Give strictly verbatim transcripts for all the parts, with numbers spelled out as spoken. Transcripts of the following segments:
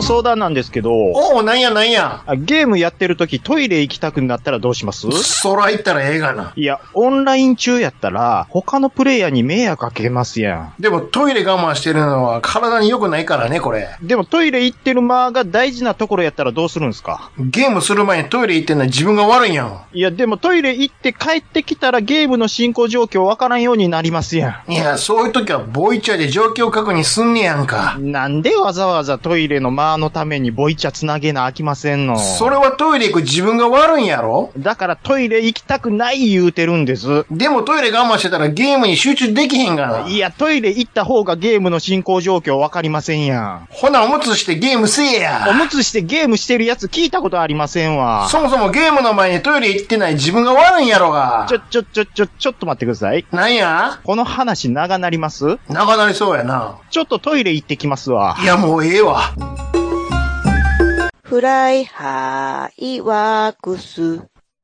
相談なんですけど。 おお、なんやなんや。 ゲームやってる時トイレ行きたくなったらどうします？ そら行ったらええがな。 いや、オンライン中やったら、他のプレイヤーに迷惑かけますやん。 でもトイレ我慢してるのは体に良くないからね、これ。 でもトイレ行ってる間が大事なところやったらどうするんですか？ ゲームする前にトイレ行ってんのは自分が悪いんやん。 いや、でもトイレ行って帰ってきたらゲームの進行状況わからんようになりますやん。 いや、そういう時はボイチャで状況確認すんねやんか。 なんでわざわざトイレの間のためにボイチャつなげなあきませんの？ それはトイレ行く自分が悪いんやろ？ だからトイレ行きたくない言うてるんです。 でもトイレ我慢してたらゲームに集中できへんがな。 いや、トイレ行った方がゲームの進行状況わかりませんやん。 ほな、おむつしてゲームせえや。 おむつしてゲームしてるやつ聞いたことありませんわ。 そもそもゲームの前にトイレ行ってない自分が悪いんやろが。 ちょ、ちょ、ちょ、ちょ、ちょっと待ってください。 なんや？ この話長なります？ 長なりそうやな。 ちょっとトイレ行ってきますわ。 いや、もうええわ。 フライハイワークス。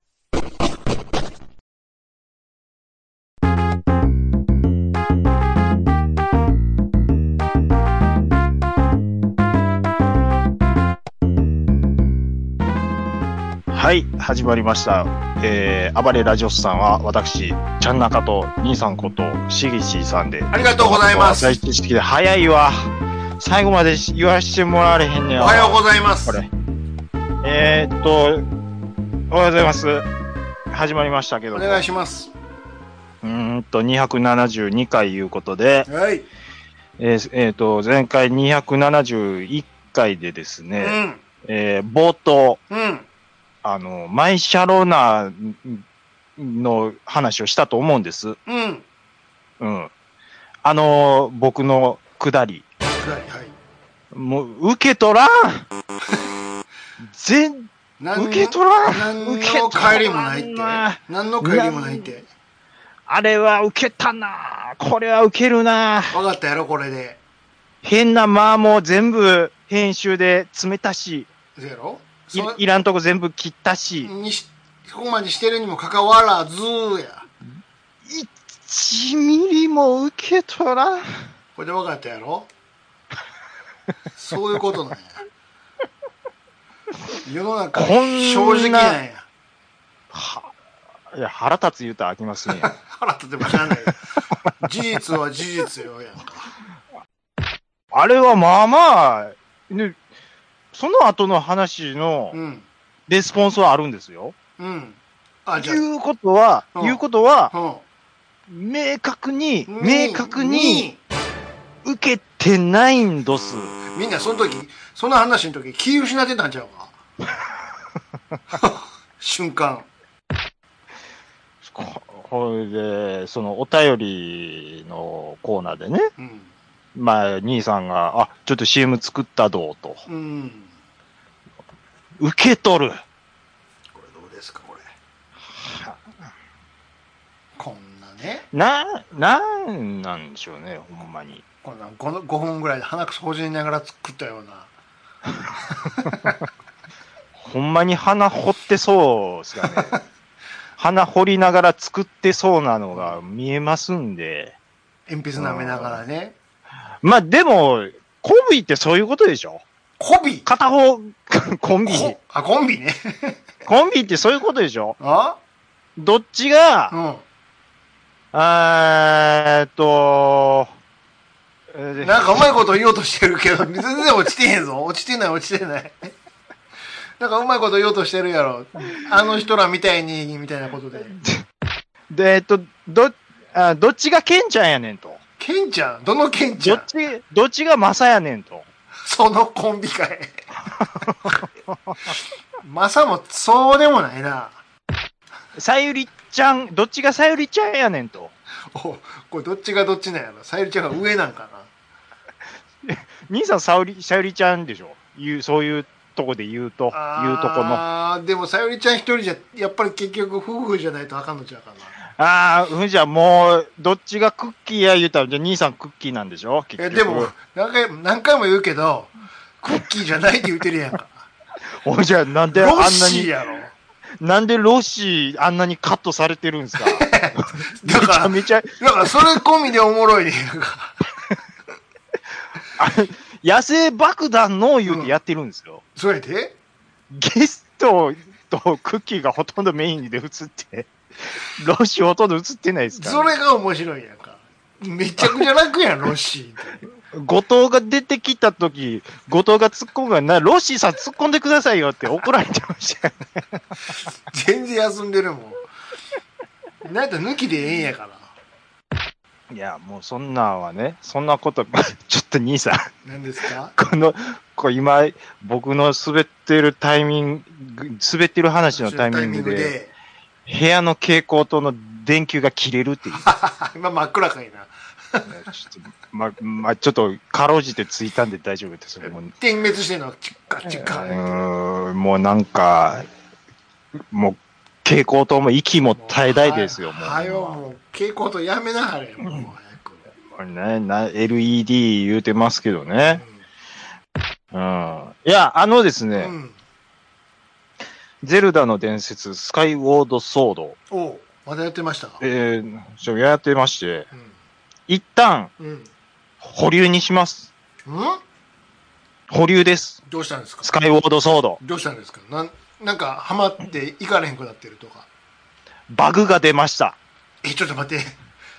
はい、始まりました。えー、暴れラジオスさんは、私、ちゃんなかと、兄さんこと、しげしさんで。 ありがとうございます。 最終的で早いわ。最後まで言わしてもらわれへんねや。 おはようございます。 これ。えーっと、おはようございます。始まりましたけど。 お願いします。 うーんと、にひゃくななじゅうにかいいうことで、 はい。 えー、えーっと、前回にひゃくななじゅういっかいでですね、 うん。 えー、冒頭、 うん。 あの、マイシャロナの話をしたと思うんです。 うん。 うん。あの、僕のくだり。 はい、はい。 もう、受け取らん全、受け取らん何の帰りもないって。何の帰りもないって。 あれは受けたなこれは受けるなわかったやろ、これで。 変な間も全部編集で詰めたし。 そうやろ？ い, いらんとこ全部切ったし。 にし、そこまでしてるにもかかわらずや。 いちミリも受け取らん。 これでわかったやろ？そういうことなんや。世の中、正直なんや。 はいや、腹立つ言うたら飽きますね。 腹立ってもしゃあない。事実は事実よ、やんか。 あれはまあまあ、ね、その後の話の、レスポンスはあるんですよ。 うん。あ、 じゃあ。いうことは、うん、いうことは、 うん、 明確に、明確に、受けてないんどす。 みんなその時、その話の時、気失ってたんちゃうか瞬間。 これで、そのお便りのコーナーでね、うん、まあ、兄さんが、あ、ちょっと シーエム 作ったどうと。うん、受け取る。 これどうですか、これ。こんなね。 な、なんなんでしょうね、ほんまに。 こんなごふんぐらいで鼻くそほじりながら作ったような。 ほんまに鼻掘ってそうですかね。鼻掘りながら作ってそうなのが見えますんで。 鉛筆舐めながらね。 まあでも、コンビってそういうことでしょ？ コビ？ 片方、コンビ。 あ、コンビね。 コンビってそういうことでしょ？ あ？ どっちが、うん、あーっと、 なんかうまいこと言おうとしてるけど、全然落ちてへんぞ。落ちてない落ちてない。なんかうまいこと言おうとしてるやろ。あの人らみたいに、みたいなことで。 で、えっと、ど、あ、どっちがケンちゃんやねんと。 ケンちゃん？どのケンちゃん？ どっち、どっちがマサやねんと。 そのコンビかい。マサもそうでもないな。 さゆりちゃん、どっちがさゆりちゃんやねんと。 お、これどっちがどっちなんやろ。さゆりちゃんが上なんかな。兄さんさゆり、さゆりちゃんでしょ。いう、そういうとこで言うと、いうとこの。 ああ、でもさゆりちゃん一人じゃ、やっぱり結局夫婦じゃないとあかんのちゃうかな。 ああ、うんじゃもう、どっちがクッキーや言うたら、じゃあ兄さんクッキーなんでしょ結局。 え、でも、何回、何回も言うけど、クッキーじゃないって言うてるやんか。 おじゃあなんであんなに。 ロッシーやろ。 なんでロッシーあんなにカットされてるんですかだから、めちゃめちゃ。だからそれ込みでおもろいねんか。 あれ、 野生爆弾の言うてやってるんですよ。 うん、それでゲストとクッキーがほとんどメインで映って、ロッシーほとんど映ってないですから、 ね。それが面白いやんか。めちゃくちゃ楽やん、ロッシー。 後藤が出てきたとき、後藤が突っ込むからな、ロッシーさん突っ込んでくださいよって怒られてましたよね。 全然休んでるもん。なんか抜きでええんやから。 いや、もうそんなんはね、そんなこと、ちょっと兄さん。 何ですか？ この、こう今、僕の滑ってるタイミング、滑ってる話のタイミングで、部屋の蛍光灯の電球が切れるっていう。 今真っ暗かいな。 ちょっと、ま、ま、ちょっと、かろうじてついたんで大丈夫です。もう点滅してんの、チッカチッカ。 うーん、もうなんか、もう、蛍光灯も息も絶え絶えですよ、もう。 はよ、もう、蛍光灯やめなはれ、もう早く。 これね、な、エルイーディー 言うてますけどね。うん。うん、いや、あのですね、うん、ゼルダの伝説、スカイウォードソード。 おまだやってましたか？ えー、ちょ、やってまして、うん、一旦、うん、保留にします。 ん保留です。 どうしたんですか？ スカイウォードソード。 どうしたんですか？なん、なんか、ハマっていかれへんくなってるとか。 バグが出ました。 え、ちょっと待って。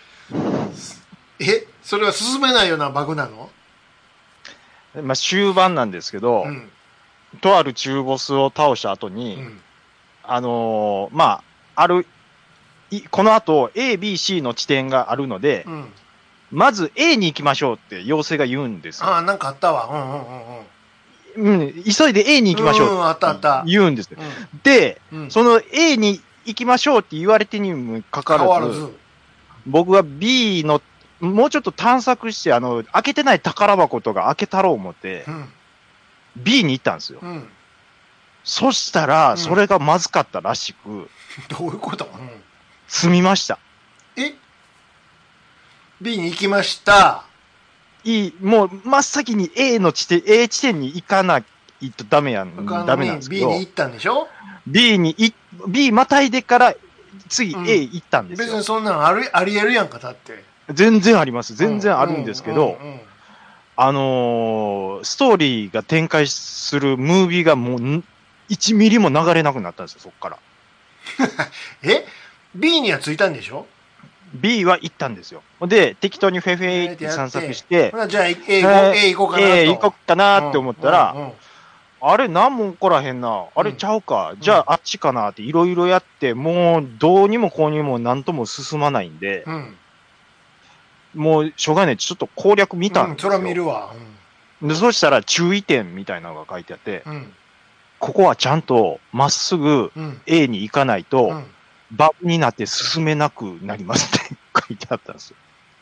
え、それは進めないようなバグなの？ まあ、終盤なんですけど、うん、とある中ボスを倒した後に、うん、あのー、まあ、ある、いこの後 エー、ビー、シー の地点があるので、うん、まず A に行きましょうって妖精が言うんですよ。 ああ、なんかあったわ。うんうんうんうん。 うん、急いで A に行きましょうって、うん、あったあった言うんですよ。うん、で、うん、その A に行きましょうって言われてにもかかわらず、ず僕は B のもうちょっと探索して、あの、開けてない宝箱とか開けたろう思って、うん、B に行ったんですよ。うん、そしたら、それがまずかったらしく、うん、 どういうこと？うん、 済みました。 え ?B に行きました。 いい、もう真っ先に A の地点、A 地点に行かないとダメやん、ダメなんですけど。 B に行ったんでしょ？ B にい、B またいでから次 A 行ったんですよ。 別にそんなのあり、ありえるやんか、だって。 全然あります。全然あるんですけど、あのー、ストーリーが展開するムービーがもういちミリも流れなくなったんですよ、そっから。 え ?B には着いたんでしょ？ B は行ったんですよ。で、適当にフェフェって散策して、 じゃあ A 行こうかなと。 A 行こうかなって思ったら、うんうんうん、あれ何も起こらへんな。あれちゃうか。うん、じゃああっちかなっていろいろやって、もうどうにもこうにも何とも進まないんで、うん、もうしょうがない。ちょっと攻略見たんですよ。 うん、それは見るわ。 うん、で、そしたら注意点みたいなのが書いてあって、うん、ここはちゃんとまっすぐ A に行かないと、うん、バグになって進めなくなりますって書いてあったんですよ。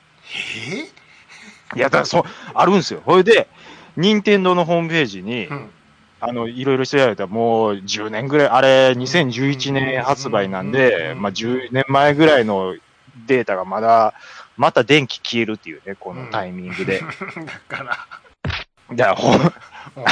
えいや、だからそう、あるんですよ。それで、任天堂のホームページに、うん、あの、いろいろしてやられたら、もうじゅうねんぐらい、あれ、にせんじゅういちねん発売なんで、まあじゅうねんまえぐらいのデータがまだ、また電気消えるっていうね、このタイミングで。 うん、だから。 だから、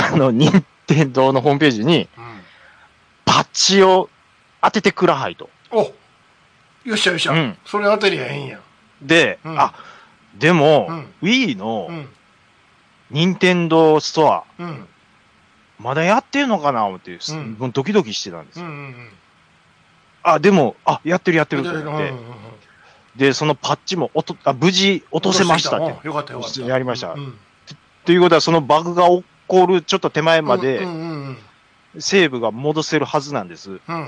あの、任天堂のホームページに、うん、パッチを当ててくらはいと。 およっしゃよっしゃ。うん、それ当てりゃええんや。 で、うん、あ、でも、うん、Wii の、任天堂ストア、うん、まだやってんのかな思って、うん、ドキドキしてたんですよ。うんうんうん、あ、でも、あ、やってるやってると思って。うんうんうん、で、そのパッチもおとあ無事落とせましたって。 よかったよかった。 やりました。うんうん、ということは、そのバグが起こるちょっと手前まで、セーブが戻せるはずなんです。うん、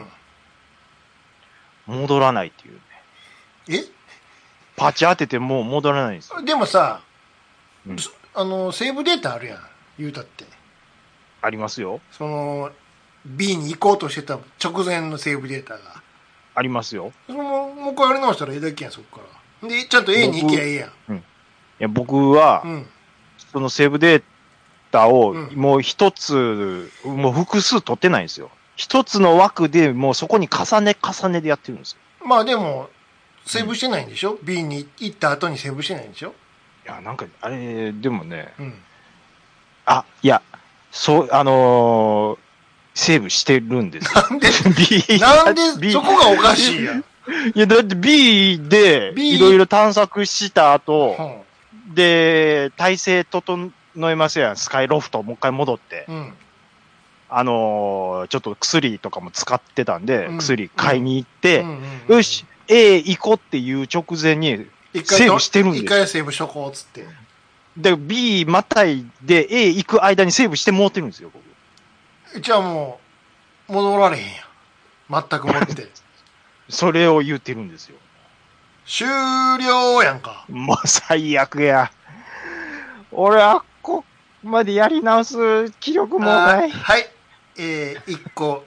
戻らないっていうね。 えパッチ当てても戻らないんですよ。 でもさ、うん、あの、セーブデータあるやん。言うたって。 ありますよ。 その、B に行こうとしてた直前のセーブデータが。 ありますよ。 そのもう一回やり直したらええだけやん、そこから。で、ちゃんと A に行きゃええやん。 うん。いや、僕は、うん、そのセーブデータを、もう一つ、うん、もう複数取ってないんですよ。一つの枠でもうそこに重ね重ねでやってるんですよ。 まあでも、セーブしてないんでしょ、うん、?B に行った後にセーブしてないんでしょいや、なんか、あれ、でもね、うん、あ、いや、そう、あのー、セーブしてるんですよ。 なんで B、なんで B、そこがおかしいやん。いや、だって B で、いろいろ探索した後、うん、で、体制整えますやん、スカイロフト、もう一回戻って。 うん、 あのー、ちょっと薬とかも使ってたんで、うん、薬買いに行って、 うんうんうんうん、 よし、A 行こうっていう直前に、セーブしてるんですよ。 一回セーブしとこうっつって。 で、B またいで A 行く間にセーブしてもうてるんですよ、僕。 じゃあもう、戻られへんやん。全く戻って。 それを言ってるんですよ。 終了やんか。 もう最悪や。俺は、ここまでやり直す気力もない。 はい。えー、一個、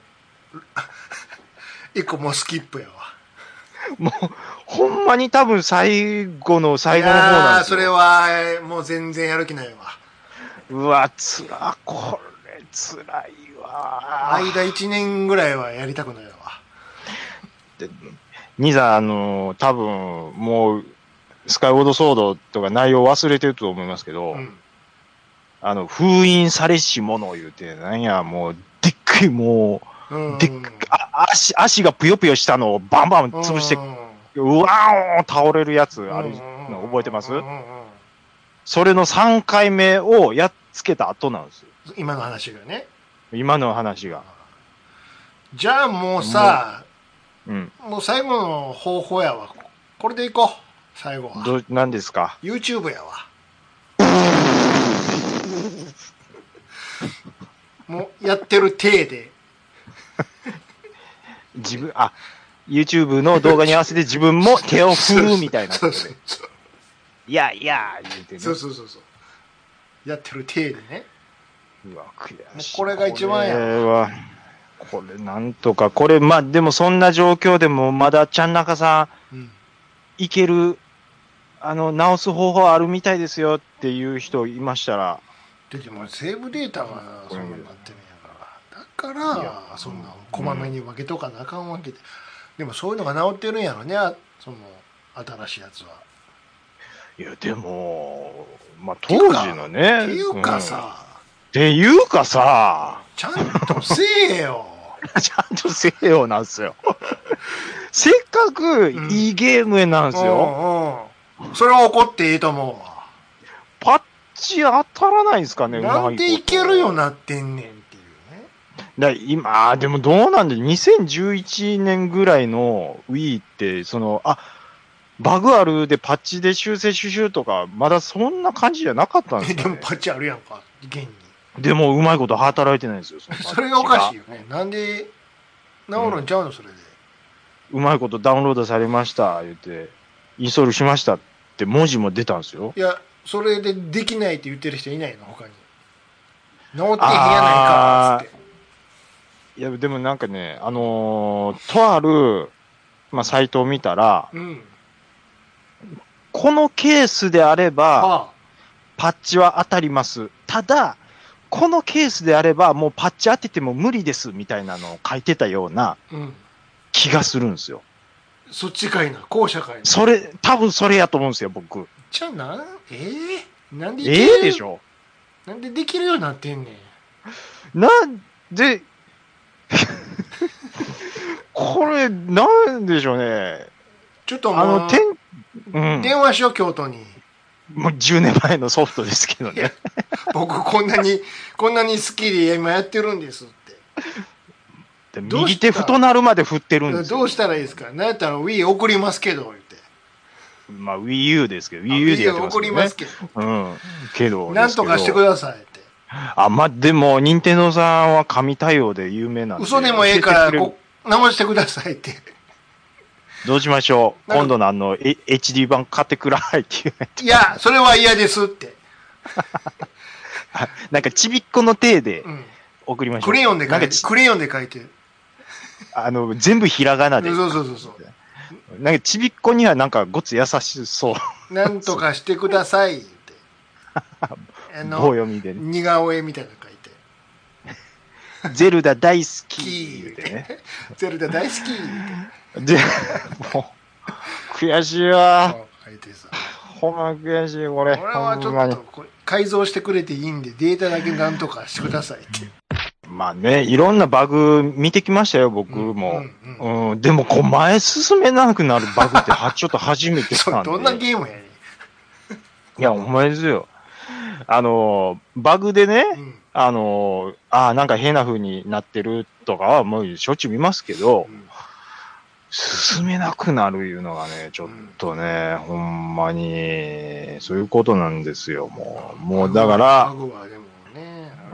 一個もうスキップやわ。 もう、ほんまに多分最後の最後の方なんですよ。 それは、もう全然やる気ないわ。 うわ、つら、これ、つらいわ。 間一年ぐらいはやりたくないわ。 で、ニザ、あの、多分、もう、スカイウォードソードとか内容忘れてると思いますけど、うん、あの、封印されし者を言うて、なんや、もう、でっかい、もう、うん、でっかあ足、足がぷよぷよしたのをバンバン潰して、うん、うわーん倒れるやつあるの覚えてます？それのさんかいめをやっつけた後なんですよ。 今の話がね。 今の話が。 じゃあもうさ、もう、うん、もう最後の方法やわ。これでいこう。最後は。 ど、何ですか？ YouTube やわ。もうやってる体で。 自分、あ、YouTube の動画に合わせて自分も手を振るみたいな。そうそうそう。いやいや、言うてね。 そうそうそうそう。やってる体でね。 うわ、悔しい。 これが一番や。 これは、これなんとか、これ、まあ、でもそんな状況でもまだちゃん中さん、うん、いける、あの、直す方法あるみたいですよっていう人いましたら。 でもセーブデータがそんなになってるんやから。だから、そんな、こまめに分けとかなあかんわけで。でもそういうのが治ってるんやろね、その、新しいやつは。 いや、でも、まあ、当時のね。 っていうかさ、うん、 っていうかさ、 ちゃんとせえよ。 ちゃんとせえよなんですよ。せっかくいいゲームなんですよ。 うんうん、それは怒っていいと思うわ。 パッチ当たらないんですかね。 なんでいけるようになってんねんっていうね。 だ今、でもどうなんで、にせんじゅういちねんぐらいの Wii って、その、あ、バグあるでパッチで修正シュシュとか、まだそんな感じじゃなかったんですか、ね、 でもパッチあるやんか、現に。 でもうまいこと働いてないんですよ。そ, それがおかしいよね。なんで治るんちゃうの、それで。 うまいことダウンロードされました、言って、インストールしましたって文字も出たんですよ。 いや、それでできないって言ってる人いないの、他に。治ってへんやないか、つって。 いや、でもなんかね、あのー、とある、まあ、サイトを見たら、うん、このケースであれば、はあ、パッチは当たります。ただ、このケースであれば、もうパッチ当てても無理です、みたいなのを書いてたような気がするんですよ。 うん、そっちかいな、後者かいな。 それ、多分それやと思うんですよ、僕。 じゃあな、ええー、なんでいけるええー、でしょ。 なんでできるようになってんねん。なんで、これ、なんでしょうね。 ちょっともう、あの、てん、うん、電話しよう、京都に。 もうじゅうねんまえのソフトですけどね。 僕こんなに、こんなに好きで今やってるんですって。 右手太なるまで振ってるんですよ。どうしたらいいですか？なんやったら Wii 送りますけど、言って。 まあ Wii U ですけど、Wii U でやってますけど、ね。 送りますけど。 うん。けど。 なんとかしてくださいって。 あ、まあ、でも、任天堂さんは神対応で有名なんで。 嘘でもええから、こ直してくださいって。 どうしましょう今度のあの、エイチディー 版買ってくらいっていう。 いや、それは嫌ですって。 なんかちびっこの体で送りましょう。 クレヨンで書いて、クレヨンで書いて。 あの、全部ひらがなで。 そうそうそうそう。 なんかちびっこにはなんかごつ優しそう。 なんとかしてくださいって。 あの、棒読みでね。 似顔絵みたいなの書いて。 ゼルダ大好き言うてね。 ゼルダ大好きで、もう、悔しいわ。ほんま悔しい、これ。 これはちょっと、改造してくれていいんで、データだけなんとかしてくださいって。 まあね、いろんなバグ見てきましたよ、僕も。うんうんうんうん、でも、こう、前進めなくなるバグっては、ちょっと初めてなんで。 どんなゲームやねん。 いや、お前ですよ。 あの、バグでね、 うん、 あの、ああ、なんか変な風になってるとかはもうしょっちゅう見ますけど、うん、進めなくなるいうのがね、ちょっとね、うん、ほんまに、そういうことなんですよ、もう。もうだから、 バグはでもね、 うん。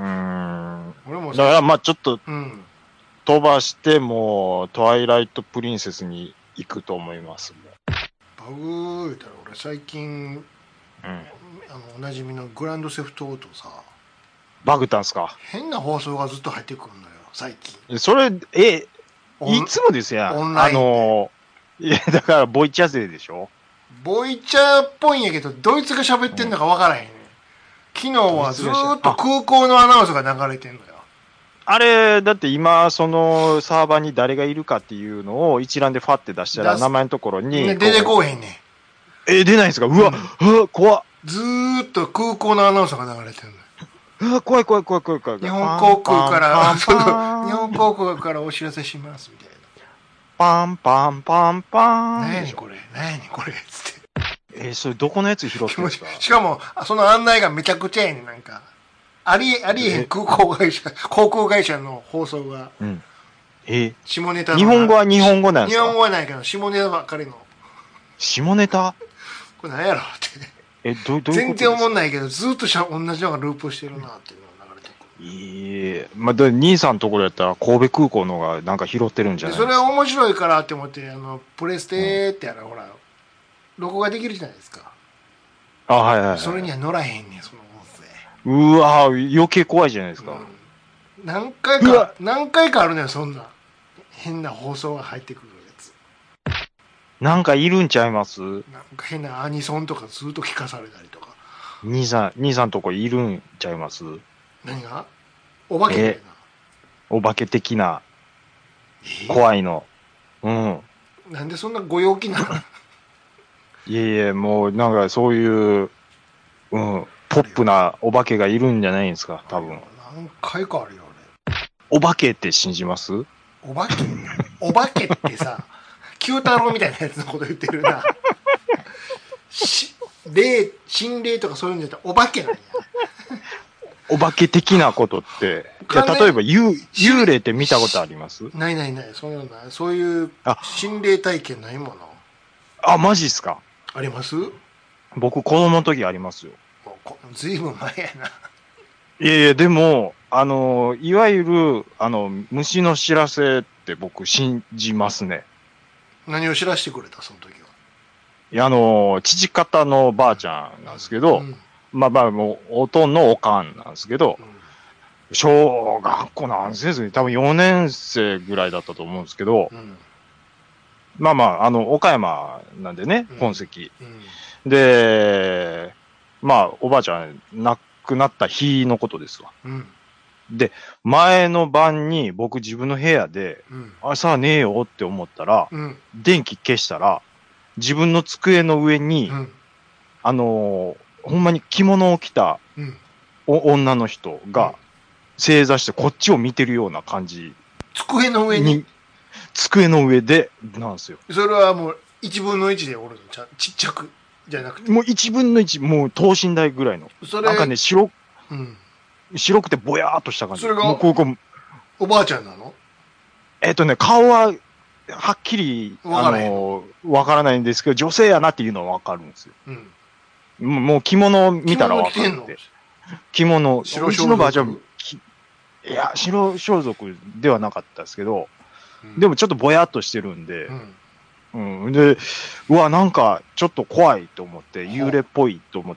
俺もだからまあちょっと、飛ばしても、トワイライトプリンセスに行くと思います。 バグ言ったら俺最近、うん、あのおなじみのグランドセフトオートさ、 バグったんすか？ 変な放送がずっと入ってくるのよ最近。 それえいつもですよ。オンラインで。あのいやだからボイチャ勢でしょ。 ボイチャっぽいんやけどドイツが喋ってんのか分からへんね、うん、昨日はずーっと空港のアナウンスが流れてんのよ。 あれだって今そのサーバーに誰がいるかっていうのを一覧でファって出したら名前のところに、 ね、出てこうへんねん。 え出ないんですか？うわ、うん、うわ怖っ。 ずーっと空港のアナウンスが流れてるのよ。 うわ怖い怖い怖い怖い怖い。 日本航空から日本航空からお知らせしますみたいな。 パンパンパンパン。 何やねんこれ何やねんこれつって。 えー、それどこのやつ拾ってるんですか？ しかもその案内がめちゃくちゃやねん。なんかありありえへん空港会社航空会社の放送が、うん、 えー、 下ネタの日本語は日本語なんですか？ 日本語はないけど下ネタばっかりの。 下ネタ？ これ何やろってえどどういうことですか？ 全然思んないけどずっとしゃ同じのがループしてるなっていうのが流れてくる。 いえまあで兄さんのところやったら神戸空港のがなんか拾ってるんじゃないですか？ それは面白いからって思ってあのプレステってやら、うん、ほら録画できるじゃないですか。 あはいはい、はい、 それには乗らへんねんその音声。 うわ余計怖いじゃないですか、うん、 何回か何回かあるのよそんな変な放送が入ってくるやつ。 なんかいるんちゃいます？なんか変なアニソンとかずっと聞かされたりとか。 兄さん兄さんとこいるんちゃいます？ 何が？お化けみたいな、 お化け的な、怖いの、うん。 なんでそんなご陽気なの？ いえいえもうなんかそういう、うん、ポップなお化けがいるんじゃないんですか多分。 何回かあるよね。 お化けって信じます？ お化けお化けってさ九太郎みたいなやつのこと言ってるな。し霊心霊とかそういうんじゃなくてお化けなんや。 お化け的なことって、いや例えば幽幽霊って見たことあります？ ないないない、そういうのない、そういう心霊体験ないもの。 あ、マジっすか？ あります？ 僕子供の時ありますよ。 ずいぶん前やな。 いやいやでもあのいわゆるあの虫の知らせって僕信じますね。 何を知らせてくれたその時は？ いやあの父方のばあちゃんなんですけど。うん、まあまあもうおとんのおかんなんですけど、うん、小学校何年生ですね、多分よねん生ぐらいだったと思うんですけど、うん、まあまああの岡山なんでね、本籍、うん、でまあおばあちゃん亡くなった日のことですわ、うん、で前の晩に僕自分の部屋で、うん、朝ねえよって思ったら、うん、電気消したら自分の机の上に、うん、あのーほんまに着物を着た、うん、お女の人が正座してこっちを見てるような感じ。 机の上に机の上でなんですよ。 それはもういちぶんのいちでおるの？ちゃちっちゃくじゃなくてもういちぶんのいち、もう等身大ぐらいの。それなんかね白、うん、白くてぼやーっとした感じ。 それがもうこうこうおばあちゃんなの？ えっとね顔ははっきりわからないの、わからないんですけど女性やなっていうのはわかるんですよ。うん、もう着物を見たらわかるって。着物、 白うちのばあちゃん、いや、白装束ではなかったですけど、うん、でもちょっとぼやっとしてるんで、うん、うん、で、うわ、なんかちょっと怖いと思って、幽霊っぽいと思って、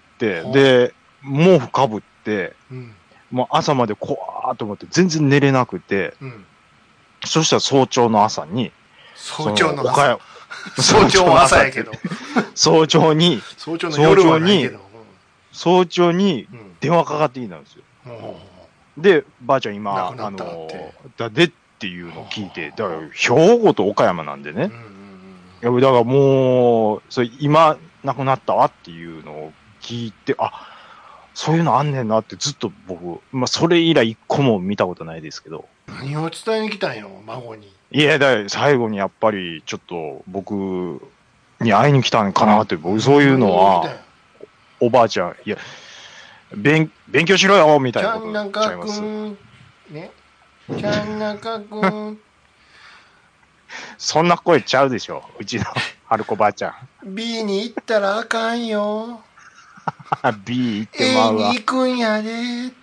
で、毛布かぶって、うん、もう朝まで怖ーと思って全然寝れなくて、うん、そしたら早朝の朝に、 早朝の朝早朝は朝やけど。 早朝に、 早朝の夜はないけど。 早朝に電話かかってきたんですよ。うん、で、ばあちゃん今、あの、だでっていうのを聞いて、だから兵庫と岡山なんでね。いや、だからもう、それ今亡くなったわっていうのを聞いて、あ、そういうのあんねんなってずっと僕、まあそれ以来一個も見たことないですけど。 何を伝えに来たんよ、孫に。 いや、だ最後にやっぱりちょっと僕に会いに来たんかなって、僕そういうのは、おばあちゃん、いや、 勉、勉強しろよみたいなことちゃんなかくん、ね。ちゃんなかくん。 そんな声ちゃうでしょ。うちの春子ばあちゃん。B に行ったらあかんよ。 B 行ってまうわ。 A に行くんやでーって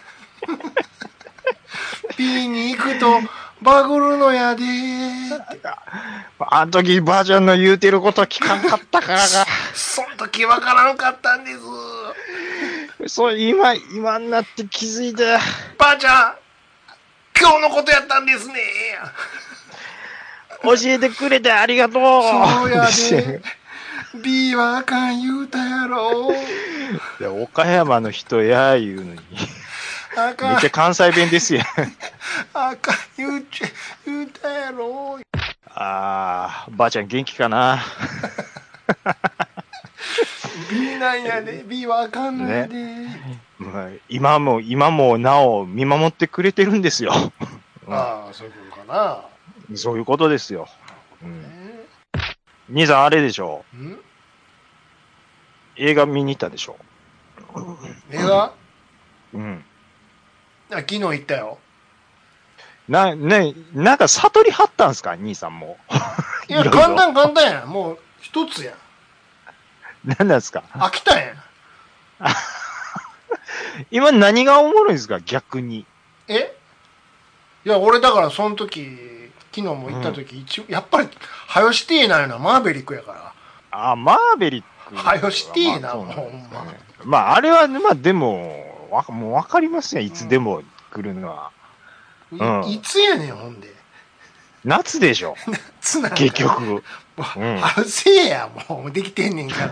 。B に行くとバグるのやでーって。 あの時ばあちゃんの言うてること聞かんかったからが。 そん時わからんかったんです。 そう、今、今になって気づいた。 ばあちゃん、今日のことやったんですね。 教えてくれてありがとう。 そうやで。B はあかん言うたやろ。 いや、岡山の人や言うのに。あかん。めっちゃ関西弁ですやん。 あかん言うちゃ、言うたやろ。 あー、ばあちゃん元気かな。 B なんやで、B はあかんのやで。 ね、今も、今もなお見守ってくれてるんですよ。 ああ、そういうことかな。そういうことですよ。うん、兄さんあれでしょ。ん映画見に行ったでしょ。 映画うん。 あ、昨日行ったよ。 な、ね、なんか悟り張ったんすか兄さんも。 いや、簡単簡単やん。もう一つやん。 何なんですか飽きたやん。 今何がおもろいんですか逆に。 えいや、俺だからその時、昨日も行った時、うん、一応、やっぱり、はよしてえなよな、マーベリックやから。 あ、マーベリック。 はよしてえな、もう、ほんま。まあ、あれは、まあでも、わもうわかりますね、いつでも来るのは。 うん、い, いつやねん、ほんで。 夏でしょ。 夏なんか。 結局。うん、 はよせえや、もう、できてんねんから。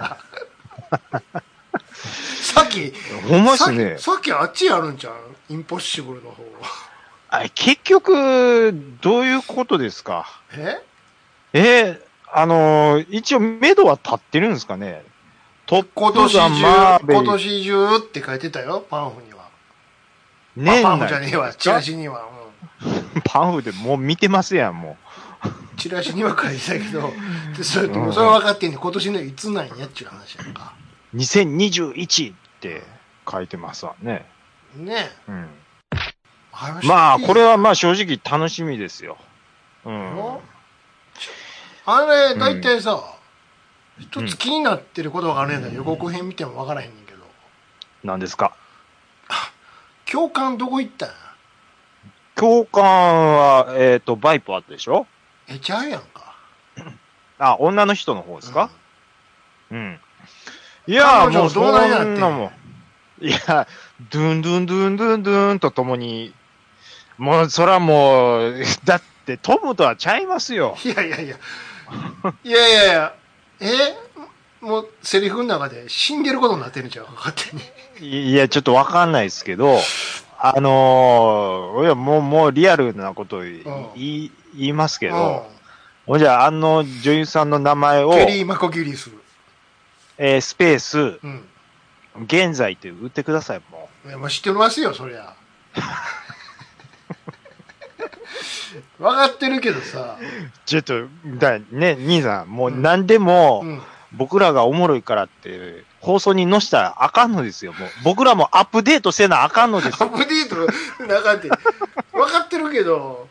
さっき、 ほんまっすね。 さっきあっちやるんちゃうインポッシブルの方。 あ結局、どういうことですかええあのー、一応、目処は立ってるんですかねトップ今年中、今年中って書いてたよ、パンフには。ねえ。パンフじゃねえわ、チラシには。 うん、パンフでもう見てますやん、もう。チラシには書いてたけど、それそれは分かってんねん。今年のいつなんやっちゅう話やんか。 にせんにじゅういちって書いてますわね。 ねえ。うん。 まあ、これはまあ正直楽しみですよ。うん。 あれ、だいたいさ、うん、一つ気になってることがあるんだよ。予告編見ても分からへんねんけど。 何ですか教官どこ行ったん教官は、えっと、バイプあったでしょえ、ちゃうやんか。 あ、女の人の方ですかうん。うん、いやー、もうそんなもん。いや、ドゥンドゥンドゥンドゥンドゥンとともに、もう、そらもう、だってトムとはちゃいますよ。 いやいやいや。いやいやいや。えもう、セリフの中で死んでることになってるんちゃう勝手に。いや、ちょっとわかんないですけど、あのー、いや、もう、もうリアルなことを言い、うん、言いますけど、ほ、うん、じゃあ、あの女優さんの名前を、 ケリー・マコギリス。 えー、スペース、うん、現在って打ってください、もう。いや、まあ、知ってますよ、そりゃ。分かってるけどさ。 ちょっと、だね、兄さん、もう何でも、うんうん、僕らがおもろいからって、放送に載せたらあかんのですよ。もう僕らもアップデートせなあかんのですよ。 アップデートなあかんって。分かってるけど、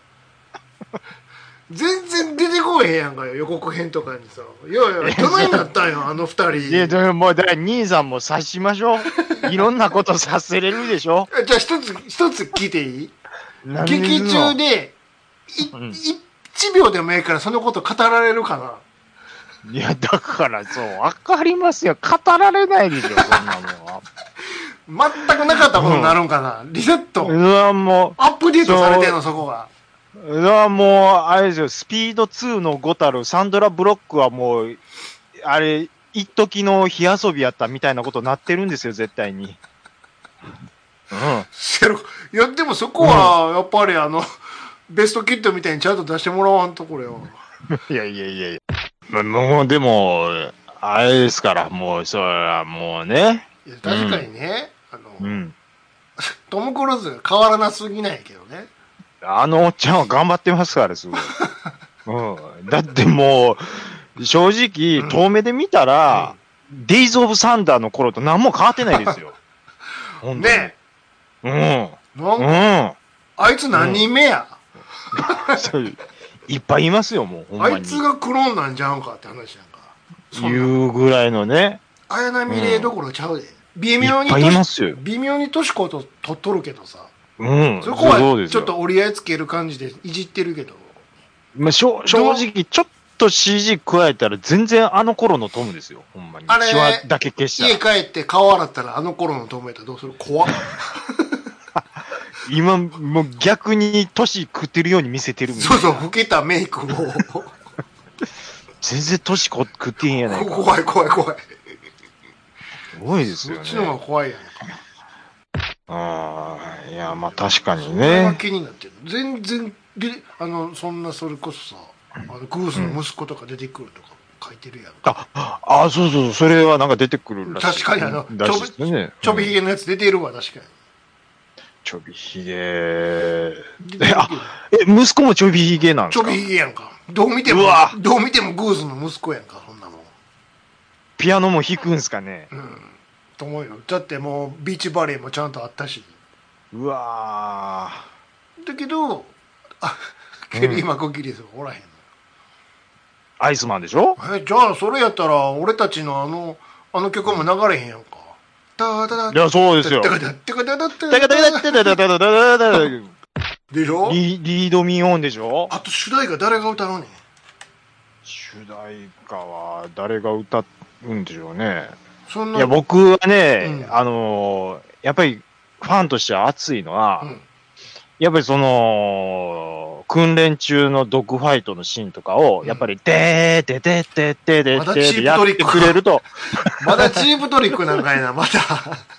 全然出てこえへんやんかよ、予告編とかにさ。いやいや、どないなったんよ、あの二人。 いや、でももう、だから兄さんも察しましょう。いろんなこと察せれるでしょ。 じゃあ一つ、一つ聞いていい劇中で、い、うん、いちびょうでもいいからそのこと語られるかな。 いや、だからそう、わかりますよ。語られないでしょ、そんなもんは。全くなかったことになるんかな。うん、リセット。 うわ、もう。 アップデートされてんの、そこが。 うわ、もう、あれですよ、スピードツーのごたるサンドラ・ブロックはもう、あれ、一時の火遊びやったみたいなことになってるんですよ、絶対に。 うん。いや、でもそこは、やっぱりあの、ベストキットみたいにちゃんと出してもらわんと、これを。 いやいやいやいや。もう、でも、あれですから、もう、それはもうね。 いや、確かにね、うん、あの、うん、トム・クルーズが変わらなすぎないけどね。 あのおっちゃんは頑張ってますから、すごい。うん。だってもう、正直、遠目で見たら、うん、デイズ・オブ・サンダーの頃と何も変わってないですよ。 ねうん。 なんか、うん、あいつ何人目や、 うん、いっぱいいますよ、もう。ほんまに。 あいつがクローンなんじゃんかって話やんか。 いうぐらいのね。 綾波レイどころちゃうで。微妙に。 いっぱいいますよ。 微妙に年子と取っとるけどさ。 うん。 そこはちょっと折り合いつける感じでいじってるけど。 まあ、正直、ちょっと シージー 加えたら全然あの頃のトムですよ。ほんまに。 あれ、 シワだけ消したら。 家帰って顔洗ったらあの頃のトムやったらどうする？怖っ。 今、もう逆に年食ってるように見せてるみたいな。 そうそう、老けたメイクを。 全然年食ってへんやないか。 怖い怖い怖い。 すごいですよね。 そっちの方が怖いやんか。 ああ、いや、まあ確かにね。 それが気になってる。全然、で、あの、そんな、それこそさ、あの、グースの息子とか出てくるとか書いてるやんか。 うん、あ、あ、そうそう、それはなんか出てくるらしい。 確かにあの、ちょび、ね、ちょびひげのやつ出てるわ、確かに。 ちょびひげ。え、あ、え、息子もちょびひげなんですか？ ちょびひげやんか。どう見ても、どう見てもグースの息子やんか、そんなもん。 ピアノも弾くんすかね？ うん。と思うよ。だってもう、ビーチバレーもちゃんとあったし。 うわー。だけど、あ、ケリー・マコギリスがおらへんのよ。 アイスマンでしょ？ え、じゃあそれやったら、俺たちのあの、あの曲も流れへんやんか。 いや、そうですよ。でしょ？ リードミーオンでしょ？ あと主題歌誰が歌うねん？ 主題歌は誰が歌うんでしょうね。 そんな。 いや、僕はね、うん、あのー、やっぱりファンとしては熱いのは、うん、やっぱりその、訓練中のドッグファイトのシーンとかを、やっぱり、でーでででででででやってくれると。 まだチープトリックなんかいな、まだ。ち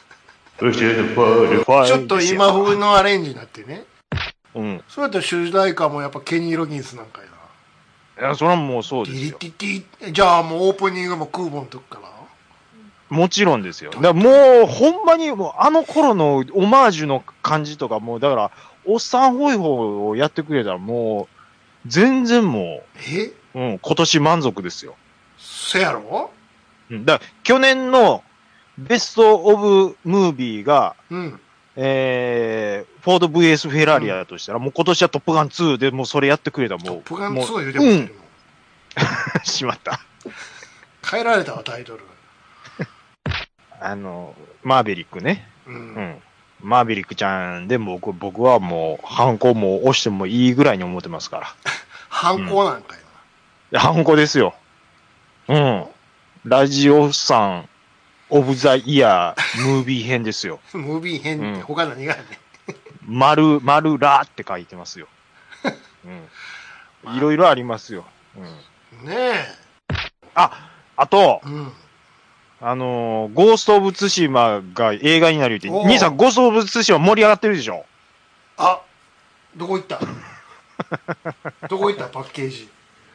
ょっと今風のアレンジになってね。 うん。 そうやったら主題歌もやっぱケニー・ロギンスなんかいな。いや、それはもうそうですよ。 ティティティじゃあもうオープニングもクーボンの時から。 もちろんですよ。だからもう、ほんまに、もう、あの頃のオマージュの感じとか、もう、だから、おっさんホイホイをやってくれたら、もう、全然もう、えうん、今年満足ですよ。 せやろ？ うん。だから、去年のベストオブムービーが、 うん。 えー、フォード ブイエス フェラーリやとしたら、うん、もう今年はトップガンツーでもうそれやってくれたら、もう。 トップガンツー言うてもってるもん。 うん、しまった。 変えられたわ、タイトル。 あの、マーベリックね。 うん。うん、 マーベリックちゃんでも僕、僕はもう、ハンコも押してもいいぐらいに思ってますから。 ハンコなんかよ。 うん、ハンコですよ。うん。ラジオさん、オブザイヤー、ムービー編ですよ。 ムービー編って他何があるね、 うん。丸、丸らって書いてますよ。うん。いろいろありますよ。 うん。ねえ。 あ、あと、 うん。 あのー、ゴースト・オブ・ツシマが映画になるって、兄さん、ゴースト・オブ・ツシマ盛り上がってるでしょ？ あ、どこ行ったどこ行ったパッケージ。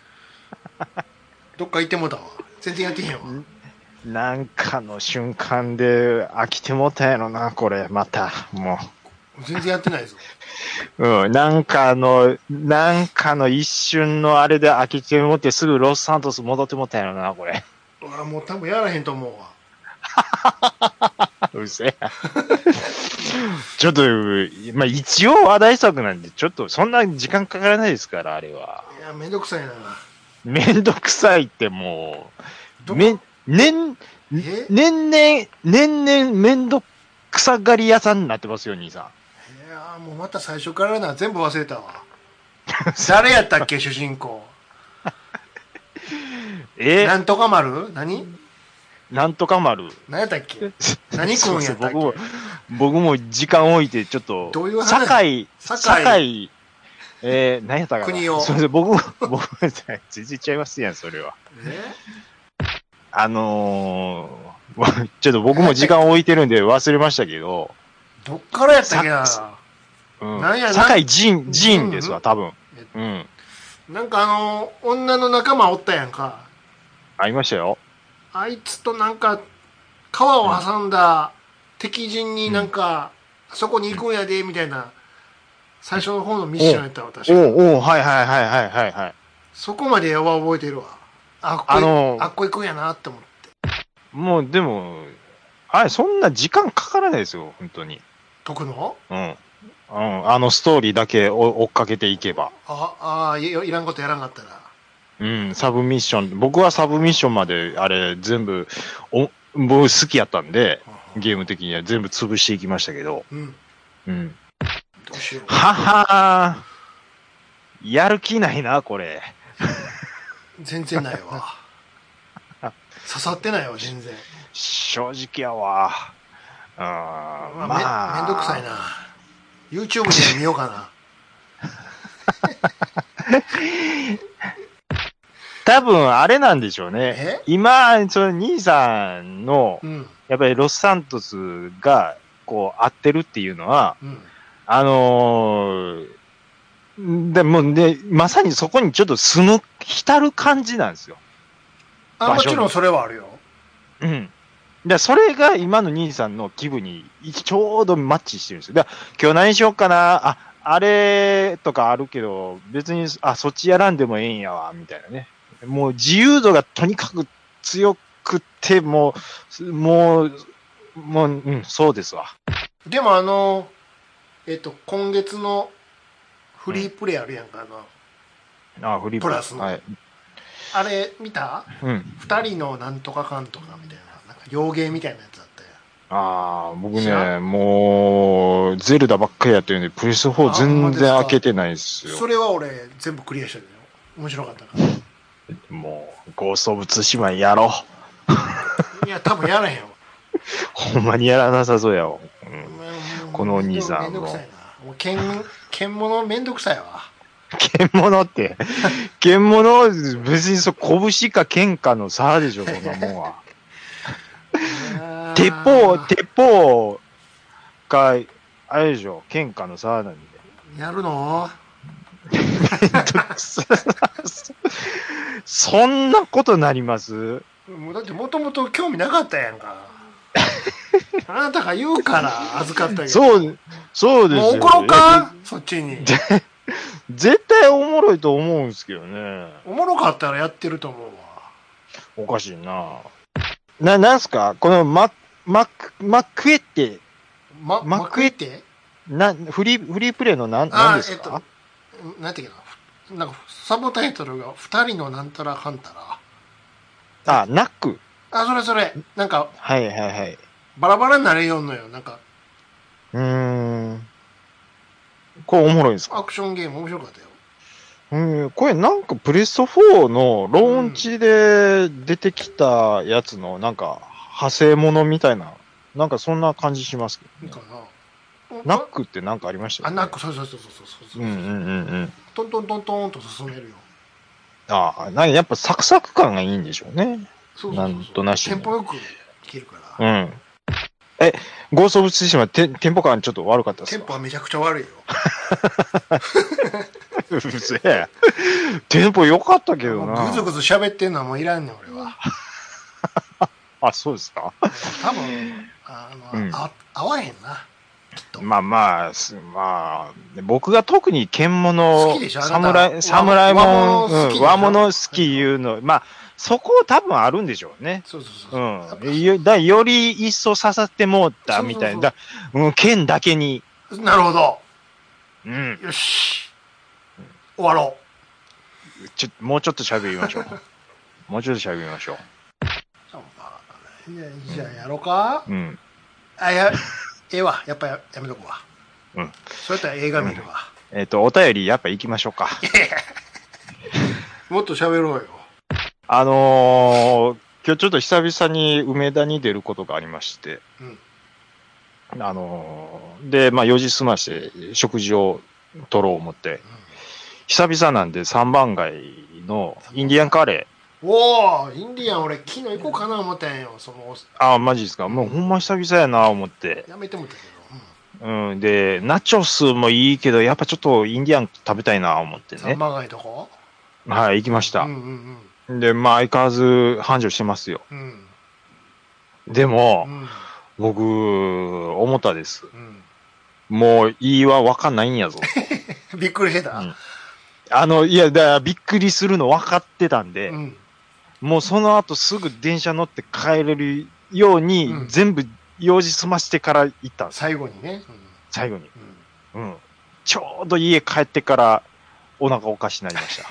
どっか行ってもうたわ。全然やってへんわ。 なんかの瞬間で飽きてもうたやろな、これ、また、もう。全然やってないぞ。 うん、なんかの、なんかの一瞬のあれで飽きてもってすぐロスサントス戻ってもったやろな、これ。 あもう多分やらへんと思うわ。 うるせえ。ちょっと、まあ一応話題作なんで、ちょっとそんな時間かからないですから、あれは。 いや、めんどくさいな。 めんどくさいってもう、め、年、年々、年々めんどくさがり屋さんになってますよ、兄さん。いやもうまた最初からな、全部忘れたわ。誰やったっけ、主人公。えー、なんとか丸何なんとか丸。 何やったっけ何くんやったっけ僕も、 僕も時間置いて、ちょっと、 どういう話堺、堺、えー、何やったかな国を。 すみません、僕も、僕も、全然ちゃいますやん、それは。 えあのー、ちょっと僕も時間置いてるんで忘れましたけど、 どっからやったっけな、 うん、何や堺仁、仁ですわ、多分。うん。 なんかあの、女の仲間おったやんか。 ありましたよ。 あいつとなんか、川を挟んだ敵陣になんか、うん、そこに行くんやで、みたいな、最初の方のミッションやったわ、確か。 おおおはいはいはいはいはいはい。 そこまでは覚えてるわ。あっこ、あのー、あっこ行くんやなって思って。 もうでも、 はい、そんな時間かからないですよ、本当に。 解くの？ うん。うん、あのストーリーだけ追っかけていけば。 ああ、い, いらんことやらんかったら。 うん、サブミッション、僕はサブミッションまであれ全部、お僕好きやったんで、ゲーム的には全部潰していきましたけど。うん。うん。 どうしよう。 ははー。やる気ないな、これ。 全然ないわ。刺さってないわ、全然。 正直やわ。あまあ、まあ、め, めんどくさいな。YouTube で見ようかな。 多分あれなんでしょうね。今、その兄さんの、うん、やっぱりロスサントスが、こう、合ってるっていうのは、うん、あのー、でもね、まさにそこにちょっと住む、浸る感じなんですよ。 あ、もちろんそれはあるよ。 うん。で、それが今の兄さんの気分にちょうどマッチしてるんですよ。だ今日何しようかな、あ、あれとかあるけど、別に、あ、そっちやらんでもええんやわ、みたいなね。もう自由度がとにかく強くて、もう、もう、もう、うん、そうですわ。 でもあの、えっと、今月のフリープレイあるやんか、あの、あ、フリープレイ。プラスの。はい。 あれ、見た？ うん。 二人のなんとかかんとかみたいな。なんか、洋芸みたいなやつだったよ。 ああ、僕ね、もう、ゼルダばっかりやってるんで、プレステフォー全然開けてないですよ。 それは俺、全部クリアしたけど、面白かったから。 もう、ゴースト・オブ・ツシマやろう。いや、多分やらへんわ。 ほんまにやらなさそうやわ。うん、このお兄さんも。めんどくさいな。 もう、剣、剣物めんどくさいわ。 剣物って、剣物、別にそう、拳か剣かの差でしょ、そんなもんは。鉄砲、鉄砲か、あれでしょ、剣かの差なんで。 やるの？ そんなことなります？ もうだってもともと興味なかったやんか。あなたが言うから預かったけど。 そう、そうですよ。 もう怒ろうか？そっちに。 絶対おもろいと思うんですけどね。 おもろかったらやってると思うわ。 おかしいな。な、なんすかこのマ、マ、マクエって。 ま、マクエってな、フリー、フリープレイのなん、なんですか？ えっと、なんていうかな。なんか、サブタイトルが二人のなんたらかんたら。あ、ナック。 あ、それそれ。なんか。 はいはいはい。 バラバラになれよんのよ。なんか。 うーん。これおもろいんですか？ アクションゲーム面白かったよ。 うん、これなんかプレストフォーのローンチで出てきたやつのなんか派生ものみたいな、なんかそんな感じしますけど、ね。かな。ナックってなんかありましたよね。あ、ナック、そうそうそうそうそうそう。 うんうんうんうん。 トントントントンと進めるよ。 ああ、なんかやっぱサクサク感がいいんでしょうね。そうそうそうそう。なんとなし。 テンポよくいけるから。 うん。え、ゴースト・オブ・ツシマテンポ感ちょっと悪かったですか？ テンポはめちゃくちゃ悪いよ。 うせえ。テンポ良かったけどな。 ぐずぐず喋ってんのはもういらんねん、俺は。 あ、そうですか？ 多分、あの、うん、あ合わへんな。きっと。 まあまあ、まあ、僕が特に獣、侍、侍も、和物好き言うの、まあ、そこは多分あるんでしょうね。 そうそうそう。 うん。よだより一層刺さってもうたみたいな。うん、剣だけに。 なるほど。 うん。 よし。終わろう。ちょ、もうちょっと喋りましょう。もうちょっと喋りましょう。 じゃあやろうか？ うん。 あ、や、ええわ。やっぱや、やめとこわ。うん。そうやったら映画見るわ。 うん、えっと、お便りやっぱ行きましょうか。 もっと喋ろうよ。 あのー、今日ちょっと久々に梅田に出ることがありまして、うん、あのー、で、まあよじ済まして食事を取ろう思って、うん、久々なんでさんばん街のインディアンカレー。おー、インディアン俺昨日行こうかな思ったんよ、その。 あ、マジですか、うん、もうほんま久々やな思って。 やめてもったけど。うん、うん、で、ナチョスもいいけど、やっぱちょっとインディアン食べたいな思ってね。さんばん街とこ？ はい、行きました。 うんうんうん。で、まあ、相変わらず繁盛してますよ。うん、でも、うん、僕、思ったです。うん、もう、いいは分かんないんやぞ。 びっくりしてた、うん、 あの、いや、だからびっくりするの分かってたんで、うん、もうその後すぐ電車乗って帰れるように、全部用事済ましてから行ったんです。 最後にね。 うん、最後に、うん。うん。ちょうど家帰ってからお腹おかしになりました。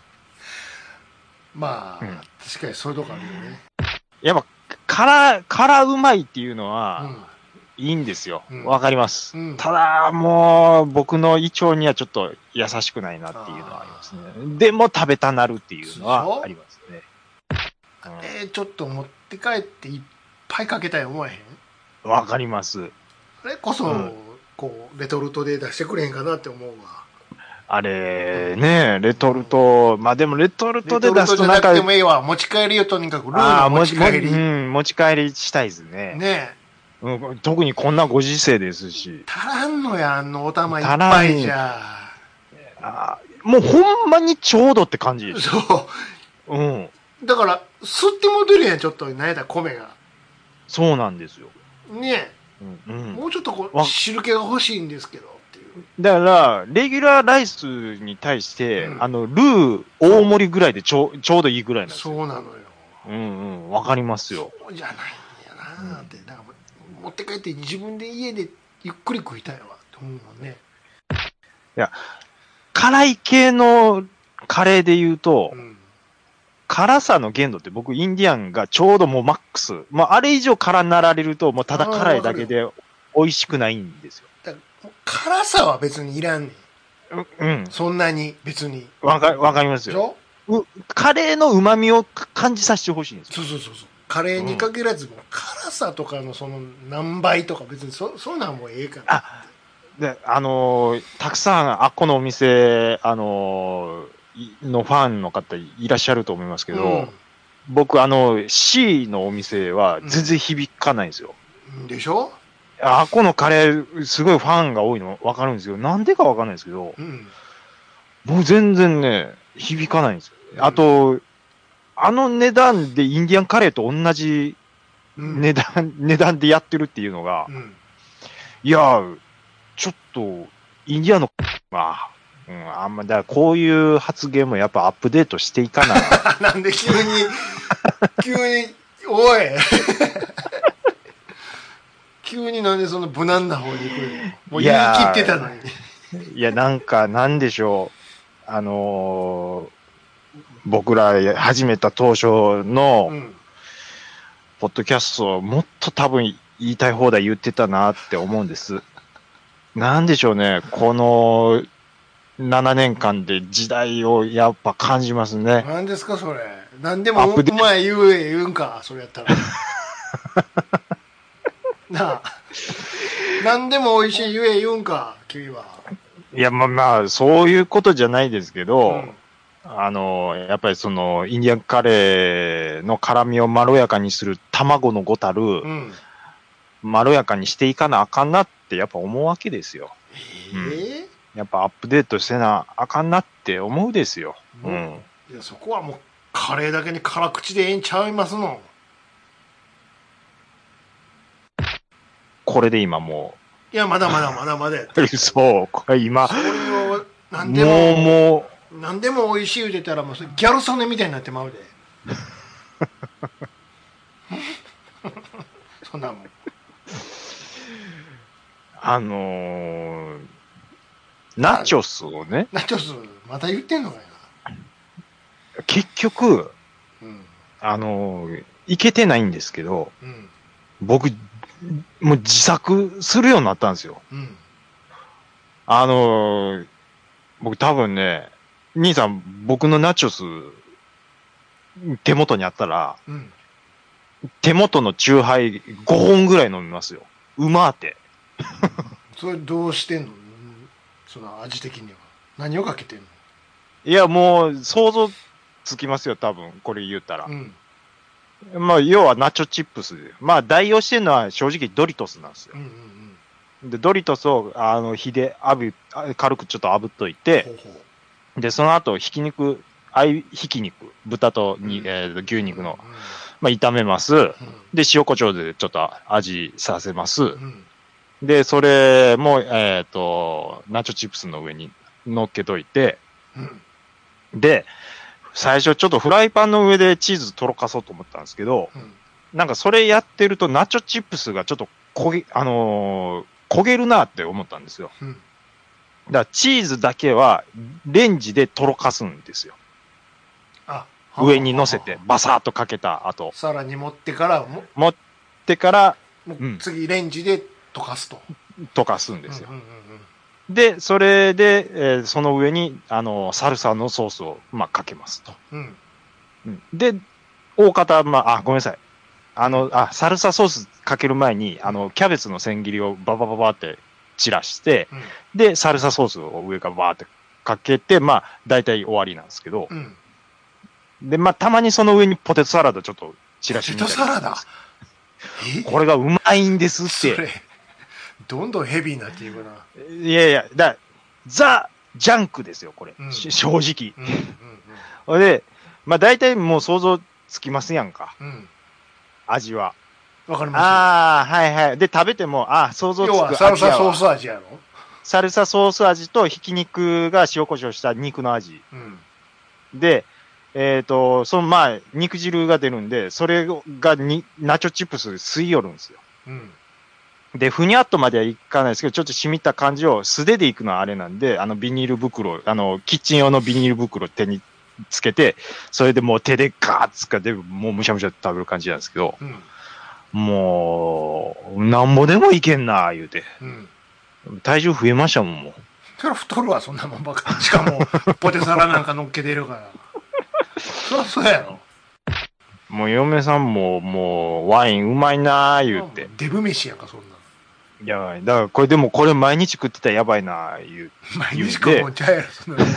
まあ、うん、確かにそういうとこあるよね。 やっぱ、辛、辛うまいっていうのは、うん、いいんですよ。わ、うん、かります、うん。ただ、もう、僕の胃腸にはちょっと優しくないなっていうのはありますね。でも食べたなるっていうのはありますね。 うん、えー、ちょっと持って帰っていっぱいかけたい思えへん？ わかります。 あれこそ、うん、こう、レトルトで出してくれへんかなって思うわ。 あれね、レトルト、まあでもレトルトで出すとなんか。 レトルトじゃなくてもいいわ。持ち帰りよ、とにかく。ルーの持ち帰り。 うん、持ち帰りしたいですね。 ねえ、うん。特にこんなご時世ですし。 足らんのや、あのお玉いっぱいじゃ。 あ、もうほんまにちょうどって感じ。 そう。うん。だから、吸っても出るやん、ちょっと。なんやったら米が。 そうなんですよ。 ねえ。うんうん、もうちょっとこう汁気が欲しいんですけどっていう。 だからレギュラーライスに対して、うん、あのルー大盛りぐらいでちょちょうどいいぐらいなんですよ。 そうなのよ。 うんうん、わかりますよ。 そうじゃないんやなって、うん、だから持って帰って自分で家でゆっくり食いたいわって思うもんね。 いや、辛い系のカレーで言うと、うん、辛さの限度って僕インディアンがちょうどもうマックス、まあ、あれ以上辛になられるともうただ辛いだけで美味しくないんですよ。 だから辛さは別にいらんねん。うん。そんなに別に。 わか、わかりますよ。うカレーの旨味を感じさせてほしいんですよ。そうそうそうそう。カレーに限らずも、うん、辛さとかのその何倍とか別にそそうなんもうええから。 あ、で、あのー、たくさんあっこのお店、あのー、のファンの方いらっしゃると思いますけど、うん、僕あの C のお店は全然響かないんですよ。 うん、でしょ？ あっこのカレーすごいファンが多いの分かるんですよ。なんでか分かんないですけど、うん、もう全然ね響かないんですよ。うん、あとあの値段でインディアンカレーと同じ値段、うん、値段でやってるっていうのが、うん、いやちょっとインディアンのまあ、うん、あんまだからこういう発言もやっぱアップデートしていかない。 なんで急に急におい急になんでその無難な方に行くの？もう言い切ってたのに。 いやなんかなんでしょう、あのー、僕ら始めた当初のポッドキャストをもっと多分言いたい放題言ってたなって思うんです。なんでしょうね、このななねんかんで時代をやっぱ感じますね。 何ですかそれ。何でもお前言うえ言うんか、それやったら。なあ。何でも美味しい言え言うんか、君は。 いや、まあまあ、そういうことじゃないですけど、うん、あの、やっぱりその、インディアンカレーの辛みをまろやかにする卵のごたる、うん、まろやかにしていかなあかんなってやっぱ思うわけですよ。えーうん、やっぱアップデートしてなあかんなって思うですよ。うん。 いや、そこはもう、カレーだけに辛口でええんちゃいますの。 これで今もう。いや、まだまだまだまだやった。そう、これ今。それを、何でも、もう、もう、何でも美味しい言うてたら、もう、ギャル曽根みたいになってまうで。そんなもん。 あのー、ナチョスをね。 ナチョス、また言ってんのかよな。 結局、うん、あのー、いけてないんですけど、うん、僕、もう自作するようになったんですよ。うん、あのー、僕多分ね、兄さん、僕のナチョス、手元にあったら、うん、手元のチューハイごほんぐらい飲みますよ。うまーって。 それどうしてんの？その味的には。何をかけてんの？ いや、もう想像つきますよ、多分。これ言ったら。うん、まあ、要はナチョチップスで。まあ、代用してるのは正直ドリトスなんですよ。うんうんうん、で、ドリトスを、あの、火で炙、軽くちょっと炙っといて、ほうほう、で、その後、ひき肉、あい、ひき肉、豚とに、うん、えー、牛肉の、うんうん、まあ、炒めます。うん、で、塩コショウでちょっと味させます。うん、で、それも、えっと、ナチョチップスの上に乗っけといて、うん、で、最初ちょっとフライパンの上でチーズとろかそうと思ったんですけど、うん、 なんかそれやってるとナチョチップスがちょっと焦げ、あのー、焦げるなって思ったんですよ。うん、だからチーズだけはレンジでとろかすんですよ。あ、上に乗せてバサッとかけた後。 さらに持ってからも、 持ってから、 うん、次レンジで溶かすと。 溶かすんですよ。うんうんうんうん、で、それで、えー、その上に、あのー、サルサのソースを、まあ、かけますと。うんうん、で、大方、まあ、あ、ごめんなさい。あの、あ、サルサソースかける前に、あの、キャベツの千切りをババババって散らして、うん、で、サルサソースを上からバーってかけて、まあ、大体終わりなんですけど、うん、で、まあ、たまにその上にポテトサラダちょっと散らしてみたり。 ポテトサラダこれがうまいんですって。 それ、どんどんヘビーになっていくな。 いやいや、だザ・ジャンクですよ、これ。うん、正直。うんうんうん、で、まあ、大体もう想像つきますやんか。うん、味は。 わかります。 ああ、はいはい。で、食べても、ああ、想像つく味。 要はサルサソース味やろ？ サルサソース味とひき肉が塩コショウした肉の味。うん、で、えっ、ー、と、そのまあ、肉汁が出るんで、それがにナチョチップス吸い寄るんですよ。うん、で、ふにゃっとまではいかないですけど、ちょっと染みた感じを素手でいくのはあれなんで、あのビニール袋、あの、キッチン用のビニール袋手につけて、それでもう手でガーッつかで、もうむしゃむしゃ食べる感じなんですけど、うん、もう、なんぼでもいけんな、言うて。うん、体重増えましたもん、もう。 それ太るわ、そんなもんばっかり。しかも、ポテサラなんか乗っけてるから。そりゃそうやろ。 もう嫁さんも、もう、ワインうまいな、言うて。 デブ飯やんか、そんな。 やばい。だから、これでも、これ毎日食ってたらやばいな、言う。 毎日食うもんちゃうやろ、そんな。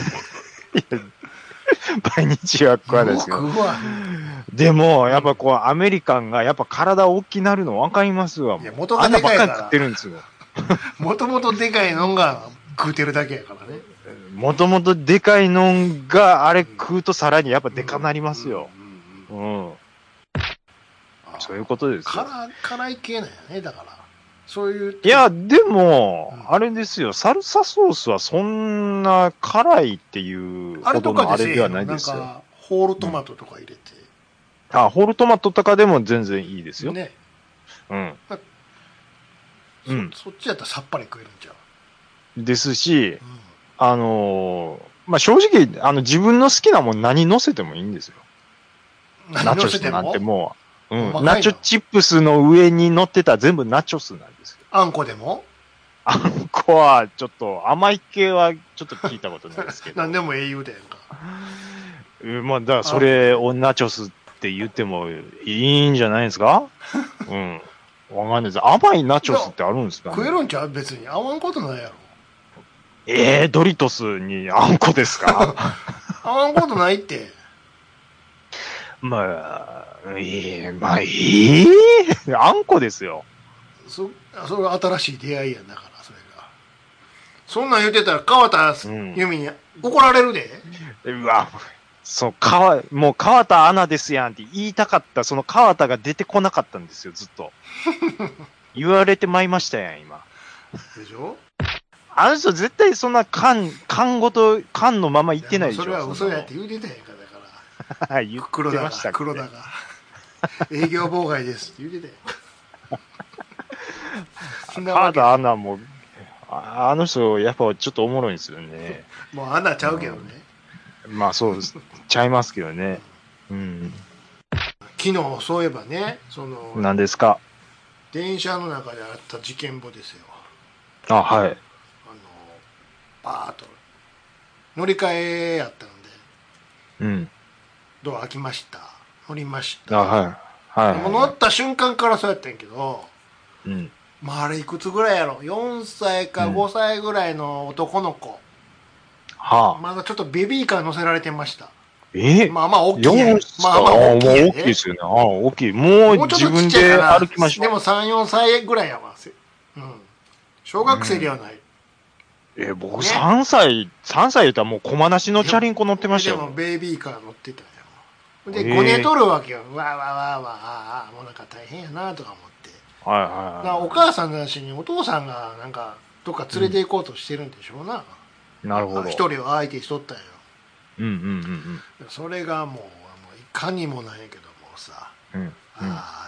毎日は食わないですけど。でも、やっぱこう、アメリカンが、やっぱ体大きなるの分かりますわ。 いや、元がでかいから。 あんなばっかり食ってるんですよ。 もともとでかいのが食うてるだけやからね。 もともとでかいのが、あれ食うとさらにやっぱでかなりますよ。うん。そういうことですよ。 辛、辛い系なんやね、だから。そういう。 いや、でも、うん、あれですよ、サルサソースはそんな辛いっていうほどのあれではないですよ。 なんか、ホールトマトとか入れて。 うん、あ、ホールトマトとかでも全然いいですよ。ね。うん。 うん、そ, そっちやったらさっぱり食えるんちゃうですし、うん、あのー、まあ、正直、あの、自分の好きなもん何乗せてもいいんですよ。ナチョスなんてもう、うん、ナチョチップスの上に乗ってたら全部ナチョスなんですよ。 あんこでも？ あんこは、ちょっと、甘い系はちょっと聞いたことないですけど。 何でも英雄だよか。 うん、まあ、だからそれをナチョスって言ってもいいんじゃないですか？うん。わかんないです。甘いナチョスってあるんですかね？ 食えるんちゃう？別に。合わんことないやろ。 ええー、ドリトスにあんこですか？ 合わんことないって。 まあ、いい、まあいい。あんこですよ。 そ、それが新しい出会いやんだから、それが。そんなん言うてたら、川田由美に怒られるで。 うん、うわ、そう、川、もう川田アナですやんって言いたかった、その川田が出てこなかったんですよ、ずっと。言われてまいましたやん、今。 でしょ？ あの人絶対そんな缶、缶ごと、缶のまま言ってないでしょ。 それは嘘やって言うてたやんか、だから。 言ってましたっけ？ 黒田が。営業妨害ですって言うてたやんか。 川田アナも、あの人、やっぱちょっとおもろいんですよね。 もうアナちゃうけどね。 うん、まあそうです。ちゃいますけどね。うん。 昨日、そういえばね、その、 何ですか？ 電車の中であった事件簿ですよ。 あ、はい。あの、 バーッと、乗り換えやったので、 うん。 ドア開きました。乗りました。 あ、はい。はい、はい。 もう乗った瞬間からそうやったんやけど、 うん。 まああれいくつぐらいやろ？ よん 歳かごさいぐらいの男の子。はあ。まだちょっとベビーカー乗せられてました。 えー、まあまあ大きいやん。まあまあ大きいやん、ね。 大きいですよね。ああ、大きい。もう自分で歩きましょう。 でもさん、よんさいぐらいやわ。うん。小学生ではない。 うん、えー、僕さんさい、さんさい言ったらもう駒なしのチャリンコ乗ってましたよ。 でもベビーカー乗ってたよ。で、ごね取るわけよ。わーわーわーわー、ああ、もうなんか大変やなとか思って。 はいはいはい。 お母さんの話にお父さんがなんかどっか連れて行こうとしてるんでしょうな。 うん、なるほど。 一人を相手しとったんよ。 うんうんうんうん。 それがもう、もういかにもないけどもさ、うんうん、ああ、絶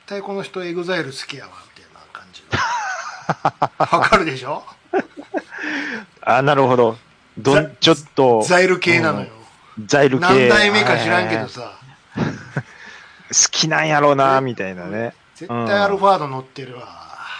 対この人エグザイル好きやわみたいな感じわかるでしょあ、なるほど。どん、ちょっと。 ザイル系なのよ。 うん、ザイル系。 何代目か知らんけどさ。 好きなんやろうな、みたいなね。 絶対アルファード乗ってるわ。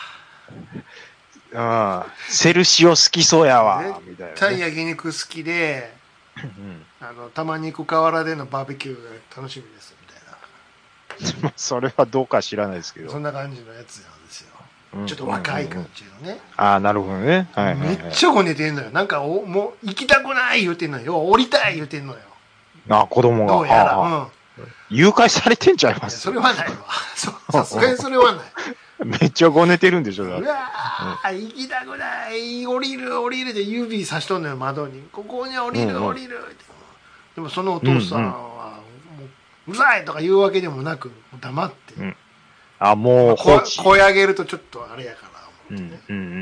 うん。セルシオ好きそうやわ、みたいな、ね。 絶対焼肉好きで、うん、あの、玉肉河原でのバーベキューが楽しみです、みたいな。 それはどうか知らないですけど。 そんな感じのやつなんですよ。うん、ちょっと若い感じのね。うんうんうん、 ああ、なるほどね。はいはいはい、 めっちゃごねてんのよ。なんかお、もう、行きたくない言うてんのよ。降りたい言うてんのよ。 ああ、子供が。 どうやら。うん。 誘拐されてんちゃいます？ それはないわ。さすがにそれはない。 めっちゃごねてるんでしょ、だって。 うわー、うん、行きたくない。降りる、降りるで指差しとんのよ、窓に。ここに降りる、うんうん、降りるって。でもそのお父さんは、もう、うざいとか言うわけでもなく、黙って。うん、 あ、もう放置、 まあ、声上げるとちょっとあれやから思ってね。うんうんうん、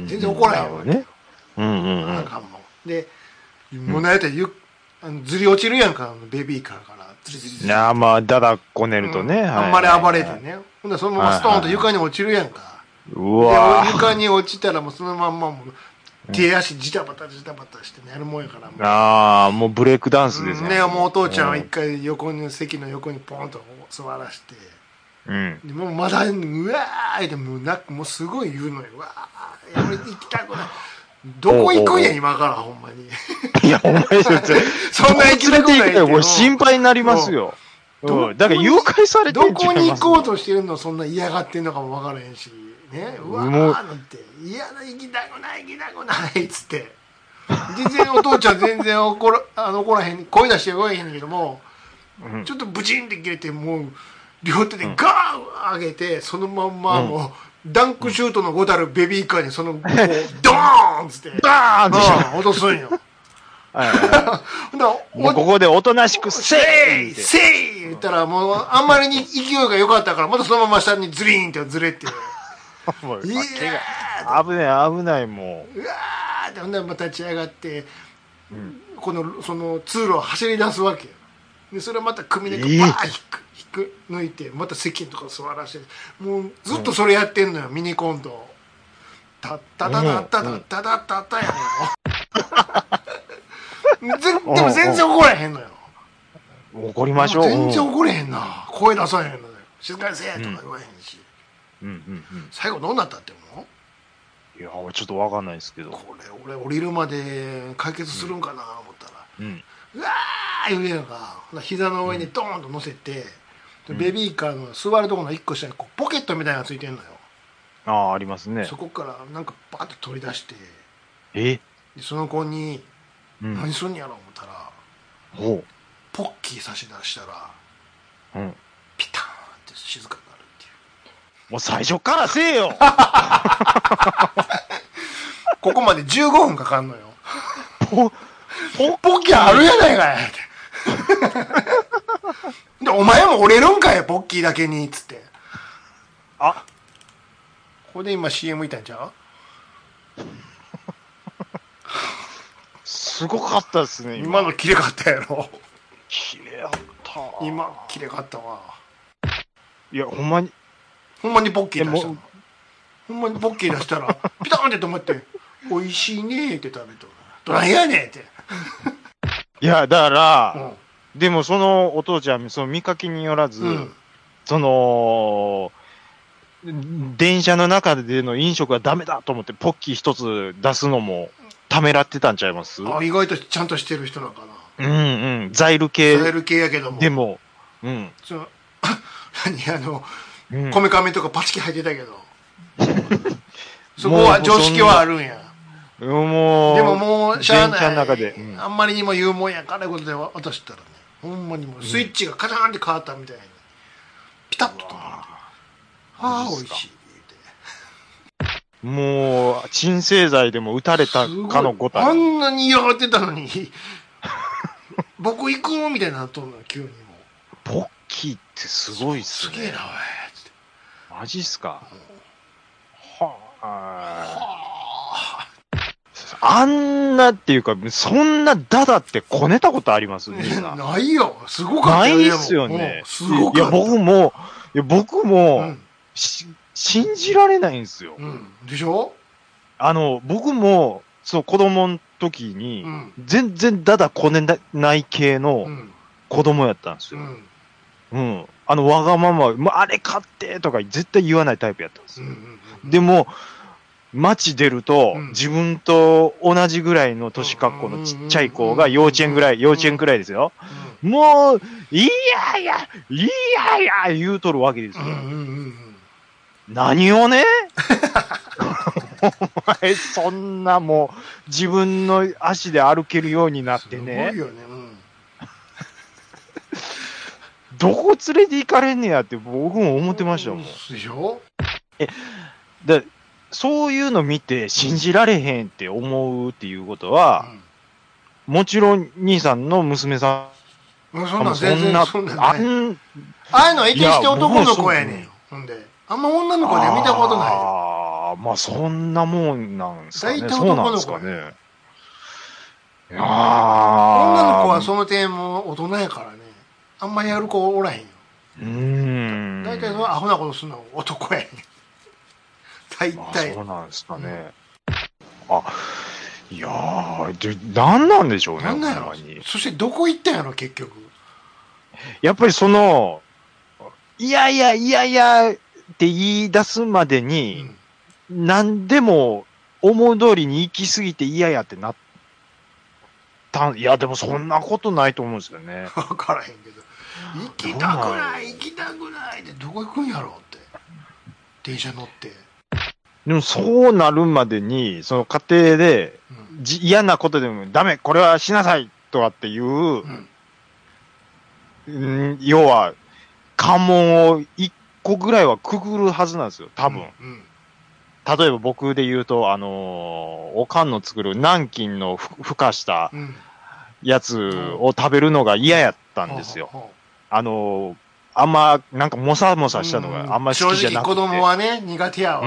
全然怒らへんわね。 うんうんうん。 あかんもん。で、もうなんやったらゆあのずり落ちるやんか、ベビーカーから。ずりずりずり。 いや、まあ、だだこねるとね。 うん、あんまり暴れてね。ほんでそのままストーンと床に落ちるやんか。 うわで床に落ちたらもうそのまんまもう手足ジタバタジタバタしてねやるもんやからもう。 ああ、もうブレイクダンスですね。ね、もうお父ちゃんは一回横に、席の横にポンと座らして。うん。でもうまだ、うわーってもうなもうすごい言うのよ。うわー、やめて行きたくない。どこ行くんや、今から、ほんまに。 いや、お前そんな行きたくないって。もう心配になりますよ。うん。だから誘拐されてんじゃん。 どこに行こうとしてるのそんな嫌がってんのかも分からへんし。ね。うわーなんて、嫌だ、行きたくない、行きたくない、つって。全然お父ちゃん全然怒ら、あの怒らへん、声出してこえへんけども、うん、ちょっとブチンって切れて、もう、両手でガーン上げて、そのまんまもう、うんダンクシュートのごたるベビーカーにその、こう、ドーンつって、 バーンって落とすんよ。 はいはいはい、もうここでおとなしく、せいせい言ったら、もう、あんまりに勢いが良かったから、またそのまま下にズリーンってずれて。 もういやー危ない、危ない、もう。 うわーって、ほんで、また立ち上がって、うん、この、その通路を走り出すわけよ。で、それをまた組み抜いて、バーン引く。抜いてまた席とか座らせてもうずっとそれやってんのよ、うん、ミニコントタッタタタッタタッタタッタッタやねんでも全然怒らへんのよ。 怒りましょう。 全然怒れへんな。声出さへんのよ。静かにせえとか言わへんし、うんうんうんうん、最後どうなったって思う？いやちょっと分かんないですけど、 これ俺降りるまで解決するんかな思ったら、うん、うわー言うやんか。膝の上にドーンと乗せて、うん、ベビーカーの座るところの一個下にこうポケットみたいなのがついてんのよ。 ああ、ありますね。 そこからなんかバーッと取り出して、 えでその子に、うん、何すんやろ思ったら、うん、ポッキー差し出したら、うん、ピターンって静かになるっていう。 もう最初からせえよここまでじゅうごふんかかんのよ。 ポポポッキーあるやないかいってでお前も折れるんかいポッキーだけにっつって。あここで今 シーエム いたんちゃう？ すごかったですね。 今のきれかったやろ。 きれやった今きれかったわ。 いやほんまにほんまにポッキー出したの。ほんまにポッキー出したらピタンって止まって美味しいねって食べとる。どないやねんっていやだから、うん、でもそのお父ちゃんその見かけによらず、うん、その電車の中での飲食はダメだと思ってポッキー一つ出すのもためらってたんちゃいます？ あ意外とちゃんとしてる人なんかな。うんうんザイル系ザイル系やけどもでもうんその何あのこめかみとかパチキ入ってたけどそこは常識はあるんや。 もうでももうしゃあない電車の中で、うん、 あんまりにも言うもんやからいうことで渡したらねほんまにもうスイッチがカチャンって変わったみたいにピタッと止まってああ美味しいってもう鎮静剤でも打たれたかのごたあんなに嫌がってたのに僕行くみたいになっとんの急にもうポッキーってすごいっすね。 すげえなおいつってマジっすか、うん、はあはああんなっていうか、そんなダダってこねたことあります？ ないよ。すごかったよ。ないっすよね。すごかった。いや、僕も、 いや僕も、 うんし信じられないんですよ。 うん。でしょ？ あの、僕も、そう子供の時に、 うん、 全然ダダこねない系の子供やったんですよ。 うん。 うん。あの、わがまま、まあれ買ってとか絶対言わないタイプやったんですよ。 うんうんうん、ででも、街出ると、うん、自分と同じぐらいの年格好のちっちゃい子が幼稚園ぐらい、幼稚園ぐらいですよ。うん、もう、いやいや、いやいや、言うとるわけですよ。うんうんうん、何をねお前、そんなもう、自分の足で歩けるようになってね。 すごいよね。うん、 どこ連れて行かれんねやって僕も思ってましたもん。でしょ？ え、で、そういうの見て信じられへんって思うっていうことは、うん、もちろん兄さんの娘さんもそんな全然そんなない。あんああいうのは得てして男の子やねんよ。ほんであんま女の子で見たことない。 ああ、まあそんなもんなんですかね。大体男の子やね。いや女の子はその点も大人やからね。あんまりやる子おらへんよ。 うーん。 大体そのアホなことするのは男やねん。大体。 そうなんですかね。うん、あ、いやー、で、なんなんでしょうね。 なんなんやろ。そしてどこ行ったんやろ、結局。 やっぱりその、いやいやいやいやって言い出すまでに、うん、何でも思う通りに行き過ぎて嫌やってなったん、いやでもそんなことないと思うんですよね。 分からへんけど。行きたくない行きたくないってどこ行くんやろうって。電車乗って。 でもそうなるまでに、その家庭で、うん、じ嫌なことでもダメ、これはしなさいとかっていう、うんうん、要は、関門を一個ぐらいはくぐるはずなんですよ、多分。うんうん、例えば僕で言うと、あのー、おかんの作る南京のふかしたやつを食べるのが嫌やったんですよ。うん、あのー、あんま、なんかもさもさしたのがあんまり好きじゃなくて。 正直子供はね、苦手やわ。うん、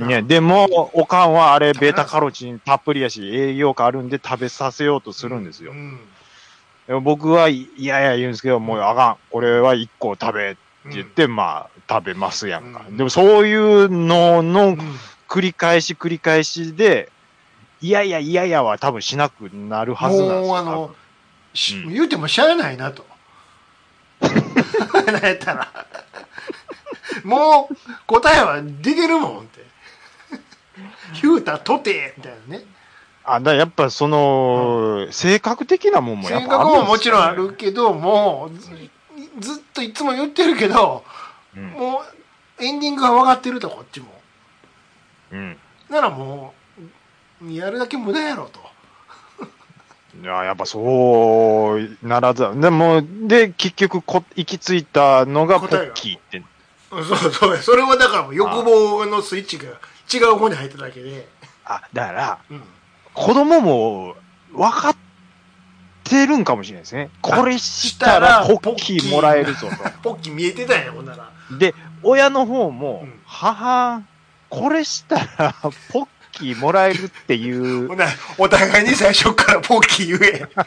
ね。でも、おかんはあれ、ベータカロチンたっぷりやし、栄養価あるんで食べさせようとするんですよ。うんうんでも僕はいやいや言うんですけど、もうあかん。これは一個食べって言って、うん、まあ、食べますやんか。うん、でもそういうのの繰り返し繰り返しで、いやいやいやいやは多分しなくなるはずなんですよ。もうあの、 うん、言うてもしゃあないなと。なんやったら。もう答えは出てるもんって。言うたとてみたいなね。 あ、だやっぱその、うん、性格的なもんもやっぱあるんですよね。性格ももちろんあるけど、もうず、ずっといつも言ってるけど、うん、もうエンディングが分かってるとこっちも。うん。ならもう、やるだけ無駄やろと。 いや、やっぱそうならず、でも、で、結局こ、行き着いたのがポッキーって。 そうそう、それはだから欲望のスイッチが違う方に入っただけで。 あ、だから、うん子供も分かってるんかもしれないですね。これしたらポッキーもらえるぞと。 ポッキー見えてたんや、ほんなら。 で、親の方も、うん、母、これしたらポッキーもらえるっていう。 ほんなら、お互いに最初からポッキー言え。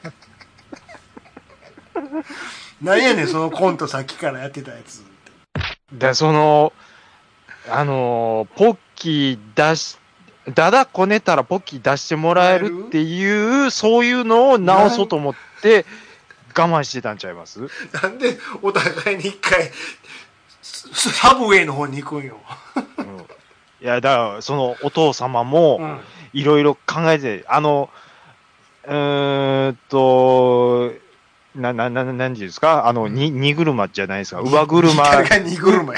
何やねん、そのコントさっきからやってたやつ。 で、その、あの、ポッキー出し、だだこねたらポッキー出してもらえるっていう、そういうのを直そうと思って我慢してたんちゃいます？ なんでお互いに一回、サブウェイの方に行くんよ。 うん、いや、だから、そのお父様も、いろいろ考えて、あの、うーんと、な、な、な、なんていうんですかあの、に、荷車じゃないですか。上車。 誰が荷車や。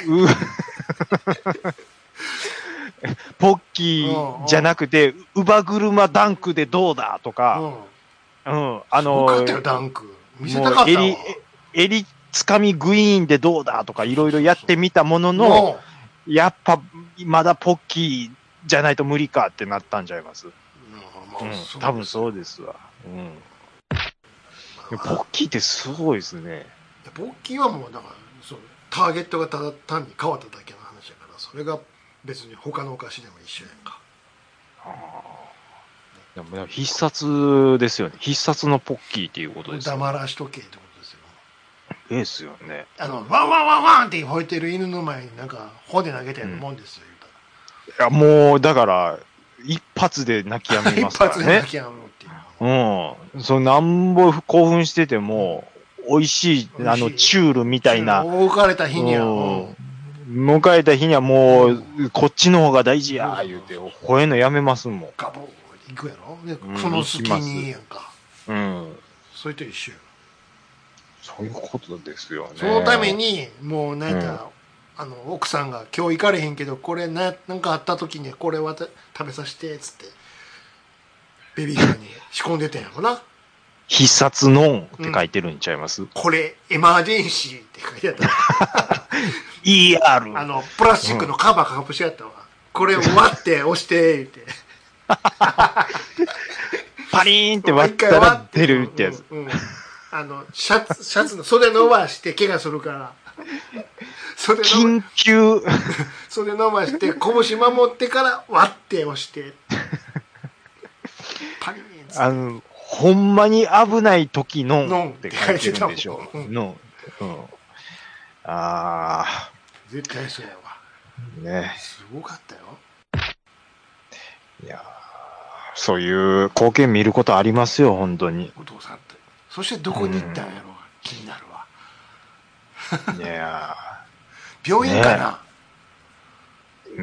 ポッキーじゃなくて、乳母車ダンクでどうだとか、うん、あの、 よかったよ、ダンク。見せたかったわ。 襟、襟つかみグイーンでどうだとか、いろいろやってみたものの、やっぱ、まだポッキーじゃないと無理かってなったんちゃいます？うん、多分そうですわ。うん。ポッキーってすごいですね。 ポッキーはもう、だから、そう、ターゲットがただ単に変わっただけの話だから、それが、別に他のお菓子でも一緒やんか。 ああ。でも必殺ですよね。必殺のポッキーっていうことですよね。 黙らしとけってことですよ。 ええっすよね。 あの、ワンワンワンワンって吠えてる犬の前になんか、頬で投げたようなもんですよ、 いや、もう、だから、一発で泣き止みますからね。 一発で泣き止むっていう。 うん。その、なんぼ興奮してても、美味しい、あの、チュールみたいな。 置かれた日には、 迎えた日にはもう、こっちの方が大事や、言うて、吠えんのやめますもん。 ガボー行くやろで、その隙にやんか。 うん。 それと一緒や。 そういうことですよね。 そのために、もう、なんか、あの、奥さんが今日行かれへんけど、これな、なんかあった時にこれは食べさせて、つって、ベビーカーに仕込んでたんやろな。 必殺ノンって書いてるんちゃいます、うん、 これ、エマージェンシーって書いてあった。 イーアール。 あの、プラスチックのカバーかぶしてあったわ。うん、これを割って押して、言って。 パリーンって割ったら出るってやつ。 うんうん、あの、シャツ、シャツの袖伸ばして怪我するから。 袖緊急。 袖伸ばして、拳守ってから割って押して。 パリーンって。あの、ほんまに危ない時のって書いてるんでしょう。の、うん。ああ。 絶対そうやわ。 ね。 すごかったよ。 いやそういう光景見ることありますよ、本当に。 お父さんって。そしてどこに行ったんやろう、うん、気になるわ。 いや病院かな、ね、 うん、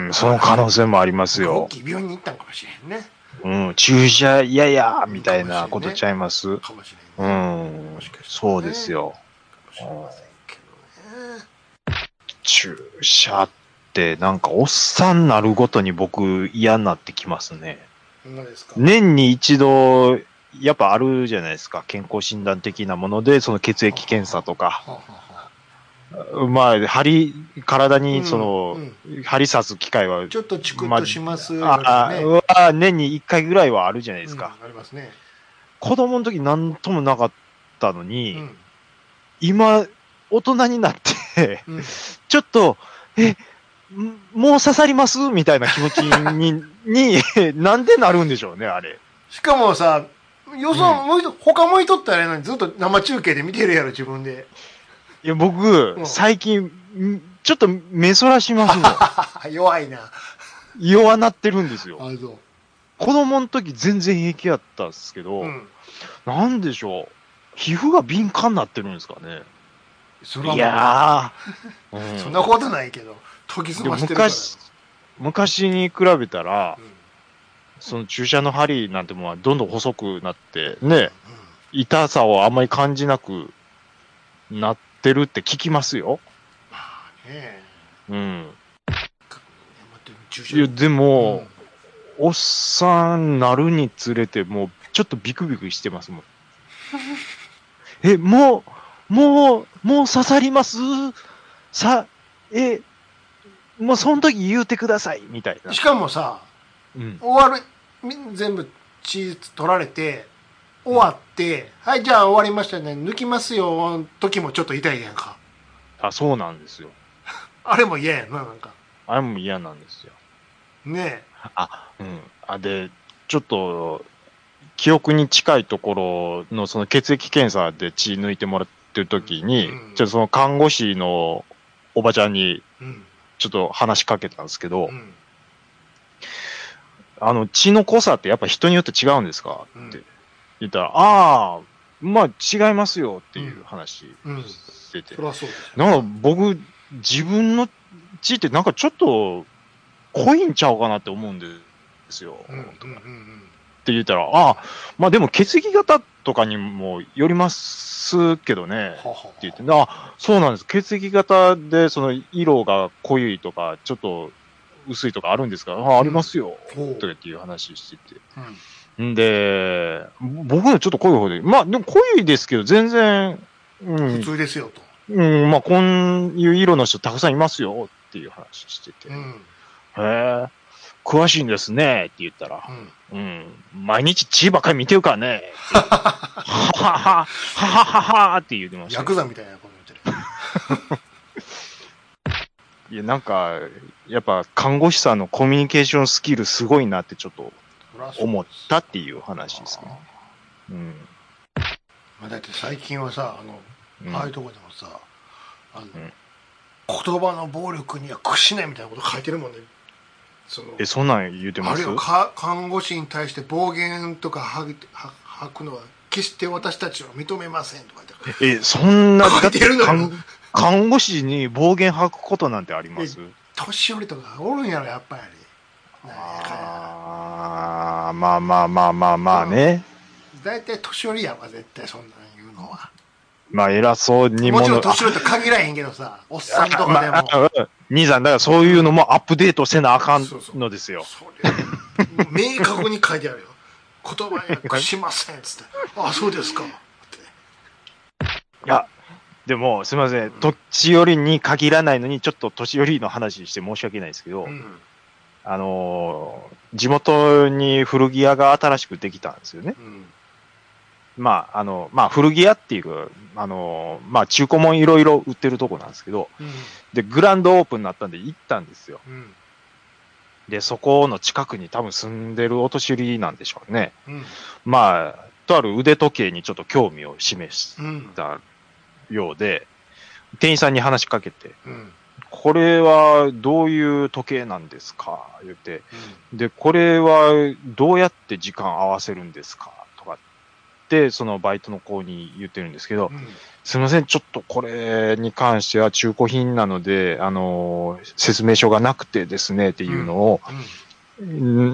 その可能性もありますよ。 大きい病院に行ったんかもしれへんね。 うん、注射嫌やみたいなことちゃいます。 かもしれんね。 うん、もしかしてね、そうですよ。かもしれませんけどね。注射ってなんかおっさんなるごとに僕嫌になってきますね。 何ですか？ 年に一度やっぱあるじゃないですか、健康診断的なもので、その血液検査とか。まあ、針、体に、その、うんうん、針刺す機会は、 ちょっとチクッとします、ね。 まあ、あ年にいっかいぐらいはあるじゃないですか。 うん、ありますね。 子供の時なんともなかったのに、うん、今、大人になって、うん、ちょっと、え、もう刺さりますみたいな気持ちに、に、なんでなるんでしょうね、あれ。 しかもさ、よそ、うん、他向いとったらね、ずっと生中継で見てるやろ、自分で。 いや、僕、うん、最近、ちょっと目そらしますもん。弱いな。 弱なってるんですよ。 あ、そう。 子供の時全然平気やったんですけど、うん、なんでしょう。皮膚が敏感になってるんですかね。 そいやー、 うん、そんなことないけど、研ぎ澄ましてるから。 昔、昔に比べたら、うん、その注射の針なんてものはどんどん細くなってね、うん、痛さをあんまり感じなくなってるって聞きますよ。 まあね。 うん。いや、でも、うん、おっさんなるにつれて、もう、ちょっとビクビクしてますもん。え、もう、もう、もう刺さりますさ、え、もうその時言うてください、みたいな。 しかもさ、うん、終わる、全部血取られて、終わって、うん、はい、じゃあ終わりましたね、抜きますよ、時もちょっと痛いやんか。 あ、そうなんですよ。 あれも嫌やな、なんか。 あれも嫌なんですよ。 ねえ。 あ、うん。あ、で、ちょっと、記憶に近いところのその血液検査で血抜いてもらってる時に、うんうん、ちょっとその看護師のおばちゃんに、ちょっと話しかけたんですけど、うん、あの、血の濃さってやっぱ人によって違うんですかって言ったら、うん、ああ、まあ違いますよっていう話してて。 うんうん、そりゃそうです、 ね。なんか僕、自分の血ってなんかちょっと濃いんちゃうかなって思うんですよ。うんうんうんうん、って言ったら、ああ、まあでも血液型とかにもよりますけどね。ははって言って、あ、そうなんです。血液型でその色が濃いとか、ちょっと薄いとかあるんですか、ああ、ありますよ。とかっていう話してて。うん、んで、僕のちょっと濃い方で、まあでも濃いですけど、全然、 うん、普通ですよと。 うん、まあこういう色の人たくさんいますよっていう話してて。うん、へえ、詳しいんですねって言ったら、うん、うん、毎日血ばっかり見てるからね。ははは、ははははって言ってました。 ヤクザみたいなこと言ってる。 いや、なんか、やっぱ看護師さんのコミュニケーションスキルすごいなってちょっと思ったっていう話ですね。うん。 まあ、だって最近はさ、あの、 うん、ああいうとこでもさ、あの、うん、言葉の暴力には屈しないみたいなこと書いてるもんね。 そのえ、そんなん言うてます？あるいはか看護師に対して暴言とか吐くのは決して私たちは認めませんとか言って。 え、そんな、だって看護師に暴言吐くことなんてあります？ 年寄りとかおるんやろ、やっぱり。 ああ、まあまあまあまあまあね。 大体年寄りやわ、絶対そんなん言うのは。 まあ偉そうにも。もちろん年寄りと限らへんけどさ、おっさんとかでも。まあ、 兄さん、だからそういうのもアップデートせなあかんのですよ。そうそうそれ明確に書いてあるよ。言葉には屈しませんっつって。あ、そうですか。っていや、でもすみません、年寄りに限らないのに、ちょっと年寄りの話して申し訳ないですけど、うん、あのー、地元に古着屋が新しくできたんですよね。うん、まあ、あの、まあ、古着屋っていうか、あのー、まあ、中古もんいろいろ売ってるとこなんですけど、うん、で、グランドオープンになったんで行ったんですよ。うん、で、そこの近くに多分住んでるお年寄りなんでしょうね。うん、まあ、とある腕時計にちょっと興味を示したようで、店員さんに話しかけて、うん、これはどういう時計なんですか言って、うん、で、これはどうやって時間合わせるんですかとかって、そのバイトの子に言ってるんですけど、うん、すみません、ちょっとこれに関しては中古品なので、あの、説明書がなくてですねっていうのを、うん、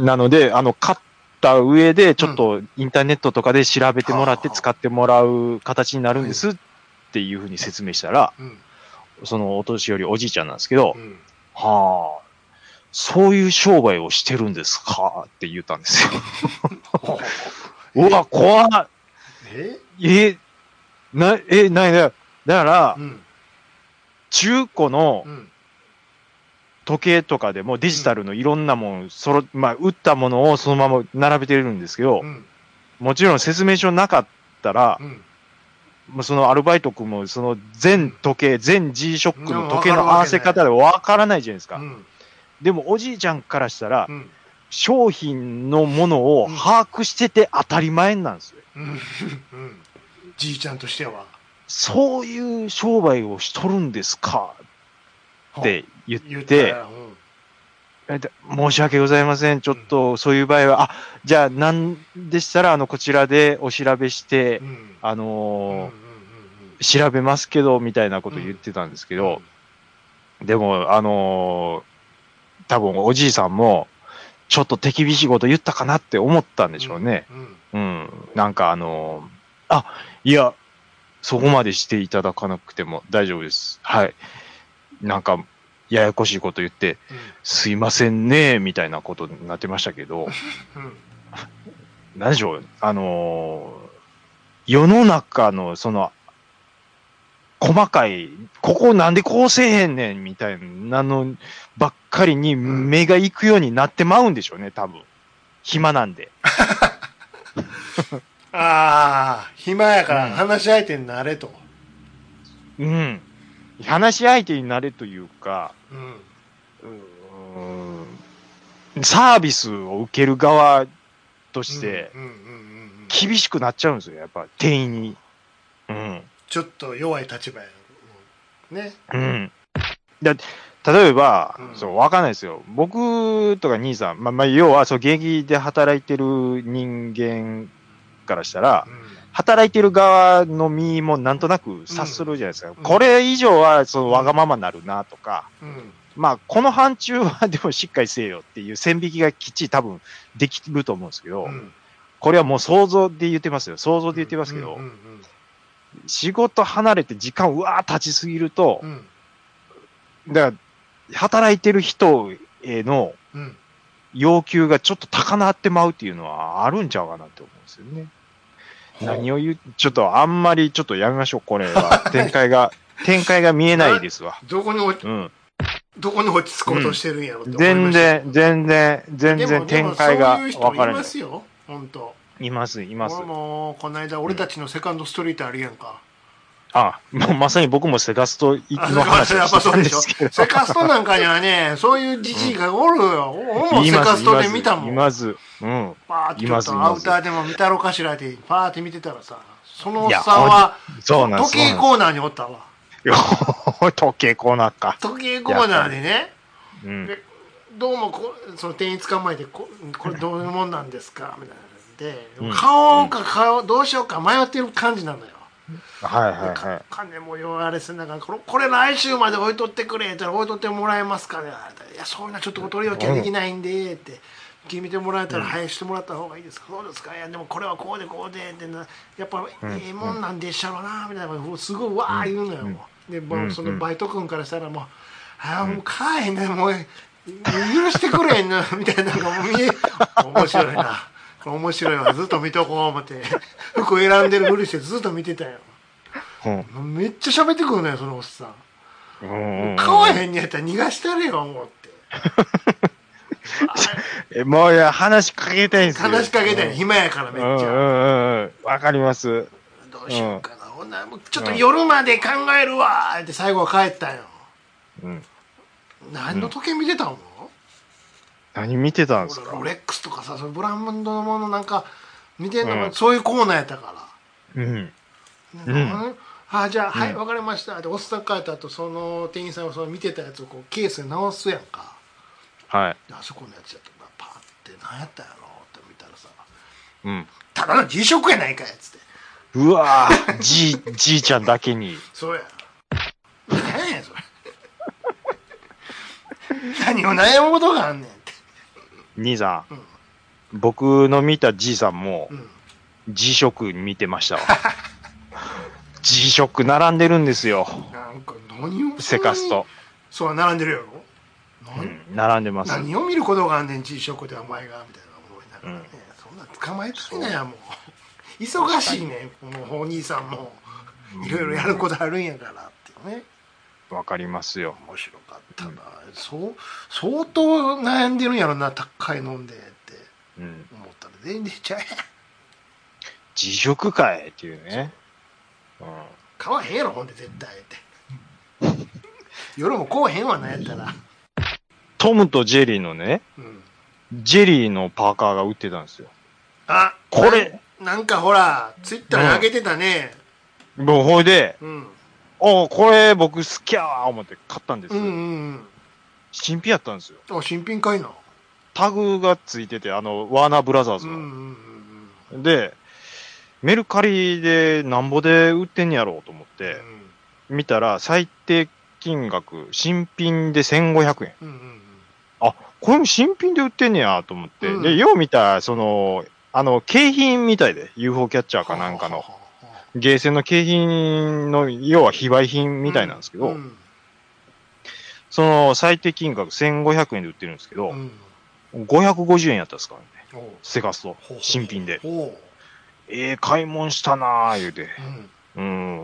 なので、あの、買った上で、ちょっとインターネットとかで調べてもらって使ってもらう形になるんですっていうふうに説明したら、うん、そのお年寄りおじいちゃんなんですけど、うん、はあ、そういう商売をしてるんですかって言ったんですよ。うわ、怖い。ええ、な、え、ないだ。だから、うん、中古の時計とかでもデジタルのいろんなもん、そろ、まあ、売ったものをそのまま並べてるんですけど、うん、もちろん説明書なかったら、うんそのアルバイト君もその全時計、全 G ショックの時計の合わせ方でわからないじゃないですか。うん、でもおじいちゃんからしたら、うん、商品のものを把握してて当たり前なんですよ。うんうん、 じいちゃんとしては。 そういう商売をしとるんですかって言って、申し訳ございません。ちょっとそういう場合は、あ、じゃあなんでしたら、あの、こちらでお調べして、うん、あのー、調べますけど、みたいなこと言ってたんですけど、うん、でも、あのー、多分おじいさんも、ちょっと手厳しいこと言ったかなって思ったんでしょうね。うん。うん、なんかあのー、あ、いや、そこまでしていただかなくても大丈夫です。はい。なんか、ややこしいこと言って、うん、すいませんね、みたいなことになってましたけど、うん、何でしょう、あのー、世の中のその、細かい、ここなんでこうせえへんねん、みたいなのばっかりに目が行くようになってまうんでしょうね、多分。暇なんで。 ああ、暇やから話し相手になれと。 うん。うん話し相手になれというか、うん、うサービスを受ける側として厳しくなっちゃうんですよ、やっぱ店員に。うん、 ちょっと弱い立場やね。 うん。だ例えば、うん、そうわかんないですよ。僕とか兄さん、まあ、まあ、要はそう現役で働いてる人間からしたら。うん働いてる側の身もなんとなく察するじゃないですか。うん、これ以上はそのわがままなるなとか、うん、まあこの範疇はでもしっかりせえよっていう線引きがきっちり多分できると思うんですけど、うん、これはもう想像で言ってますよ。想像で言ってますけど、うんうんうん、仕事離れて時間うわー経ちすぎると、うん、だから働いてる人への要求がちょっと高鳴ってまうっていうのはあるんちゃうかなって思うんですよね。何を言う、ちょっとあんまりちょっとやめましょう、これは。展開が、展開が見えないですわ。 どこに落ち、うん、どこに落ち着こうとしてるんやろって思いました、うん、全然、全然、全然展開が分からない。いますよ、本当。 います、います。 俺も、この間、俺たちのセカンドストリートあるやんか。 ああ、もうまさに僕もセカストの話をしてたんですけど。 セカストなんかにはね、そういうじじいがおるよ。俺もセカストで見たもん。 います。うん。 パーってちょっとアウターでも見たろかしらで、パーって見てたらさ、 そのおっさんはそうなん時計コーナーにおったわ。 時計コーナーか。 時計コーナーでね、 うん、 でどうもこその店員捕まえてここれどういうもんなんですかみたいなで、うん、買おうか買おうどうしようか迷ってる感じなのよ。 はいはいはい。 金もよあれすんだからこれこれ来週まで置いとってくれって置いとってもらえますかね。いやそういうのはちょっとお取り置きはできないんでって。決めてもらえたら早くしてもらった方がいいですか、うん、そうですか。いやでもこれはこうでこうでってなやっぱええもんなんでっしゃろうなみたいなすごいわー言うのよ、うん、でもうそのバイト君からしたらもう「ああもう買えへんねもう許してくれんの」みたいなのがもう見え面白いな面白いわずっと見とこう思って服選んでるふりしてずっと見てたよ、うん、めっちゃ喋ってくるのよそのおっさん、うん、買わへんにやったら逃がしたれよ思ってえもういや話しかけたいんですよ。 話しかけたい、うん、暇やからめっちゃ。 うんうんわかります。 どうしようかな、ほんならちょっと夜まで考えるわって最後は帰ったよ。うん。何の時計見てたの？うん、 何見てたんですか？ ロレックスとかさ、そのブランドのものなんか見てんのが、うん、そういうコーナーやったから。うん。うん。あじゃあ、うん、はい分かりましたっておっさん帰った後その店員さんがその見てたやつをこうケースに直すやんか。はい。あそこのやつやったらパーって何やったんやろって見たらさ、うん、ただの G ショックやないかいっつって。 うわー G, G ちゃんだけに。 そうや。何やそれ。何を悩むことがあんねんって。 兄さん、うん、僕の見た G さんも、うん、G ショック見てましたわ。G ショック並んでるんですよ。 なんか何をセカスト。 そう並んでるやろ。 うん、並んでます。 何を見ることがあんねん G ショックでお前がみたいな思いながらね、うん、そんな捕まえたいなやもう忙しいねこのお兄さんもいろいろやることあるんやからっていうね。 わかりますよ。 面白かったな、うん、そう相当悩んでるんやろな高い飲んでって思ったら全然ちゃうやん。 自食かいっていうね、 うん、買わへんやろほんで絶対って夜も買わへんわなやったら。 トムとジェリーのね、うん、ジェリーのパーカーが売ってたんですよ。 あこれ な, なんかほらツイッターに上げてたね。 もうほいで、うん、おこれ僕好きやー思って買ったんですよ、うんうんうん、新品やったんですよ。 あ新品かいな。 タグがついててあのワーナーブラザーズの、うんうんうん、でメルカリでなんぼで売ってんやろうと思って、うん、見たら最低金額新品でせんごひゃくえん、うんうんうん、あこれも新品で売ってんねやと思って、うん、でよう見たらそのあの景品みたいで ユーフォー キャッチャーかなんかのゲーセンの景品の要は非売品みたいなんですけど、うんうん、その最低金額せんごひゃくえんで売ってるんですけど、うん、ごひゃくごじゅうえんやったんですからねセカスト新品で。ええー、買い物したなー言うて、うん、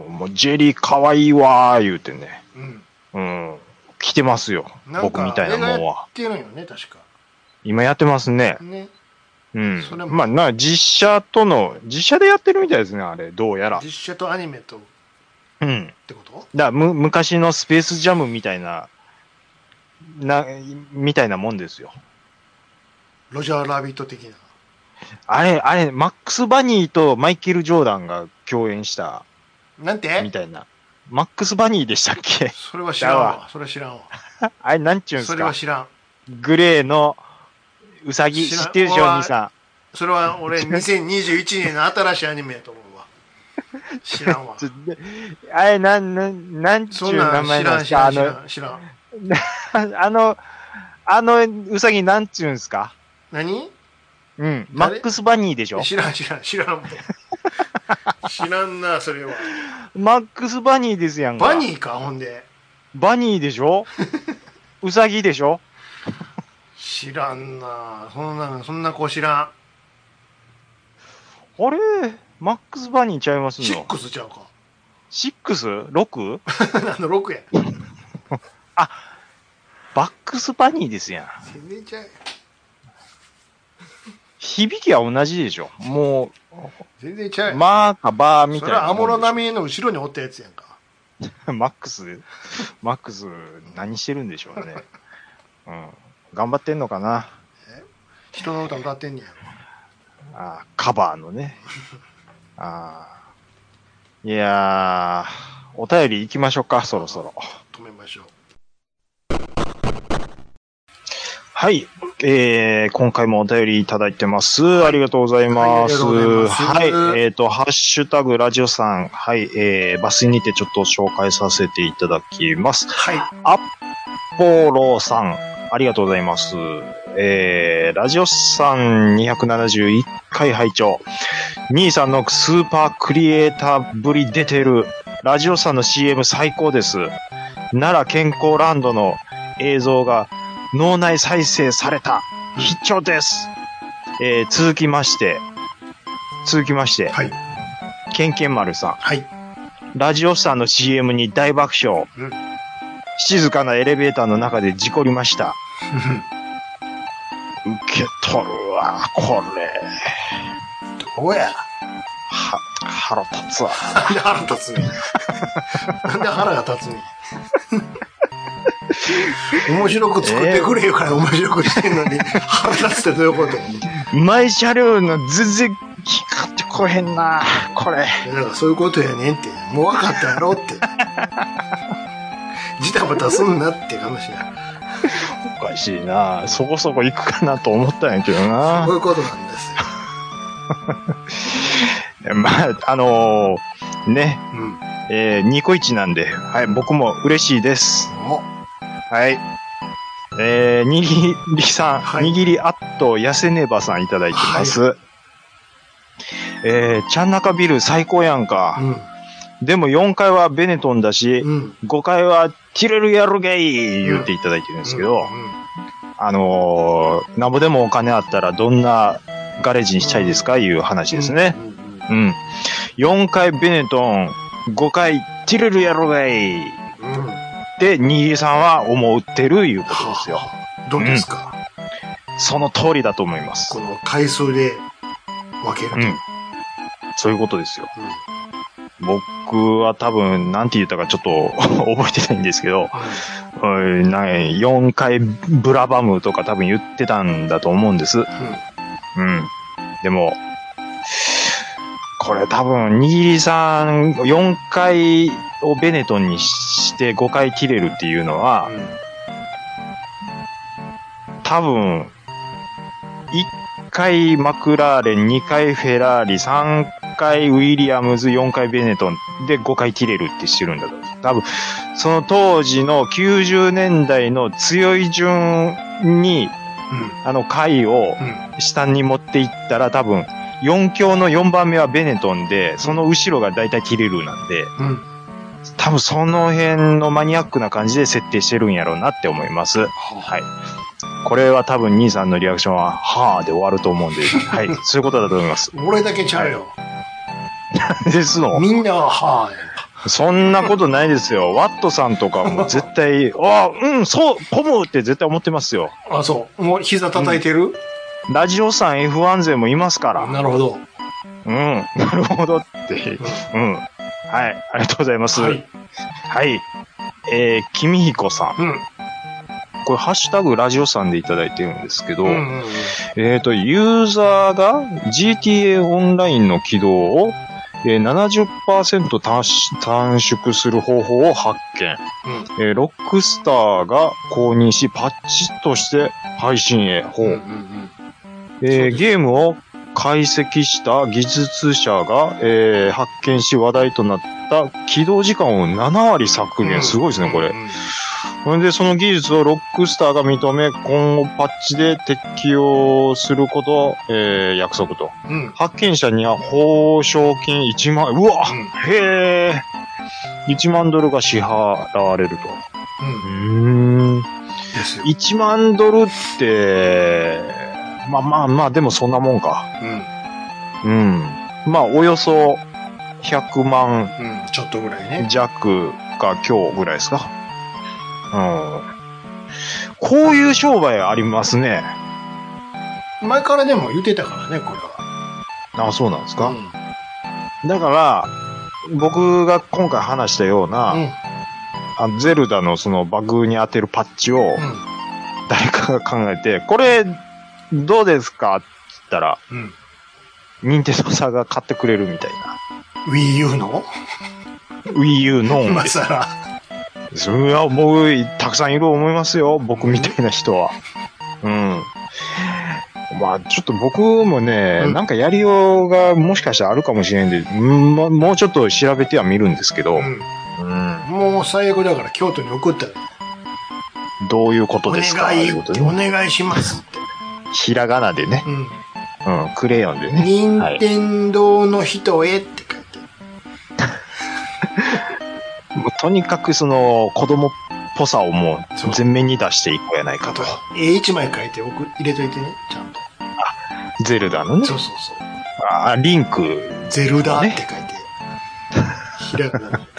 うん、もうジェリーかわいいわー言うてね、うん、うん、来てますよ僕みたいなもんは。やってるよね確か。 今やってますね。ねうん。まあな実写との実写でやってるみたいですねあれどうやら。 実写とアニメと。 うん。ってこと？だむ昔のスペースジャムみたいななみたいなもんですよ。 ロジャーラビット的な。 あれ、あれ、マックス・バニーとマイケル・ジョーダンが共演した。 なんてみたいな。マックス・バニーでしたっけ？ それは知らんわ。それは知らんわ。 あれ、なんちゅうんすか？ それは知らん。 グレーのウサギ、知ってるでしょ、兄さん。 それは俺、にせんにじゅういちねんの新しいアニメやと思うわ。知らんわ。 あれ、なん、なん、なんちゅう名前なんですか？ 知らん、知らん、 知らん。あの、あのウサギなんちゅうんすか？ 何？ うん、マックス・バニーでしょ？ 知らん知らん知らん知らんなそれは。 マックス・バニーですやんか。 バニーかほんで。 バニーでしょ？ウサギでしょ？ 知らんなそんなそんな子知らん。 あれマックス・バニーちゃいますの？ シックスちゃうか。 シックス？ロク？ あのろくや。 あバックス・バニーですやん。 全然ちゃうやん。 響きは同じでしょ。もう全然ちゃうやん。 マーかバーみたいな。 それはアモロナミの後ろにおったやつやんか。 マックスマックス何してるんでしょうね。うん、頑張ってんのかな。 え人の歌歌ってんねやろ。 あカバーのね。あいやー、お便り行きましょうか、そろそろ。 止めましょう。 はい。えー、今回もお便りいただいてます。ありがとうございます。はい。はい、えっ、ー、と、ハッシュタグラジオさん。はい。えー、バスにてちょっと紹介させていただきます。 はい。 アッポロさん。ありがとうございます。えー、ラジオさんにひゃくななじゅういっかい拝聴。兄さんのスーパークリエイターぶり出てる。ラジオさんの シーエム 最高です。奈良健康ランドの映像が脳内再生された。必聴です。えー、続きまして、続きまして、 はい。 ケンケン丸さん。 はい。 ラジオさんの シーエム に大爆笑。うん、静かなエレベーターの中で事故りました。受け取るわ、これ。 どうや。 は、腹立つわ。 なんで腹立つねなんで腹が立つね面白く作ってくれよから面白くしてんのに、腹立つってどういうこと？ 前車両の全然光ってこへんな、これ。 だからそういうことやねんって。もう分かったやろって。ジタバタすんなって話や。 おかしいな。そこそこ行くかなと思ったんやけどな。 そういうことなんですよ。まあ、あのー、ね。うん、えー、ニコイチなんで、はい、僕も嬉しいです。はい。えー、にぎりさん、はい、にぎりあっとやせねばさんいただいてます。はい、えー、ちゃんなかビル最高やんか。うん、でもよんかいはベネトンだし、うん、ごかいはティレルやるゲイ言っていただいてるんですけど、うんうんうん、あのー、なんぼでもお金あったらどんなガレージにしたいですか、うん、いう話ですね。うん、うんうん。よんかいベネトン、ごかいティレルやるゲイ。うんで、にぎりさんは思ってるいうことですよ。 どうですか、 うん、その通りだと思います。 この回数で分けると。うん、 そういうことですよ。うん、僕は多分、なんて言ったかちょっと覚えてないんですけど、うん、よんかいブラバムとか多分言ってたんだと思うんです。うん。うん、でも、これ多分、にぎりさん、よんかいをベネトンにしてごかいティレルっていうのは、うん、多分、いっかいマクラーレン、にかいフェラーリ、さんかいウィリアムズ、よんかいベネトンでごかいティレルってしてるんだと。多分、その当時のきゅうじゅうねんだいの強い順に、うん、あの回を下に持っていったら多分、よん強のよんばんめはベネトンで、その後ろがだいたいティレルなんで、うん、多分その辺のマニアックな感じで設定してるんやろうなって思います。はい。これは多分兄さんのリアクションは、はぁで終わると思うんで、はい。そういうことだと思います。 俺だけちゃうよ。 はい、ですの。 みんなははぁ。そんなことないですよ。ワットさんとかも絶対、あうん、そう、ポムって絶対思ってますよ。 あ、そう。もう膝叩いてる、うんラジオさん エフワン 勢もいますから。 なるほど。 うん。なるほどって。うん。はい。ありがとうございます。はい。はい。えー、きみひこさん。うん。これ、ハッシュタグラジオさんでいただいてるんですけど、うんうんうん、えっと、ユーザーが ジーティーエー オンラインの起動を、えー、ななじゅっパーセント 短, 短縮する方法を発見、うんえー。ロックスターが公認し、パッチとして配信へ。ほう。うんうんうんえー、ゲームを解析した技術者が、えー、発見し話題となった起動時間をななわり削減。すごいですね、これ。それで、その技術をロックスターが認め、今後パッチで適用することを、えー、約束と。うん、発見者には報奨金いちまん、うわ、うん、へー、いちまんドルが支払われると。うん。うーん。ですよ。いちまんドルって、まあまあまあ、でもそんなもんか。うん。うん。まあ、およそひゃくまん。うん、 ちょっとぐらいね。 弱か今日ぐらいですか。うん。こういう商売ありますね。 前からでも言ってたからね、これは。 あ、そうなんですか。うん、だから、僕が今回話したような、うん、あゼルダのそのバグに当てるパッチを、誰かが考えて、これ、どうですかって言ったら、うん。任天堂さんが買ってくれるみたいな。 Wii U の Wii U の。 今更。 それはもう、たくさんいると思いますよ。僕みたいな人は。うん。まあ、ちょっと僕もね、うん、なんかやりようがもしかしたらあるかもしれんで、うん、もうちょっと調べてはみるんですけど。うん。 うん、もう最悪だから京都に送ったら。 どういうことですか？ お願い、ね、お願いしますって。 ひらがなでね。うん。うん、クレヨンでね。 任天堂の人へって書いて。 もうとにかくその子供っぽさをもう全面に出していこうやないかと。 絵一枚書いて送入れといてね、ちゃんと。 あ、ゼルダのね。 そうそうそう。 あ、リンク。 ゼルダって書いて。ひらがなで。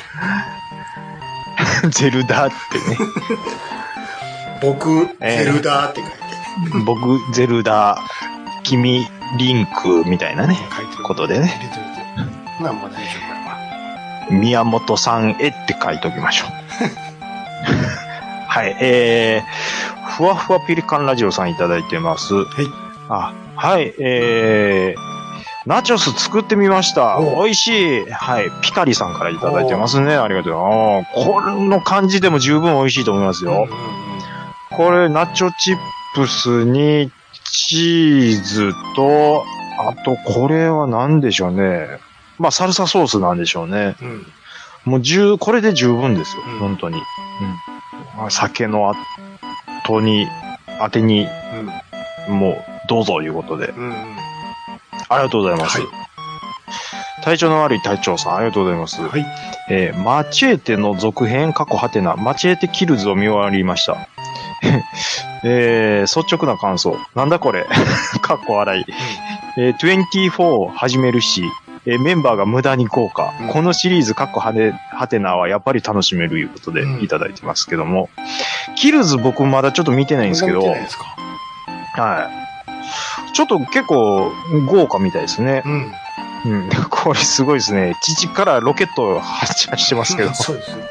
ゼルダってね。 僕、ゼルダって書いて。 えー、僕、ゼルダ、君、リンクみたいなね。書いてることでね。入れといて。なんも大丈夫やわ。宮本さんへって書いておきましょう。はい、えー、ふわふわピリカンラジオさんいただいてます。はい。あ、はい、えー、ナチョス作ってみました。美味しい。はい。ピカリさんからいただいてますね。ありがとう。あこの感じでも十分美味しいと思いますよ。うんうんうん、これ、ナチョチップスにチーズと、あと、これは何でしょうね。まあ、サルサソースなんでしょうね。うん、もう十、これで十分ですよ。うん、本当に。うん、酒の後に、当てに、うん、もう、どうぞいうことで。うんうん、ありがとうございます。はい、体調の悪い隊長さん、ありがとうございます。はい、えー、マチエテの続編、過去ハテナ、マチエテキルズを見終わりました。えー、率直な感想。なんだこれ。かっこ笑い。えー、にじゅうよん始めるし、えー、メンバーが無駄に豪華。うん、このシリーズ、かっこハテナはやっぱり楽しめるいうことでいただいてますけども。うん、キルズ僕まだちょっと見てないんですけど。見てないですか？はい。ちょっと結構豪華みたいですね。うん。うん。これすごいですね。父からロケットを発射してますけど。そうですね。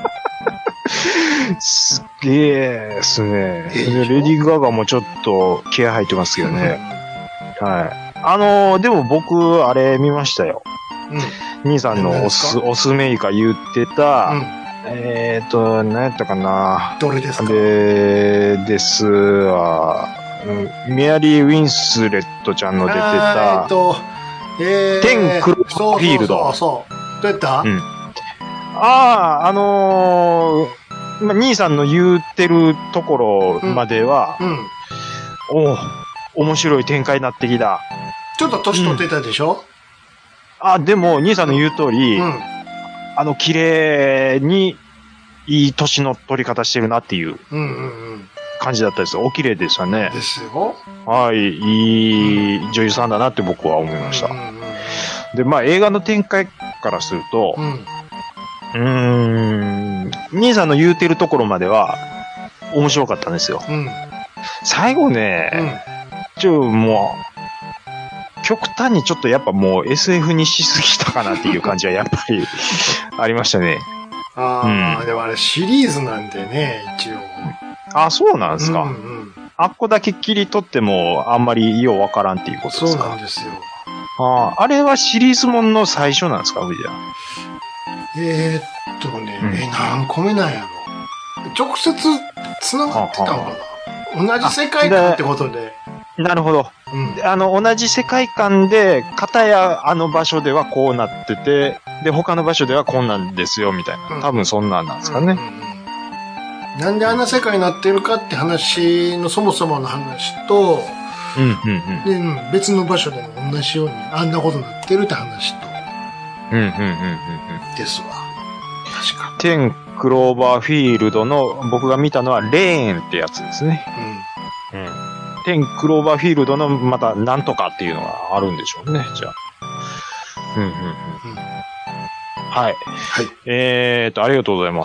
すっげえですね。レディー・ガガもちょっと気合入ってますけどね。はい。あのー、でも僕、あれ見ましたよ。うん。兄さんのおす、おすめいか言ってた、うん、えーと、何やったかな。 どれですか？ で、ですわ。メアリー・ウィンスレットちゃんの出てた、えーと、えー、テン・クロフィールド。 そうそうそう。どうやった？うん。 ああ、あのー、まあ、兄さんの言ってるところまでは、うんうん、お面白い展開になってきた。 ちょっと年取ってたでしょ？ うん、あ、でも、兄さんの言う通り、うん、あの、綺麗に、いい年の取り方してるなっていう感じだったです。お綺麗でしたね。 ですよ。 はい、いい女優さんだなって僕は思いました。うんうんうん、で、まあ、映画の展開からすると、うんうーん。兄さんの言うてるところまでは、面白かったんですよ。うん、最後ね、うん、ちょ、もう、極端にちょっとやっぱもう エスエフ にしすぎたかなっていう感じはやっぱりありましたね。 ああ、うん、でもあれシリーズなんでね、一応。 あ、そうなんですか。うんうん、あっこだけ切り取ってもあんまりようわからんっていうことですか。 そうなんですよ。 ああ、あれはシリーズもんの最初なんですか、じゃあ。 えー、っとね、うん、え、何個目なんやろ。直接繋がってたのかな、はあはあ、同じ世界観ってことで。 なるほど。うん、あの、同じ世界観で、片やあの場所ではこうなってて、で、他の場所ではこんなんですよ、みたいな。多分そんなんなんですかね。うんうんうん、なんであんな世界になってるかって話のそもそもの話と、うんうんうんでうん、別の場所でも同じようにあんなことになってるって話と、うんうんうんうんうんですわ。確か。 テンクローバーフィールドの僕が見たのはレーンってやつですね。うん。うん。テンクローバーフィールドのまたなんとかっていうのがあるんでしょうね。じゃあ。うんうんうん。うん、はい。はい。えーっと、ありがとうございます。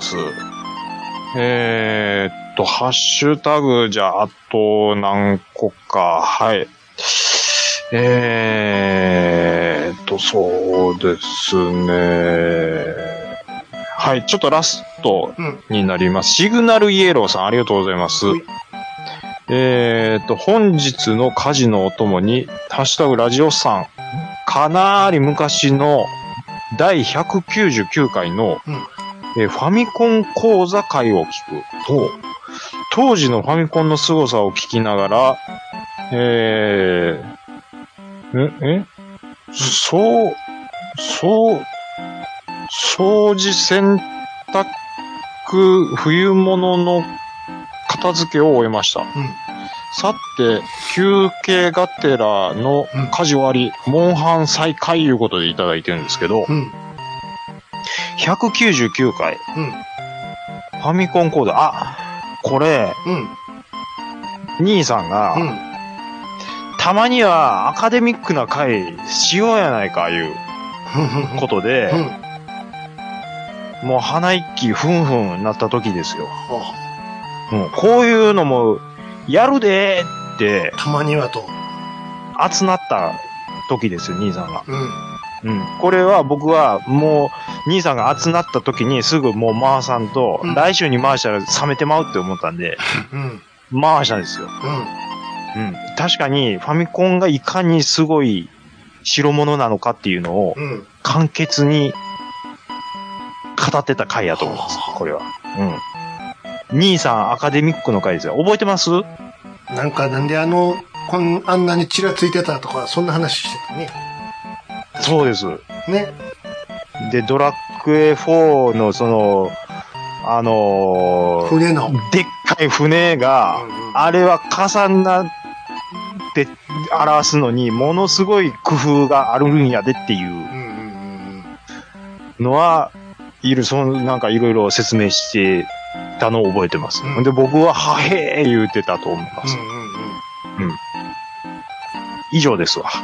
えーっと、ハッシュタグ、じゃあ、あと何個か。はい。えーっと、そうですね。はい、ちょっとラストになります。うん、シグナルイエローさん、ありがとうございます。はい、えーっと、本日の家事のお供に、ハッシュタグラジオさん、かなり昔のだいひゃくきゅうじゅうきゅうかいの、うんえー、ファミコン講座会を聞くと、当時のファミコンの凄さを聞きながら、えー、え、えそう、そう、掃除洗濯冬物の片付けを終えました。うん、さて、休憩がてらの家事終わり、うん、モンハン再開いうことでいただいてるんですけど、うん、ひゃくきゅうじゅうきゅうかい、うん、ファミコンコード、あ、これ、うん、兄さんが、うん、たまにはアカデミックな回しようやないかいうことで、うん、もう鼻一気ふんふんなった時ですよ。うん、こういうのもやるでーって、 たまにはと。 熱なった時ですよ、兄さんが。うんうん。これは僕はもう、兄さんが熱なった時にすぐもう回さんと、うん、来週に回したら冷めてまうって思ったんで、うん、回したんですよ。うん。うん。確かにファミコンがいかにすごい代物なのかっていうのを、簡潔に語ってた回やと思います、これは。うん。兄さんアカデミックの回ですよ。覚えてます？ なんかなんであの、こん、あんなにちらついてたとか、そんな話してたね。 そうです。 ね。 で、ドラクエフォーのその、あのー、 船の。 でっかい船が、うんうん、あれは重なって表すのに、ものすごい工夫があるんやでっていうのは、いる、その、なんかいろいろ説明してたのを覚えてます。うん、で、僕は、はへー言うてたと思います。うんうんうん。うん。以上ですわ。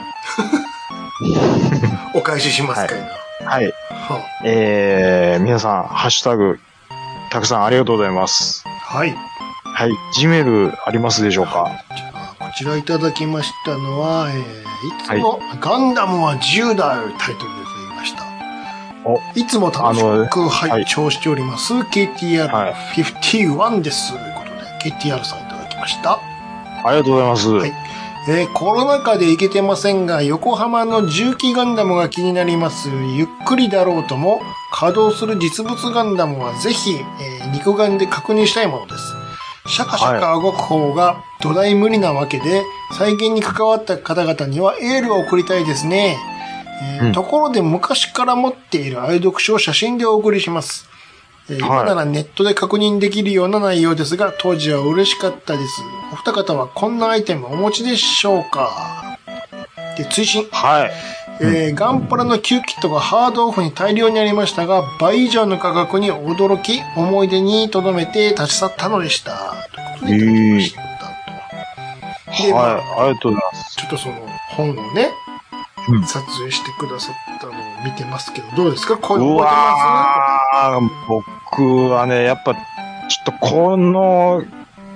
お返ししますか、 はい。はい。はあ、えー、皆さん、ハッシュタグ、たくさんありがとうございます。 はい。 はい。Gメールありますでしょうか？ じゃあ、こちらいただきましたのは、えー、いつも、はい、ガンダムは自由だというタイトルでございました。おいつも楽しく拝聴しております、はい、ケーティーアールフィフティーワン です。ということで、ケーティーアール さんいただきました。 ありがとうございます。 はい。えー、コロナ禍で行けてませんが、横浜の重機ガンダムが気になります。ゆっくりだろうとも、稼働する実物ガンダムはぜひ、えー、肉眼で確認したいものです。シャカシャカ動く方が土台無理なわけで、再現に関わった方々にはエールを送りたいですね。えーうん、ところで昔から持っている愛読書を写真でお送りします。えー、今ならネットで確認できるような内容ですが、当時は嬉しかったです。お二方はこんなアイテムお持ちでしょうか？で、追伸。 はい。 えー、ガンプラの旧キットがハードオフに大量にありましたが、倍以上の価格に驚き、思い出に留めて立ち去ったのでした。ということでいただきましたと。で、 はい、ありがとうございます。 ちょっとその本をね、うん、撮影してくださったのを見てますけど、どうですか？こういうの覚えてます？ 僕はね、やっぱ、ちょっとこの、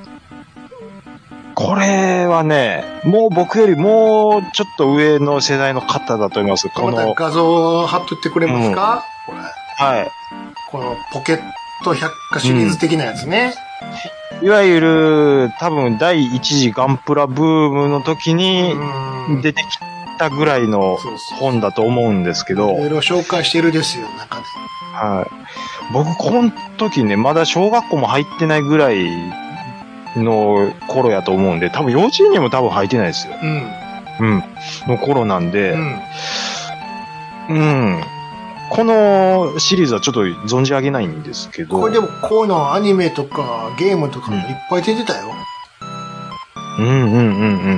これはね、もう僕よりもうちょっと上の世代の方だと思います。 この。また画像貼っとってくれますか？うん、これ。 はい。 このポケット百科シリーズ的なやつね。 うん、いわゆる、多分第一次ガンプラブームの時に出てきたぐらいの本だと思うんですけど。 いろいろ紹介してるですよ、中で。 はい。僕、この時ね、まだ小学校も入ってないぐらいの頃やと思うんで、多分幼稚園にも多分入ってないですよ。うん。うん。の頃なんで、うん。うん。このシリーズはちょっと存じ上げないんですけど。 これでもこういうのアニメとかゲームとかいっぱい出てたよ。 うんうんうんうん、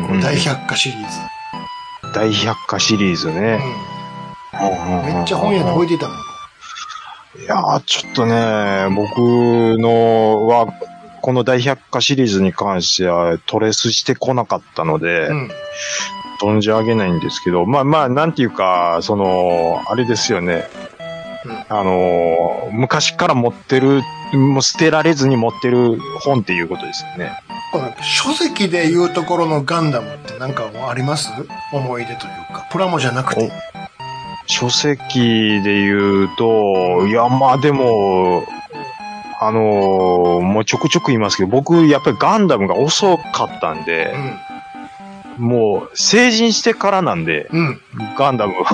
うん。 大百科シリーズ。 大百科シリーズね。 うん。めっちゃ本屋で置いてたもん。 いやー、ちょっとね、僕のは、この大百科シリーズに関してはトレースしてこなかったので、うん、存じ上げないんですけど、まあまあ、なんていうか、その、あれですよね。うん、あの、昔から持ってる、もう捨てられずに持ってる本っていうことですよね。 この書籍でいうところのガンダムってなんかあります？思い出というか、プラモじゃなくて。 書籍で言うと、いや、まあでも、あのー、もうちょくちょく言いますけど、僕、やっぱりガンダムが遅かったんで、うん、もう、成人してからなんで、うん、ガンダム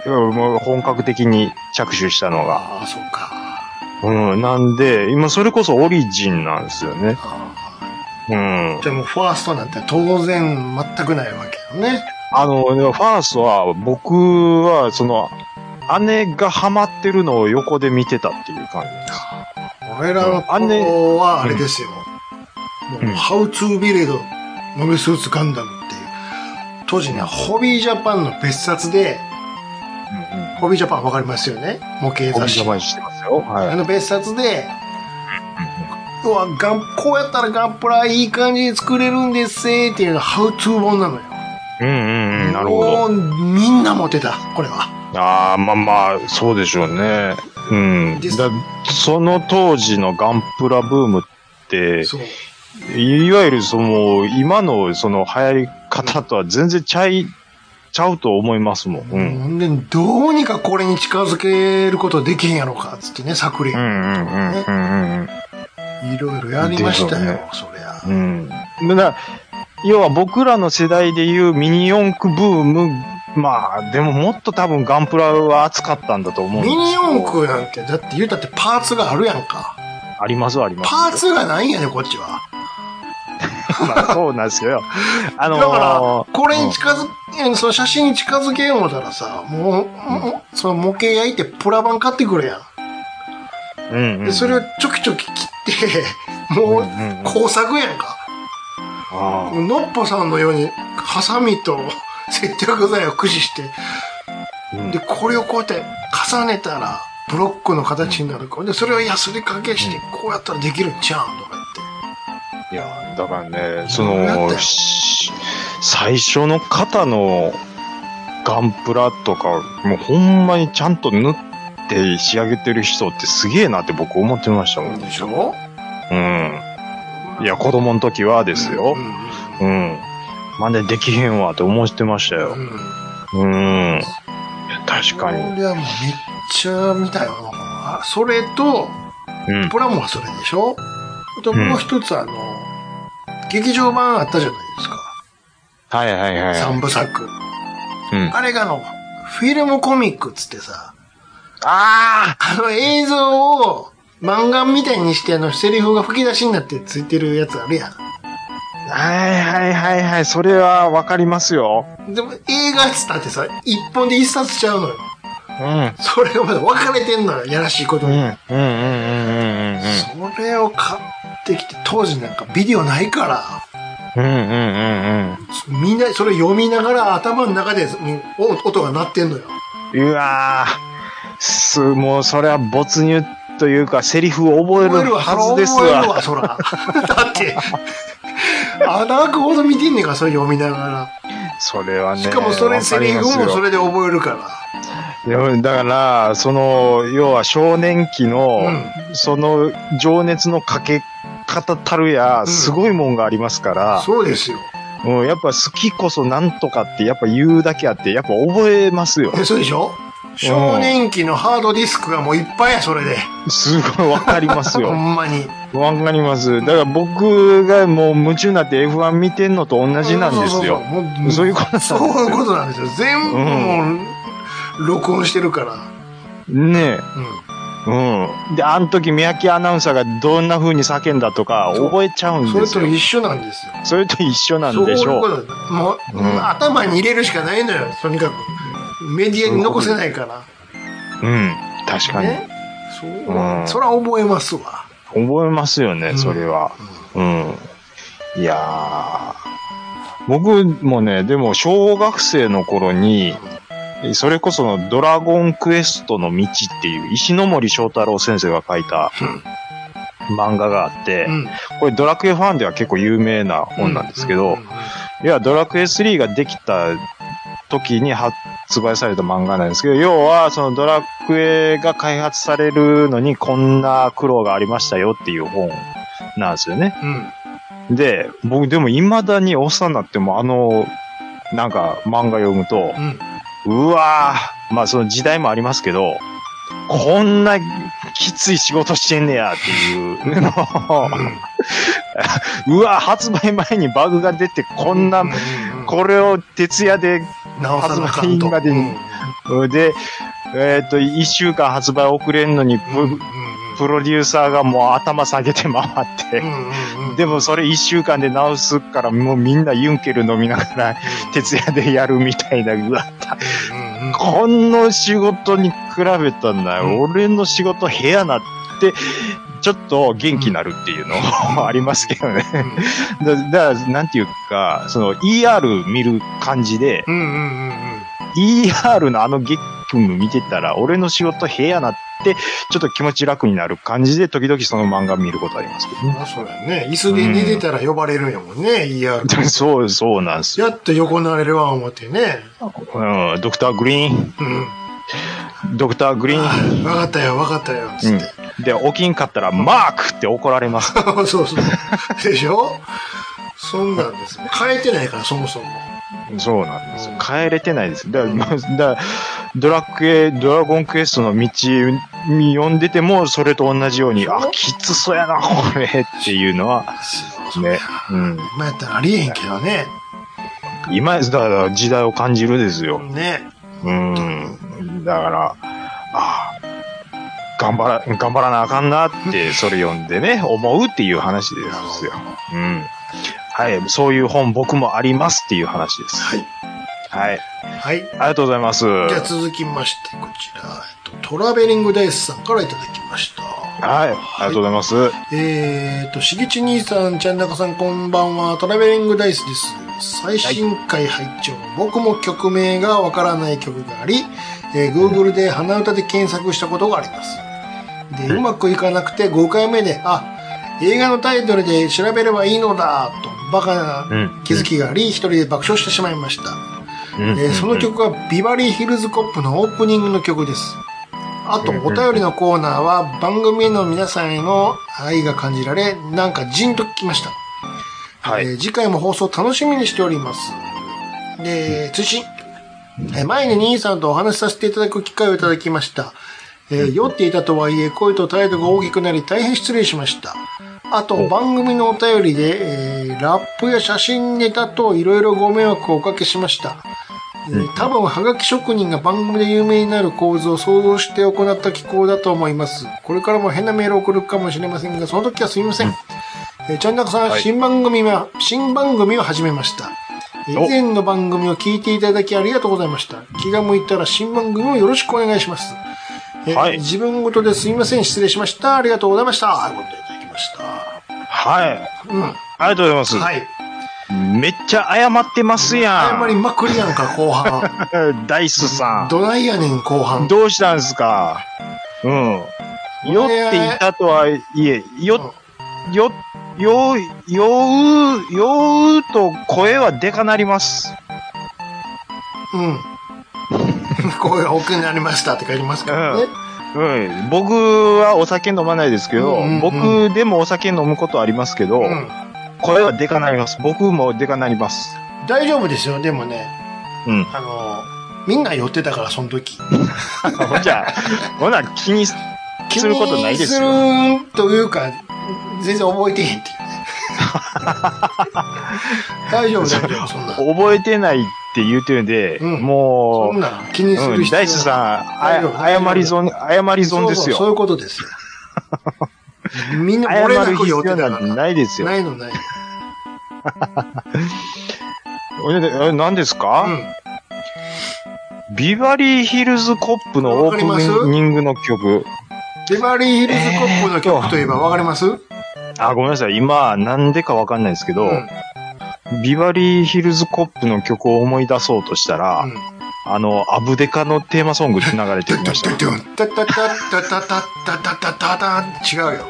もう本格的に着手したのが。 ああ、そうか。 うん、なんで、今それこそオリジンなんですよね。うん。 じゃあもうファーストなんて当然全くないわけよね。 あの、ファーストは、僕は、その、姉がハマってるのを横で見てたっていう感じです。 俺らの頃はあれですよ。うん、もう、How to Build モビルスーツガンダムっていう。当時ね、ホビージャパンの別冊で、うんうん、ホビージャパンわかりますよね、模型雑誌。ホビージャパン知ってますよ。はい。あの別冊で、要はガン、こうやったらガンプラいい感じに作れるんですっていうのが How to 本なのよ。 うんうんうん、なるほど。 みんな持ってた、これは。 ああ、まあまあ、そうでしょうね。うん。だその当時のガンプラブームって、いわゆるその、今のその流行り方とは全然ちゃい、ちゃうと思いますもん。うん。 で、どうにかこれに近づけることできへんやろか、つってね、作例。 うんうんうん。ね、うんうん。いろいろやりましたよ、ね、そりゃ。 うん。だから要は僕らの世代でいうミニ四駆ブーム、まあ、でももっと多分ガンプラは熱かったんだと思うんですよ。 ミニ四駆なんて、だって言うたってパーツがあるやんか。 ありますあります。 パーツがないんやね、こっちは。 まあそうなんですよ。あのー、 だから、これに近づ、うん、その写真に近づけよう思ったらさ、もう、うん、その模型焼いてプラ板買ってくれやん。うんうんうん、でそれをちょきちょき切って、もう工作やんか。うんうんうん、のっぽさんのように、ハサミと接着剤を駆使して、うん、で、これをこうやって重ねたら、ブロックの形になるから、で、それをヤスリかけして、こうやったらできるんちゃうんとか言って。 いや、だからね、その、最初の型のガンプラとか、もうほんまにちゃんと縫って仕上げてる人ってすげえなって僕思ってましたもん。 でしょ？ うん。いや、子供の時はですよ。うん。うん、真似できへんわって思ってましたよ。うん。うん、いや、確かに。 いや、もうめっちゃ見たよ。それと、うん、プラモはそれでしょ？あともう一つあの、うん、劇場版あったじゃないですか。 はいはいはい。 三部作。 うん。 あれがあの、フィルムコミックっつってさ。 あああの映像を漫画みたいにしてあのセリフが吹き出しになってついてるやつあるやん。 はいはいはいはい。それはわかりますよ。 でも映画っつったってさ、一本で一冊ちゃうのよ。 うん。 それがまだ分かれてんのよ。やらしいことに。 うん。うんうんうんうんうん。 それを買ってきて、当時なんかビデオないから。 うんうんうんうん。みんな、それ読みながら頭の中で音が鳴ってんのよ。 うわぁ。す、もうそれは没入というか、セリフを覚えるはずですわ。 覚えるわ、そら。だって、穴開くほど見てんねんから、それ読みながら。 それはね。 しかもそれ、セリフもそれで覚えるから。 でもだから、その、要は少年期の、うん、その情熱のかけ方たるや、すごいもんがありますから。 うん、そうですよ。 うん、やっぱ好きこそなんとかってやっぱ言うだけあって、やっぱ覚えますよ。 え、そうでしょ？少年期のハードディスクがもういっぱいや、それで。 すごいわかりますよ。 ほんまに。 わかります。だから僕がもう夢中になって エフワン 見てんのと同じなんですよ。そういうことなんですよ。 そういうことなんですよ。全部もう、録音してるから。 ねえ。うん。うん。で、あの時、三宅アナウンサーがどんな風に叫んだとか、覚えちゃうんですよ。 それと一緒なんですよ。 それと一緒なんでしょう。 そういうこともう、うん、頭に入れるしかないのよ、とにかく。メディアに残せないから。 うん。確かに。 ね、そう。うん、それは覚えますわ。 覚えますよね、うん、それは。うん。うん、いやー。僕もね、でも小学生の頃に、それこそのドラゴンクエストの道っていう石ノ森章太郎先生が書いた漫画があって、うん、これドラクエファンでは結構有名な本なんですけど、いや、ドラクエスリーができた時に発売された漫画なんですけど、要はそのドラクエが開発されるのにこんな苦労がありましたよっていう本なんですよね。うん、で、僕でも未だにおっさんになってもあの、なんか漫画読むと、うんうわぁ、まあその時代もありますけど、こんなきつい仕事してんねやっていうのを、うわぁ、発売前にバグが出てこんな、これを徹夜で発売までにで、えっと、一週間発売遅れんのに、うんうんうん、プロデューサーがもう頭下げて回って、うんうんうん、でもそれ一週間で直すからもうみんなユンケル飲みながら、徹夜でやるみたいな、うわった。うんうん、この仕事に比べたんだよ。うん、俺の仕事部屋なって、ちょっと元気になるっていうのもありますけどね。うん、だ, だから、なんていうか、その イーアール 見る感じで、うんうんうんうん、イーアール のあのゲップ見てたら、俺の仕事部屋なって、ちょっと気持ち楽になる感じで、時々その漫画見ることありますけどね。 あ、そうだよね。椅子で寝てたら呼ばれるんやもんね、うん、イーアール。 そう、そうなんですよ。 やっと横なれるわ、思ってね。 うん、ドクターグリーン。うん。ドクターグリーン。わかったよ、わかったよ、つって。 うん、で、起きんかったら、マークって怒られます。 そうそう。でしょ？そんなんです。変えてないから、そもそも。 そうなんですよ。変えれてないです。だから、だドラクエ、ドラゴンクエストの道に読んでても、それと同じように、あ、きつそうやな、これっていうのは、ね。 うん。今やったらありえへんけどね。 今や、だから時代を感じるですよ。 ね。 うん。だから、あ頑張ら、頑張らなあかんなって、それ読んでね、思うっていう話ですよ。うん。はい。そういう本僕もありますっていう話です。 はい。 はい。 はい。ありがとうございます。じゃあ続きまして、こちら、えっと、トラベリングダイスさんからいただきました。 はい。ありがとうございます。はい、 えーっと、しげち兄さん、ちゃんなかさん、こんばんは。トラベリングダイスです。最新回拝聴、はい、僕も曲名がわからない曲があり、えー、Google で鼻歌で検索したことがあります。で、うまくいかなくてごかいめで、あ、映画のタイトルで調べればいいのだ、と、バカな気づきがあり、一人で爆笑してしまいました。うんえー、その曲はビバリーヒルズコップのオープニングの曲です。あと、お便りのコーナーは番組への皆さんへの愛が感じられ、なんかジンときました。はい、えー、次回も放送楽しみにしております。で、通信。前に兄さんとお話しさせていただく機会をいただきました。えー、酔っていたとはいえ、声と態度が大きくなり大変失礼しました。あと、番組のお便りで、えー、ラップや写真ネタといろいろご迷惑をおかけしました。えー、多分、はがき職人が番組で有名になる構図を想像して行った機構だと思います。これからも変なメールを送るかもしれませんが、その時はすみません。えー、ちゃんなかさん、はい、新番組は、新番組を始めました。以前の番組を聞いていただきありがとうございました。気が向いたら新番組をよろしくお願いします。えーはい、自分ごとですみません。失礼しました。ありがとうございました。ということでいただきました。 はい。うん。ありがとうございます。はい。めっちゃ謝ってますやん。 謝りまくりやんか、後半。 ダイスさん。 どないやねん、後半。 どうしたんですか？うん。酔っていたとはいえ、よ、よ、よ、酔う、酔うと声はでかなります。 うん。声が大きくなりましたって書いてますからね。 うん。うん、僕はお酒飲まないですけど、うんうんうん、僕でもお酒飲むことありますけど、うん、声はでかなります。僕もでかなります。 大丈夫ですよ、でもね。うん。あの、みんな酔ってたから、その時。 ほんじゃ、ほな気にすることないですよ。 気にするというか、全然覚えてへんっていうね。大丈夫、大丈夫、そんな。 覚えてないって言うてるんで、うん、もう、 そんな気にする必要ない。 ダイスさん、謝り損、謝り損ですよ。 そうそう、そういうことですよ。みんな漏れなく酔ってたから。 ないですよ。 ないの、ないの。え、何ですか、うん、ビバリーヒルズコップのオープニングの曲。 ビバリーヒルズコップの曲といえばわかります？ あ、ごめんなさい。今、なんでかわかんないですけど、うん、ビバリーヒルズコップの曲を思い出そうとしたら、うん、あの、アブデカのテーマソング流れてきました。 タタタタタタタタタタタ違うよ。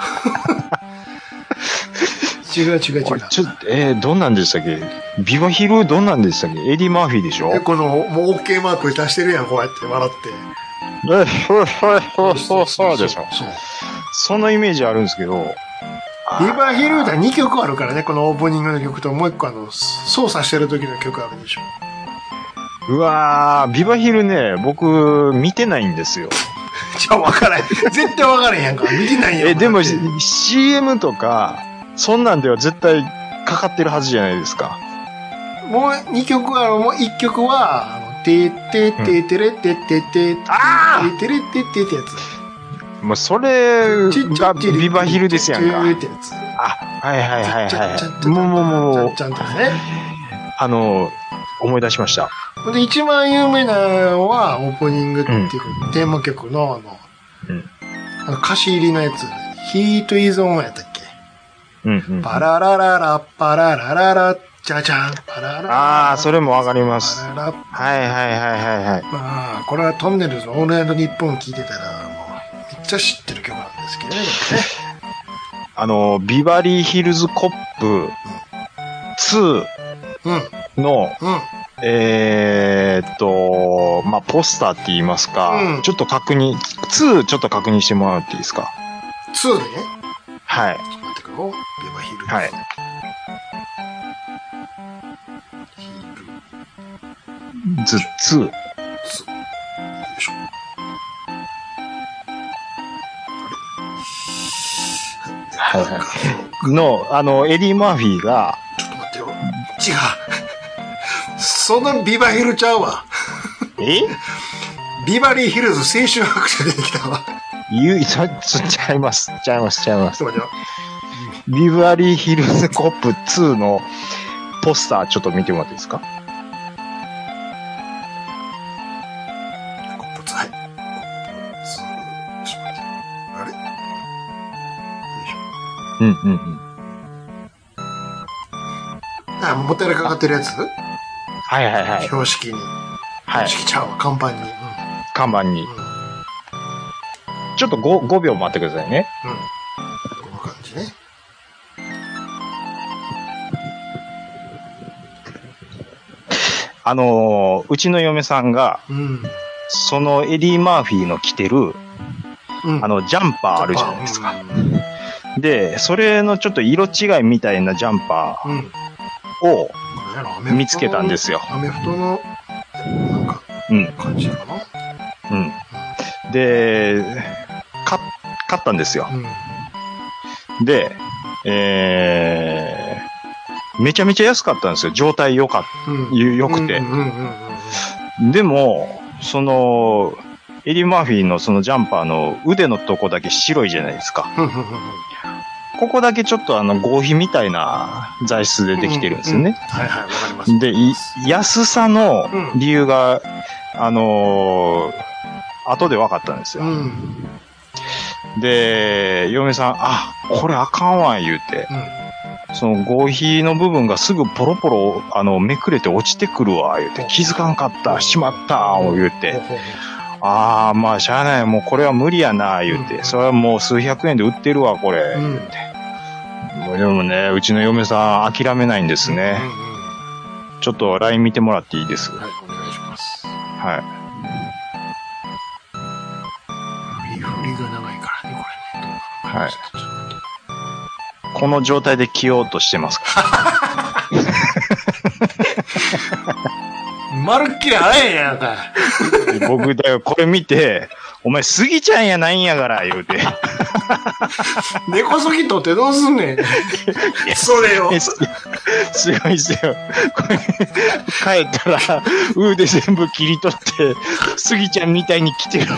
違う違う違う。 ちょっと、えー、どんなんでしたっけ？ビバヒルどんなんでしたっけ？エディ・マーフィーでしょ？ え、この、もう OK マーク出してるやん、こうやって笑って。 え、そうそうそうそうそうでしょ。そのイメージあるんですけど。 ビバヒルーダにきょくあるからね、このオープニングの曲ともう一個あの、操作してる時の曲あるでしょ。 うわー、ビバヒルね、僕、見てないんですよ。 じゃあ分からへん。絶対分からへんやんか。見てないやん。 え、でも シーエム とか、そんなんでは絶対かかってるはずじゃないですか。 もうにきょくある、もういっきょくは、あの、 ててててれててててああてれててってやつ。 もうそれがビバヒルですやんか。あ、はいはいはいはい。もうもうもう、 ちゃんとね。 あの、思い出しました。 で、一番有名なのは、オープニングっていうか、うん、テーマ曲の、あの、うん、あの歌詞入りのやつ、ヒートイズオンやったっけ、うんうん、パララララ、パララララ、じゃじゃん、パララララ。 ああ、それもわかります。パラララはいはいはいはいはい。 まあ、これはトンネルズのオールナイトニッポン聴いてたら、もう、めっちゃ知ってる曲なんですけどね、ね。 あの、ビバリーヒルズコップツーの、うんうんえーっと、まあ、ポスターって言いますか、うん、ちょっと確認、ツーちょっと確認してもらっていいですか ? ツー でねはい。 ちょっと待ってくれよ。ビバヒルズ。 はい。ヒルズツー。ツー。よいしょ。はいはい。の、あの、エディ・マーフィーが、 ちょっと待ってよ。違う。そのビバヒルちゃうわ。 えビバリーヒルズ青春白書出てきたわ。 言う、ちゃ、ちゃいます。ちゃいます、ちゃいます。 ちょっと待ってよ。ビバリーヒルズコップツーのポスターちょっと見てもらっていいですか？ コップツー、はい。コップツー、ちょっと待って。あれ？よいしょ。 うんうんうん。 あ、もたれかかってるやつ？ はいはいはい。 標識に。 はい。 標識ちゃうわ、看板に。うん、 看板に。うん、ちょっと 5, 5秒待ってくださいね。 うん。この感じね。 あのー、うちの嫁さんが、うん、そのエディ・マーフィーの着てる、うん、あの、ジャンパーあるじゃないですか。うん、で、それのちょっと色違いみたいなジャンパーを見つけたんですよ。 アメフトの、なんか、感じかな。 うん。うん、で、買、買ったんですよ。うん、で、えー、めちゃめちゃ安かったんですよ。状態良かった、うん、良くて。でも、その、エディ・マーフィーのそのジャンパーの腕のとこだけ白いじゃないですか。ここだけちょっとあの合皮みたいな材質でできてるんですよね。 うんうん、はいはい、わかります。 で、安さの理由が、うん、あのー、後で分かったんですよ。うん、で、嫁さん、あ、これあかんわ、言うて。うん、その合皮の部分がすぐポロポロ、あの、めくれて落ちてくるわ、言うて。気づかんかった、しまった、言うて。ああ、まあ、しゃあない、もうこれは無理やな、言うて。それはもう数百円で売ってるわ、これ、言うて。でもね、うちの嫁さん諦めないんですね。うんうん、ちょっと ライン 見てもらっていいです？ はい、お願いします。 はい。 振り、振りが長いからね、これね。 はい。この状態で着ようとしてますかまるっきりあれへんやんか。 僕だよ、これ見て、お前スギちゃんやないんやから、言うて。 根こそぎ取ってどうすんねん。それを。 すごいっすよ。これ、帰ったら、腕全部切り取って、スギちゃんみたいに着てるんです。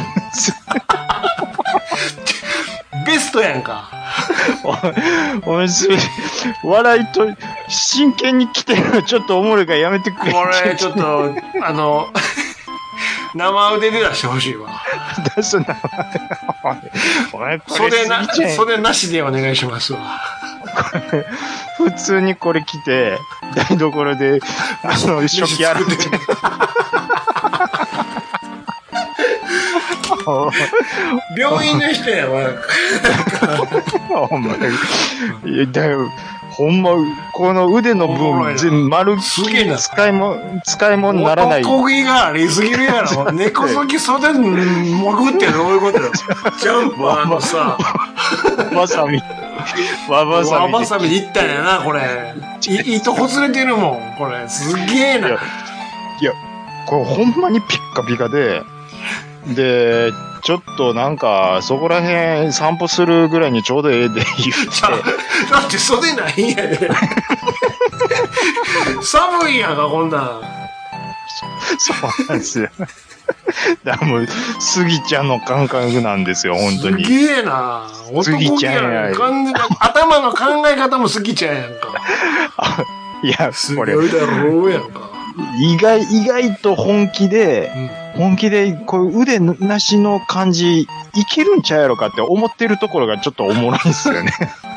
ベストやんか。 お前、笑いと、真剣に着てるのちょっとおもろいからやめてくれ。 これ、ちょっと、あの、生腕で出してほしいわ。 出すな。お前、これ袖な、袖なしでお願いしますわ。 普通にこれ着て、台所で、あの、食器洗って。 病院の人やわ。 ほんまに。いや、だよ。ほんま、この腕の分、全部丸っきり使いも、使い物にならない。 男気がありすぎるやろ。根こそぎ袖もぐってどういうことよ。ジャンパーのさ。 わさび。わばさび。 わばさびいったんやな、これ。い、糸ほつれてるもん、これ。すげえな。いや、 いや、これほんまにピッカピカで、で、ちょっとなんか、そこら辺散歩するぐらいにちょうどええで言って。 だって袖ないんやで。寒いやんか、こんなん。 そうなんですよ。だからもう、スギちゃんの感覚なんですよ、本当に。 すげえなスギちゃんや。 完全に頭の考え方もスギちゃんやんか。 いや、 すごいだろうやんか。 意外、意外と本気で、うん、本気で、こういう腕なしの感じ、いけるんちゃうやろかって思ってるところがちょっとおもろいんですよね。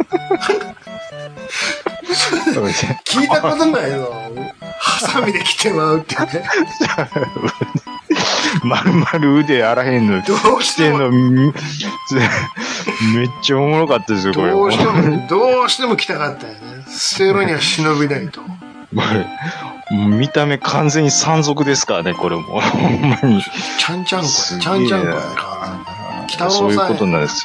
聞いたことないよ。ハサミで切ってまうってね。 まるまる腕あらへんの。 どうしても。 めっちゃおもろかったですよ、これ。 どうしても、どうしても来たかったよね。捨てるには忍びないと。 見た目完全に山賊ですからね、これも。ほんまに。 ちゃんちゃんこや。ちゃんちゃんこやから。北郎さん。 そういうことなんですよ。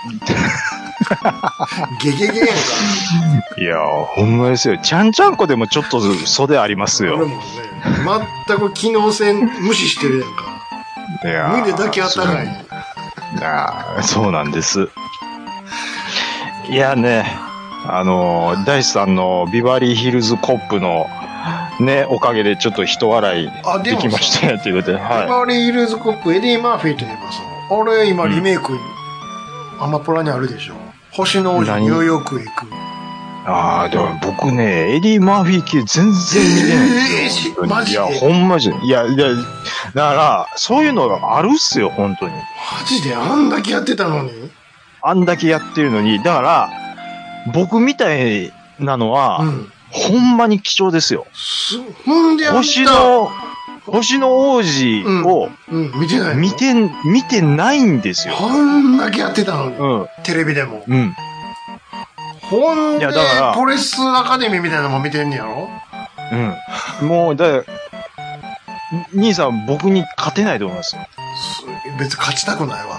ゲゲゲやんか。 いやー、ほんまですよ。ちゃんちゃんこでもちょっと袖ありますよ。 俺もね、全く機能性無視してるやんか。いやー、胸だけあったかい。 いやー、そうなんです。いやね、あのー、大地さんのビバリーヒルズコップのね、おかげでちょっっと笑いできましたね、ということで。 はい。ビバリーヒルズコップ、エディ・マーフィーといえばさ、あれ今リメイク、うん、アマプラにあるでしょ。星の王子ニューヨークへ行く。 ああ、でも僕ね、エディ・マーフィー系全然見てないんですよ。 えー、マジでいや、ほんまじゃ、いや、いや、だから、そういうのがあるっすよ、本当に。 マジであんだけやってたのにあんだけやってるのに、だから、僕みたいなのは、うん、ほんまに貴重ですよ。 す、ほんで星の、星の王子を、 うんうん、見てない見て、見てないんですよ。 こんだけやってたのに。うん、テレビでも。 うん。 ほんで、ポレスアカデミーみたいなのも見てんねやろ？ うん。もう、だ兄さん僕に勝てないと思いますよ。 別に勝ちたくないわ。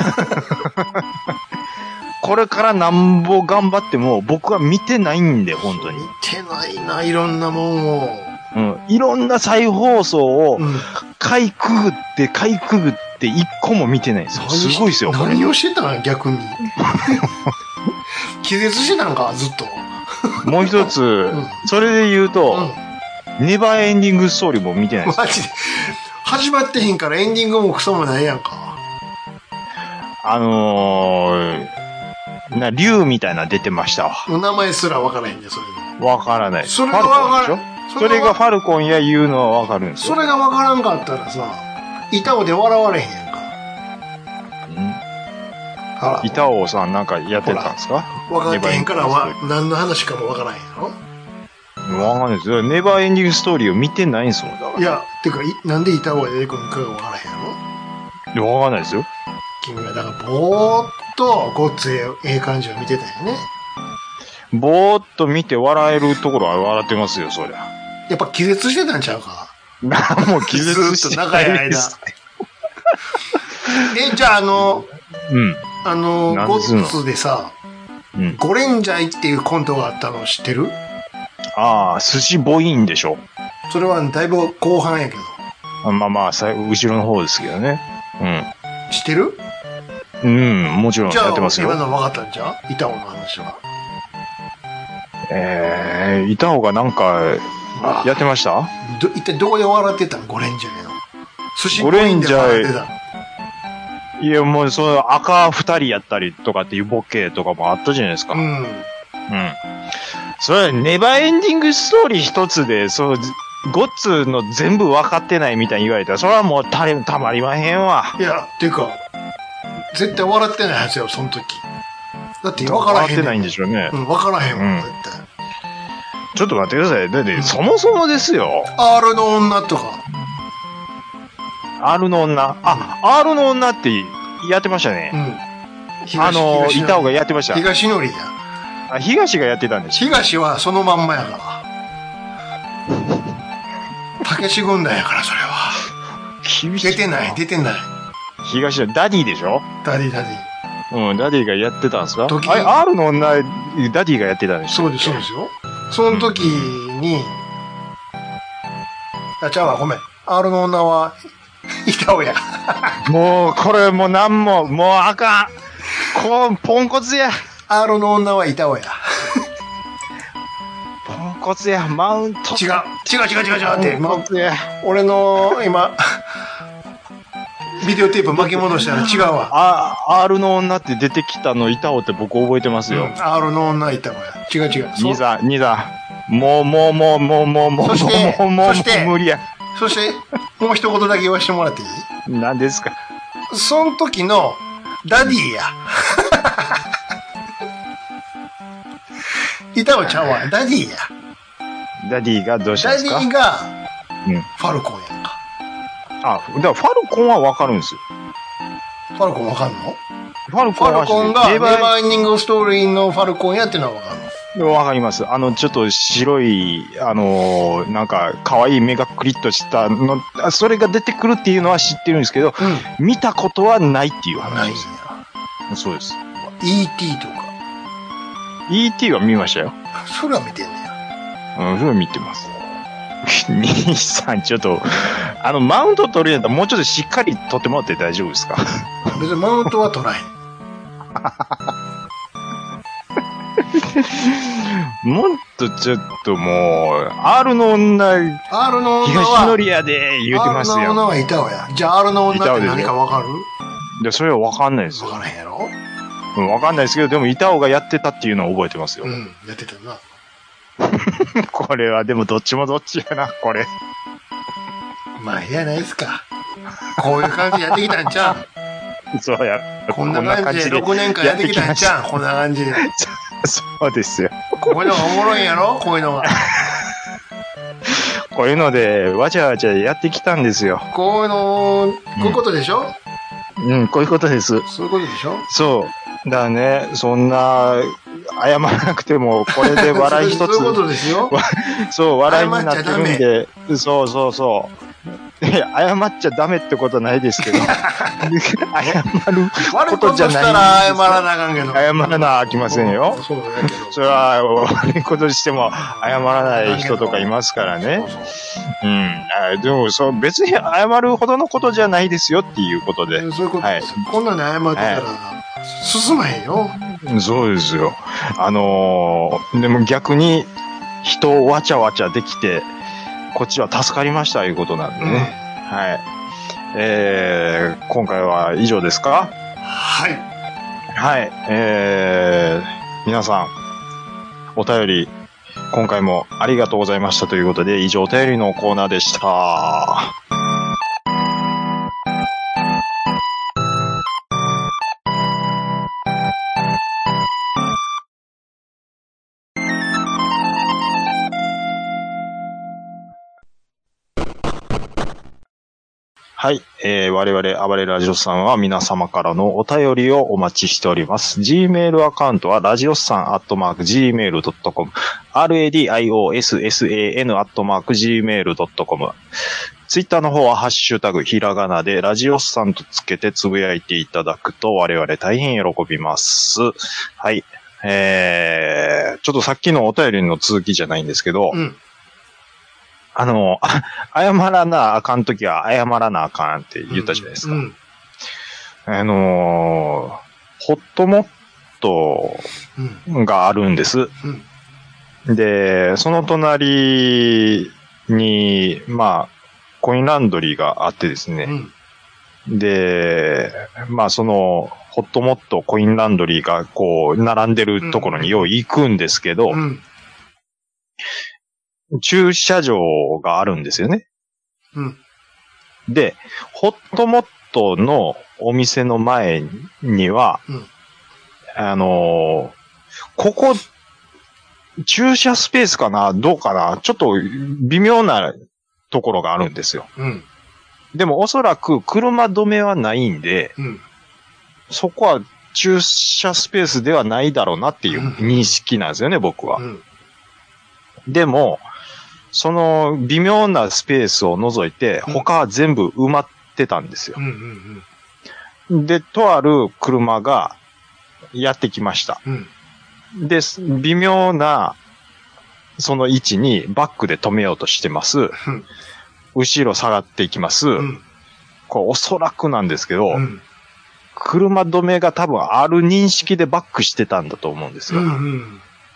これからなんぼ頑張っても僕は見てないんで、本当に。 見てないな、いろんなもんを。 うん。いろんな再放送を、かいくぐって、かいくぐって一個も見てないんですよ。すごいですよ。 何をしてたん逆に。気絶してたんかずっと。 もう一つ、うん、それで言うと、うん、ネバーエンディングストーリーも見てないです。 マジで。始まってへんからエンディングもクソもないやんか。 あのー、な、竜みたいな出てましたわ。 お名前すらわからへんね、それで。わからない。 それがわからん。 それがファルコンや言うのはわかるんですよ。 それがわからんかったらさ、板尾で笑われへんやんか。 うん。板尾さんなんかやってたんですか？ わかってへんからは、何の話かもわからへんやろ？わかんないですよ。ネバーエンディングストーリーを見てないんですもん、だから。 いや、てか、なんで板尾が出てくるのかがわからへんやろ？いや、わかんないですよ。 君が、だから、ぼーっと、ごっつええ感じを見てたよね。 ぼーっと見て笑えるところは笑ってますよ、そりゃ。 やっぱ気絶してたんちゃうか？ なんも気絶してない。ずっと長い間。え、じゃあ、あの、 うん。 あの、ゴッツでさ、 うん、 ゴレンジャイっていうコントがあったの知ってる？ ああ、寿司ボインでしょ。 それはだいぶ後半やけど。 あまあまあ、後ろの方ですけどね。うん。 知ってる？ うん、もちろんやってますよ。 じゃあ、今の分かったんじゃん？板尾の話は。 えー、板尾がなんか、やってました？ ど、一体どこで笑ってたの？ゴレンジャイの。寿司ボインで笑ってたの。いや、もう、その赤二人やったりとかっていうボケとかもあったじゃないですか。うん。うん。それはネバーエンディングストーリー一つで、そう、ゴッツの全部分かってないみたいに言われたら、それはもうたれ、たまりまへんわ。 いや、ていうか、絶対笑ってないはずよ、その時。だって分からへん。 笑ってないんでしょうね。 うん、分からへんわ、うん、絶対。 ちょっと待ってください。だって、うん、そもそもですよ。 R の女とか。 R の女あ、うん、R の女ってやってましたね。うん。あの、板尾がやってました。 東のりや。 あ、東がやってたんです。 東はそのまんまやから。たけし軍団やから、それは。厳しい。出てない、出てない。 東のダディでしょ？ ダディ、ダディ。うん、ダディがやってたんですか？あれ、R の女、ダディがやってたんですそうです、そうですよ。その時に、うん、あ、ちゃうわ、ごめん。R の女は、板尾や。 もう、これもうなんも、もうあかん。こう、ポンコツや。 R の女は板尾や。 ポン骨や、マウント。 違う、違う違う違う違うって、 マウントや。 俺の、今、ビデオテープ巻き戻したら違うわ。 あ、R の女って出てきたのいたおって僕覚えてますよ。うん、 R の女いたわや。違う違う。 兄さん、兄さん。もう、もう、もう、もう、もう、もう、 そして、 もう、もう、 そして、 無理や。 そして、もう一言だけ言わせてもらっていい？ 何ですか？ その時の、ダディや。いたわちゃうわ。ダディや。 ダディがどうしたんですか？ ダディが、うん、ファルコンやんか。 あ、だからファルコンはわかるんですよ。 ファルコンわかんの？ ファルコンはファルコンが、ネバーエンディングストーリーのファルコンやってのはわかるの？ わかります。あの、ちょっと白い、あのー、なんか、可愛い目がクリッとしたの、それが出てくるっていうのは知ってるんですけど、うん、見たことはないっていう話です。ないんや。そうです。 イーティー とか。 イーティー は見ましたよ。 それは見てんねや。うん、それは見てます。兄さん、ちょっと、あの、マウント取るんやったらもうちょっとしっかり取ってもらって大丈夫ですか？ 別にマウントは取らへん。 もっとちょっともう、R の女、 R の女は、 東のりアで言うてますよ。 R の女はいたわや。じゃあ R の女って何かわかる？ いや、それはわかんないですよ。 わからへんやろ？ うん、わかんないですけど、でも板尾がやってたっていうのは覚えてますよ。 うん、やってたな。 これはでもどっちもどっちやな、これ。 まあ、いいやないですか。こういう感じでやってきたんちゃう？そうや。 こんな感じでろくねんかんやってきたんちゃう？こんな感じで。 そうですよ。 こういうのがおもろいんやろ？こういうのが。 こういうので、わちゃわちゃやってきたんですよ。 こういうの、こういうことでしょ？ うん、こういうことです。 そういうことでしょ？ そう。だからね、そんな、謝らなくても、これで笑い一つ。 そういうことですよ。 そう、笑いになってるんで、そうそうそう。謝っちゃダメってことはないですけど。謝ることじゃない。悪いことしたら謝らなあかんけど。 謝らなあきませんよ。 そうだけど。 それは、悪いことしても謝らない人とかいますからね。うん。でも、そう、別に謝るほどのことじゃないですよっていうことで。 そういうことです。こんなに謝ってたら、進まへんよ。 そうですよ。あのー、でも逆に人をわちゃわちゃできて、こっちは助かりましたいうことなんでね。うん、はい。えー、今回は以上ですか？ はい。 はい。えー、皆さん、お便り、今回もありがとうございましたということで、以上お便りのコーナーでした。はい。えー、我々、暴れラジオさんは皆様からのお便りをお待ちしております。Gmail アカウントは、ラジオスさんアットマーク ジーメールドットコム、ラディオスサン アットマーク ジーメールドットコム。ツイッターの方は、ハッシュタグ、ひらがなで、ラジオスさんとつけてつぶやいていただくと、我々大変喜びます。はい。えー、ちょっとさっきのお便りの続きじゃないんですけど、うん、あの、謝らなあかんときは謝らなあかんって言ったじゃないですか。うんうん、あのー、ホットモットがあるんです。うん、で、その隣に、まあ、コインランドリーがあってですね。うん、で、まあその、ホットモット、コインランドリーがこう、並んでるところによう行くんですけど、うんうん、駐車場があるんですよね。うん、で、ホットモットのお店の前には、うん、あのー、ここ、駐車スペースかなどうかなちょっと微妙なところがあるんですよ。うん、でもおそらく車止めはないんで、うん、そこは駐車スペースではないだろうなっていう認識なんですよね、僕は。うん、でも、その微妙なスペースを除いて、他は全部埋まってたんですよ。うんうんうん、で、とある車がやってきました。うん、で、微妙なその位置にバックで止めようとしてます。うん、後ろ下がっていきます。うん、こうおそらくなんですけど、うん、車止めが多分ある認識でバックしてたんだと思うんですよ。うん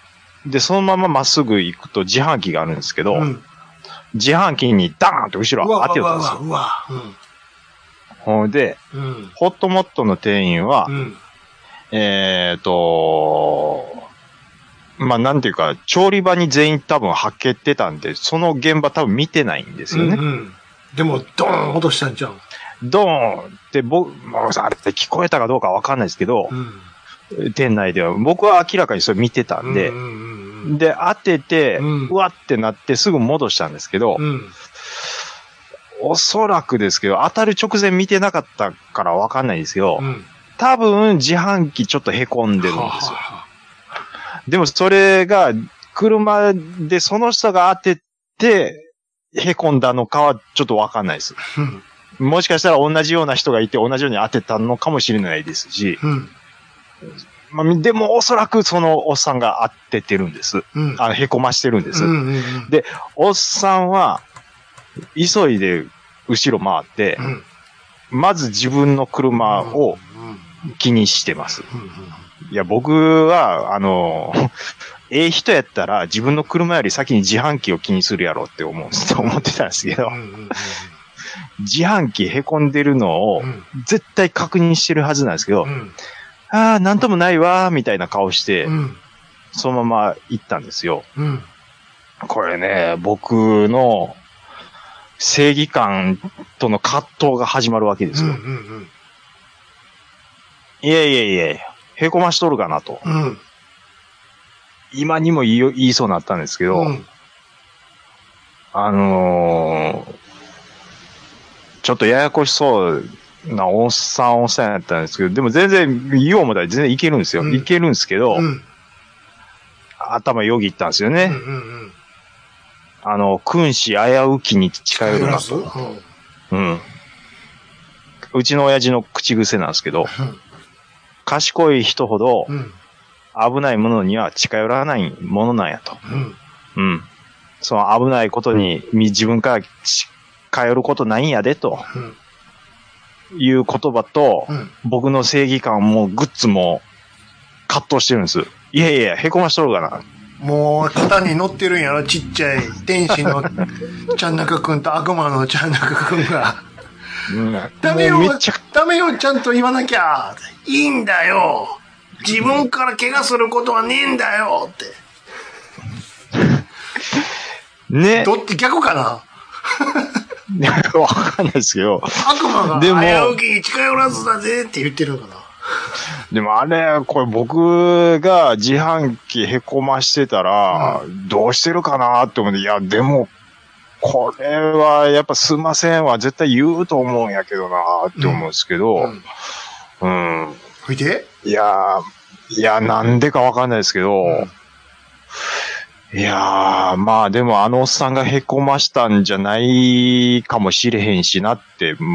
で、そのまままっすぐ行くと自販機があるんですけど、うん、自販機にダーンと後ろ当てよったんですよ。うわうわうわうわ、うん、ほんで、うん、ホットモットの店員は、うん、えっと、まあ、なんていうか、調理場に全員多分はけてたんで、その現場多分見てないんですよね。うんうん、 でも、ドーン落としたんじゃん。 ドーンって、僕、あれって聞こえたかどうかわかんないですけど、うん、店内では、僕は明らかにそれ見てたんで、うんうんうん、で、当てて、うん、うわってなってすぐ戻したんですけど、うん、おそらくですけど、当たる直前見てなかったからわかんないですけど、うん、多分自販機ちょっと凹んでるんですよ。はははでもそれが、車でその人が当てて、凹んだのかはちょっとわかんないです。もしかしたら同じような人がいて同じように当てたのかもしれないですし、うんまあ、でもおそらくそのおっさんが当ててるんです。うん、あの凹ましてるんです、うんうんうん。で、おっさんは、急いで後ろ回って、うん、まず自分の車を気にしてます。うんうんいや、僕は、あの、ええ人やったら自分の車より先に自販機を気にするやろって思う、思ってたんですけど、うんうんうん、自販機凹んでるのを絶対確認してるはずなんですけど、うん、ああ、なんともないわーみたいな顔して、うん、そのまま行ったんですよ。うん、これね、僕の正義感との葛藤が始まるわけですよ。うんうんうん、いやいやいやいや。へこましとるかなと。うん、今にも言い、言いそうになったんですけど、うん、あのー、ちょっとややこしそうなおっさんおっさんやったんですけど、でも全然言おう思ったら全然いけるんですよ。うん、いけるんですけど、うん、頭よぎったんですよね。うんうんうん、あの、君子危うきに近寄るなと。うん。うちの親父の口癖なんですけど、賢い人ほど、危ないものには近寄らないものなんやと。うん。うん、その危ないことに自分から近寄ることないんやで、と、うん、いう言葉と、うん、僕の正義感もグッズも葛藤してるんです。いやいや、へこましとるかな。 もう、肩に乗ってるんやろ、ちっちゃい天使のちゃんなかくんと悪魔のちゃんなかくんが。うん、ダメよ、ダメよ、ちゃんと言わなきゃ。いいんだよ。自分から怪我することはねえんだよって。ね。どっち逆かなわかんないですけど。 悪魔が危うきに近寄らずだぜって言ってるのかな。 でもあれ、これ僕が自販機へこましてたら、うん、どうしてるかなって思って、いや、でも、これはやっぱすいませんは絶対言うと思うんやけどなって思うんですけど、うん。うん。 ほいで？ いやー、いや、なんでかわかんないですけど、うん、いやー、まあでもあのおっさんがへこましたんじゃないかもしれへんしなって、うん、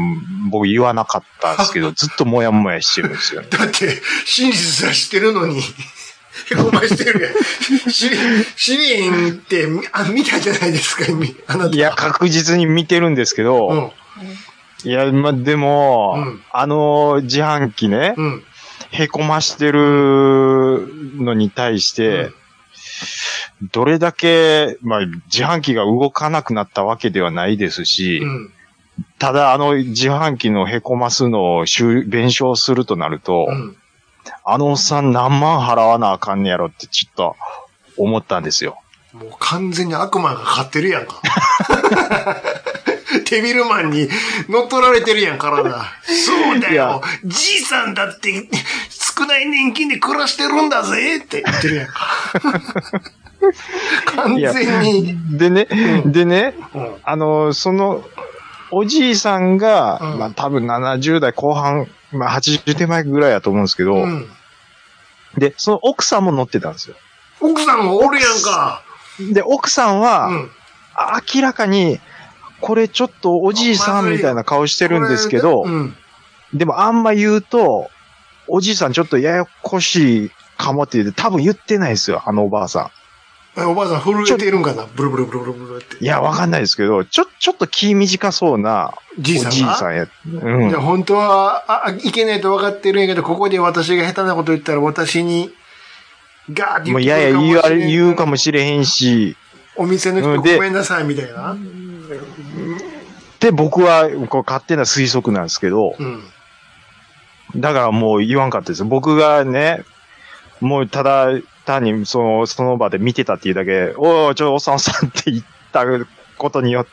僕言わなかったんですけど、ずっともやもやしてるんですよね。 だって、真実は知ってるのに。へこましてるやん。シリ、シリンって、あ、見たじゃないですか、あなた。 いや、確実に見てるんですけど、うん、いや、ま、でも、うん、あの自販機ね、うん、へこましてるのに対して、うん、どれだけ、まあ、自販機が動かなくなったわけではないですし、うん、ただあの自販機のへこますのを弁償するとなると、うんあのおっさん何万払わなあかんねやろってちょっと思ったんですよ。 もう完全に悪魔が勝ってるやんか。デビルマンに乗っ取られてるやん、体。そうだよ。じいさんだって少ない年金で暮らしてるんだぜって言ってるやんか。完全に。 でね、うん、でね、うん、あの、その、おじいさんが、うん、まあ多分ななじゅう代後半、まあはちじゅう手前ぐらいだと思うんですけど、うん、で、その奥さんも乗ってたんですよ。 奥さんもおるやんか。 で、奥さんは、うん、明らかに、これちょっとおじいさんみたいな顔してるんですけど、うん、でもあんま言うと、おじいさんちょっとややこしいかもって言って、多分言ってないですよ、あのおばあさん。 おばあさん震えているんかなブルブルブルブルブルって。 いや、わかんないですけど、ちょ、ちょっと気短そうな、 じいさんが。 おじいさんや。うん。 いや、本当は、あ、いけないと分かってるんやけど、ここで私が下手なこと言ったら私に、 ガーってもうやや言われ、言うかもしれへんし。 お店の人ごめんなさいみたいな。 で、僕はこう勝手な推測なんですけど、うん、だからもう言わんかったです。僕がね、もうただ単にその、その場で見てたっていうだけ、おー、ちょ、おっさんおっさんって言ったことによって、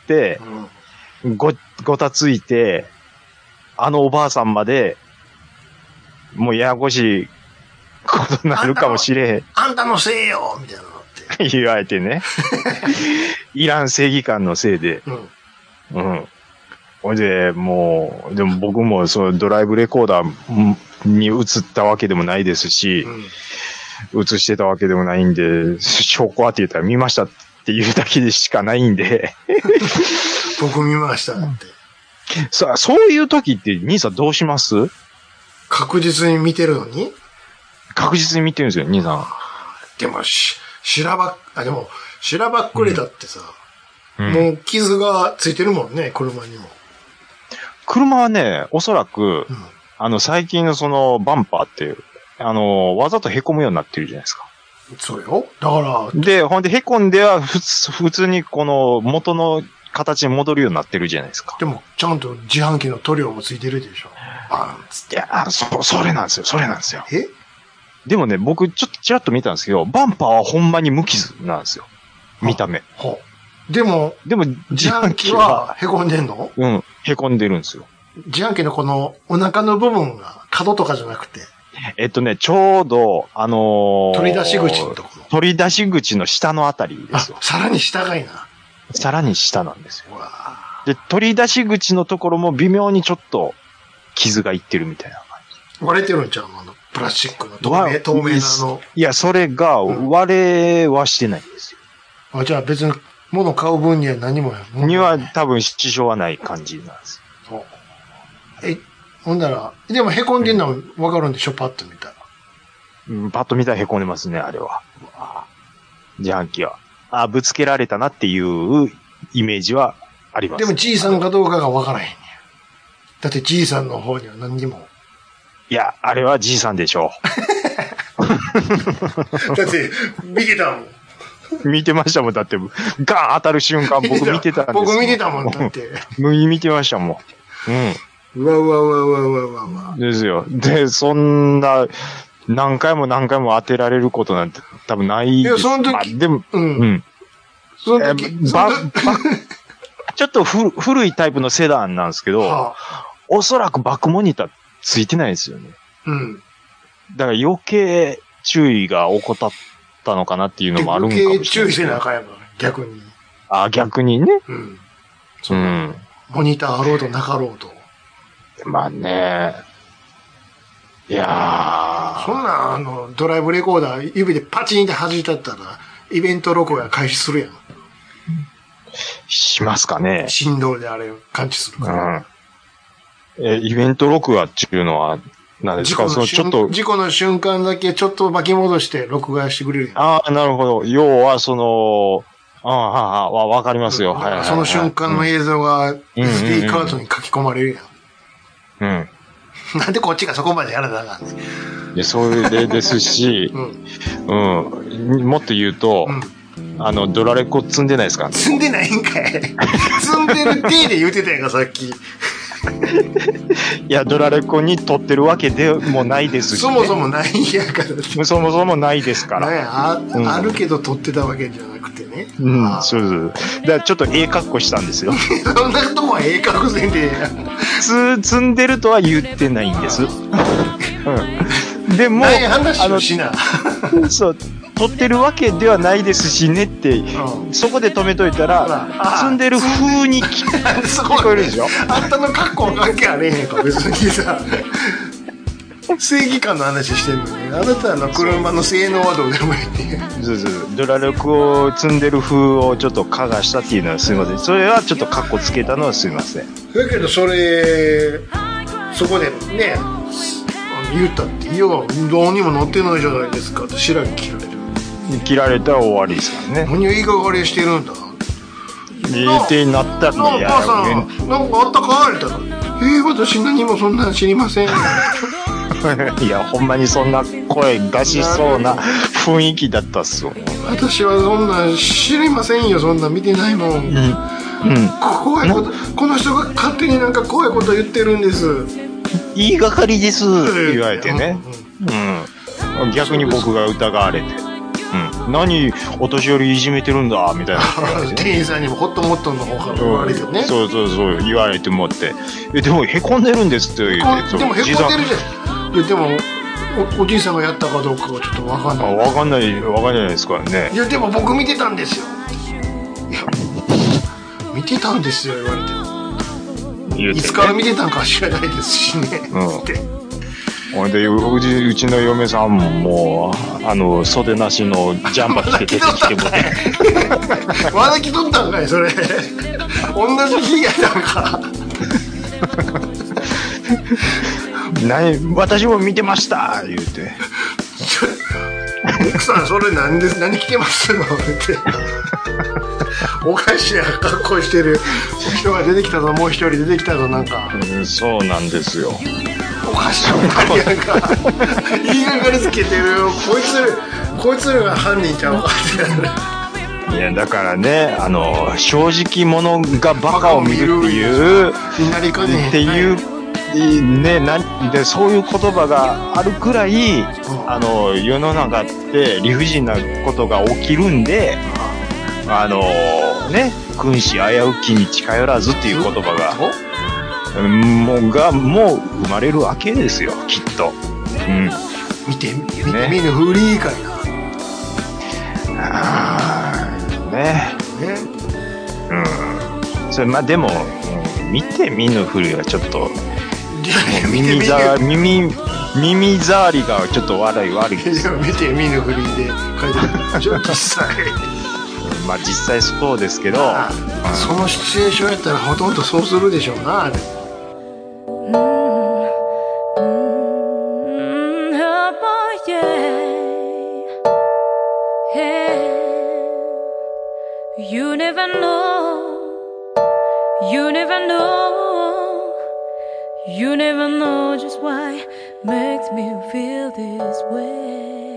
うん、ご、ごたついて、あのおばあさんまで、もうややこしいことになるかもしれへん。 あんたのせいよみたいなのって。言われてね。いらん正義感のせいで。うん。うん。ほいで、もう、でも僕もそのドライブレコーダーに映ったわけでもないですし、うん、映してたわけでもないんで、証拠はって言ったら見ましたっていうだけでしかないんで。 僕見ましたって。 さあ、そういう時って兄さんどうします？ 確実に見てるのに？ 確実に見てるんですよ、兄さん。 でも、し、しらば、あ、でも、しらばっくれたってさ、うん、もう傷がついてるもんね、車にも。 車はね、おそらく、うん、あの、最近のその、バンパーって、あの、わざと凹むようになってるじゃないですか。 そうよ。だから。 で、ほんで、凹んでは、ふつ、普通にこの、元の形に戻るようになってるじゃないですか。 でも、ちゃんと自販機の塗料もついてるでしょ。バーンつって。 いや、そ、それなんですよ、それなんですよ。 え？ でもね、僕、ちょっとちらっと見たんですけど、バンパーはほんまに無傷なんですよ。見た目。 はあ、でも、 でも、 自販機は凹んでんの？ うん、凹んでるんですよ。 自販機のこの、お腹の部分が、角とかじゃなくて。 えっとね、ちょうど、あのー、 取り出し口のところ。 取り出し口の下のあたりですよ。 あ、さらに下がいいな。 さらに下なんですよ。で、取り出し口のところも微妙にちょっと、傷がいってるみたいな感じ。割れてるんちゃうあの、プラスチックの透明、透明なの。 いや、それが割れはしてないんですよ。 うん、あ、じゃあ別に物買う分には何もやる。には多分支障はない感じなんですよ。 え、ほんだら、でも凹んでんのはわかるんでしょ、パッと見たら。 うん、パッと見たら凹んでますね、あれは。自販機は。あ、ぶつけられたなっていうイメージはあります。 でもじいさんかどうかがわからへんねん。だってじいさんの方には何にも。 いや、あれはじいさんでしょう。だって、見てたもん。 見てましたもん。だって、ガーン当たる瞬間僕見てたんですよ。 僕見てたもん、だって。 見てましたもん。うん。 うわうわうわうわうわうわうわ。 ですよ。で、そんな、何回も何回も当てられることなんて多分ないです。 いや、その時。まあ、 でも、うん。うん。 その時。 えー、ば、ば、ちょっとふ古いタイプのセダンなんですけど、はあ、おそらくバックモニターついてないですよね。 うん。 だから余計注意が怠ったのかなっていうのもあるんかもしれない。 余計注意せなあかんやろ、逆に。 あ、逆にね。 うん。そう。うん。モニターあろうとなかろうと。 まあね。いやー。 そんな、あの、ドライブレコーダー指でパチンって弾いたったら、イベント録画開始するやん。 しますかね。 振動であれを感知するから。 うん。え、イベント録画っていうのは何ですか？そのちょっと。 事故の瞬間だけちょっと巻き戻して録画してくれるやん。 ああ、なるほど。要は、その、ああ、はあ、わ、わかりますよ。はいはいはい。 その瞬間の映像が エスディー カードに書き込まれるやん。 うん。 なんでこっちがそこまでやらなあかんねん。 いや、それですし、うん、うん。もっと言うと、うん、あの、ドラレコ積んでないですか？ 積んでないんかい。積んでる体で言うてたやんか、さっき。 いや、ドラレコに撮ってるわけでもないですし、ね。 そもそもないんやから。 そもそもないですから。 ね、あ、うん、あるけど撮ってたわけじゃなくてね。 うん、そうそう。だからちょっとええ格好したんですよ。 そんなとこはええ格好せんでええやん。 つ、積んでるとは言ってないんです。うん、でも、 あの、しな。 そう。撮ってるわけではないですしねって、うん、そこで止めといたら、積んでる風に聞こえるでしょ。 あんたの格好関係あれへんか、別にさ。正義感の話してるのに、あなたの車の性能はどうでもいいって。 そうそう。ドラレコを積んでる風をちょっとかがしたっていうのはすいません。それはちょっとカッコつけたのはすいません。 だけどそれ、そこでね、言ったって、いや、どうにも乗ってないじゃないですかって白木切られる。 切られたら終わりですからね。 何を言いがかりしてるんだ。 言い手になったらね。 お母さん、なんかあったか言ったら、えー、私何もそんなん知りません。 いや、ほんまにそんな声出しそうな雰囲気だったっすよ。 私はそんな知りませんよ、そんな見てないもん。うん。うん、怖いこと、この人が勝手になんか怖いこと言ってるんです。 言いがかりです、言われてね。うん。うん、逆に僕が疑われて。うん。何、お年寄りいじめてるんだ、みたいな、 ね。店員さんにもホットモットンの方から言われてね、うん。 そうそうそう、言われてもって。え、でも、へこんでるんですって言って。 でも、へこんでるじゃん。いや、でも、お、おじいさんがやったかどうかはちょっとわかんない。 わかんない、わかんないですからね。 いや、でも僕見てたんですよ。いや、見てたんですよ、言われても。ね、いつから見てたんか知らないですしね。うん。ってほんで、うち、うちの嫁さんももう、あの、袖なしのジャンパー着て出てきてもね。 まだ着とったんかい、それ。同じ日やったんか。 何、私も見てました言うて。 奥さん、それ何です、何着てますのって。おかしいな格好してる人が出てきたぞ、もう一人出てきたぞ、なんか。 うん、そうなんですよ。 おかしいな、やんか。言いがかりつけてるよ。こいつ、こいつらが犯人ちゃうかって。いや、だからね、あの、正直者がバカを見るっていう、っていう、ね、なでそういう言葉があるくらい、うん、あの、世の中って理不尽なことが起きるんで、あの、ね、君子危うきに近寄らずっていう言葉が、もう、が、もう生まれるわけですよ、きっと。うん。 見て、見て、ね、見ぬふりかいな。 あー、ね。ね。うん。それ、まあ、でも、うん、見て見ぬふりはちょっと、耳ざ耳耳障りがちょっと悪い悪いです。 見て見ぬふりで書いてある実際まあ実際そうですけど、 ああ、うん、そのシチュエーションやったらほとんどそうするでしょうな、あれ。 You never know, you never know, you never know just why makes me feel this way.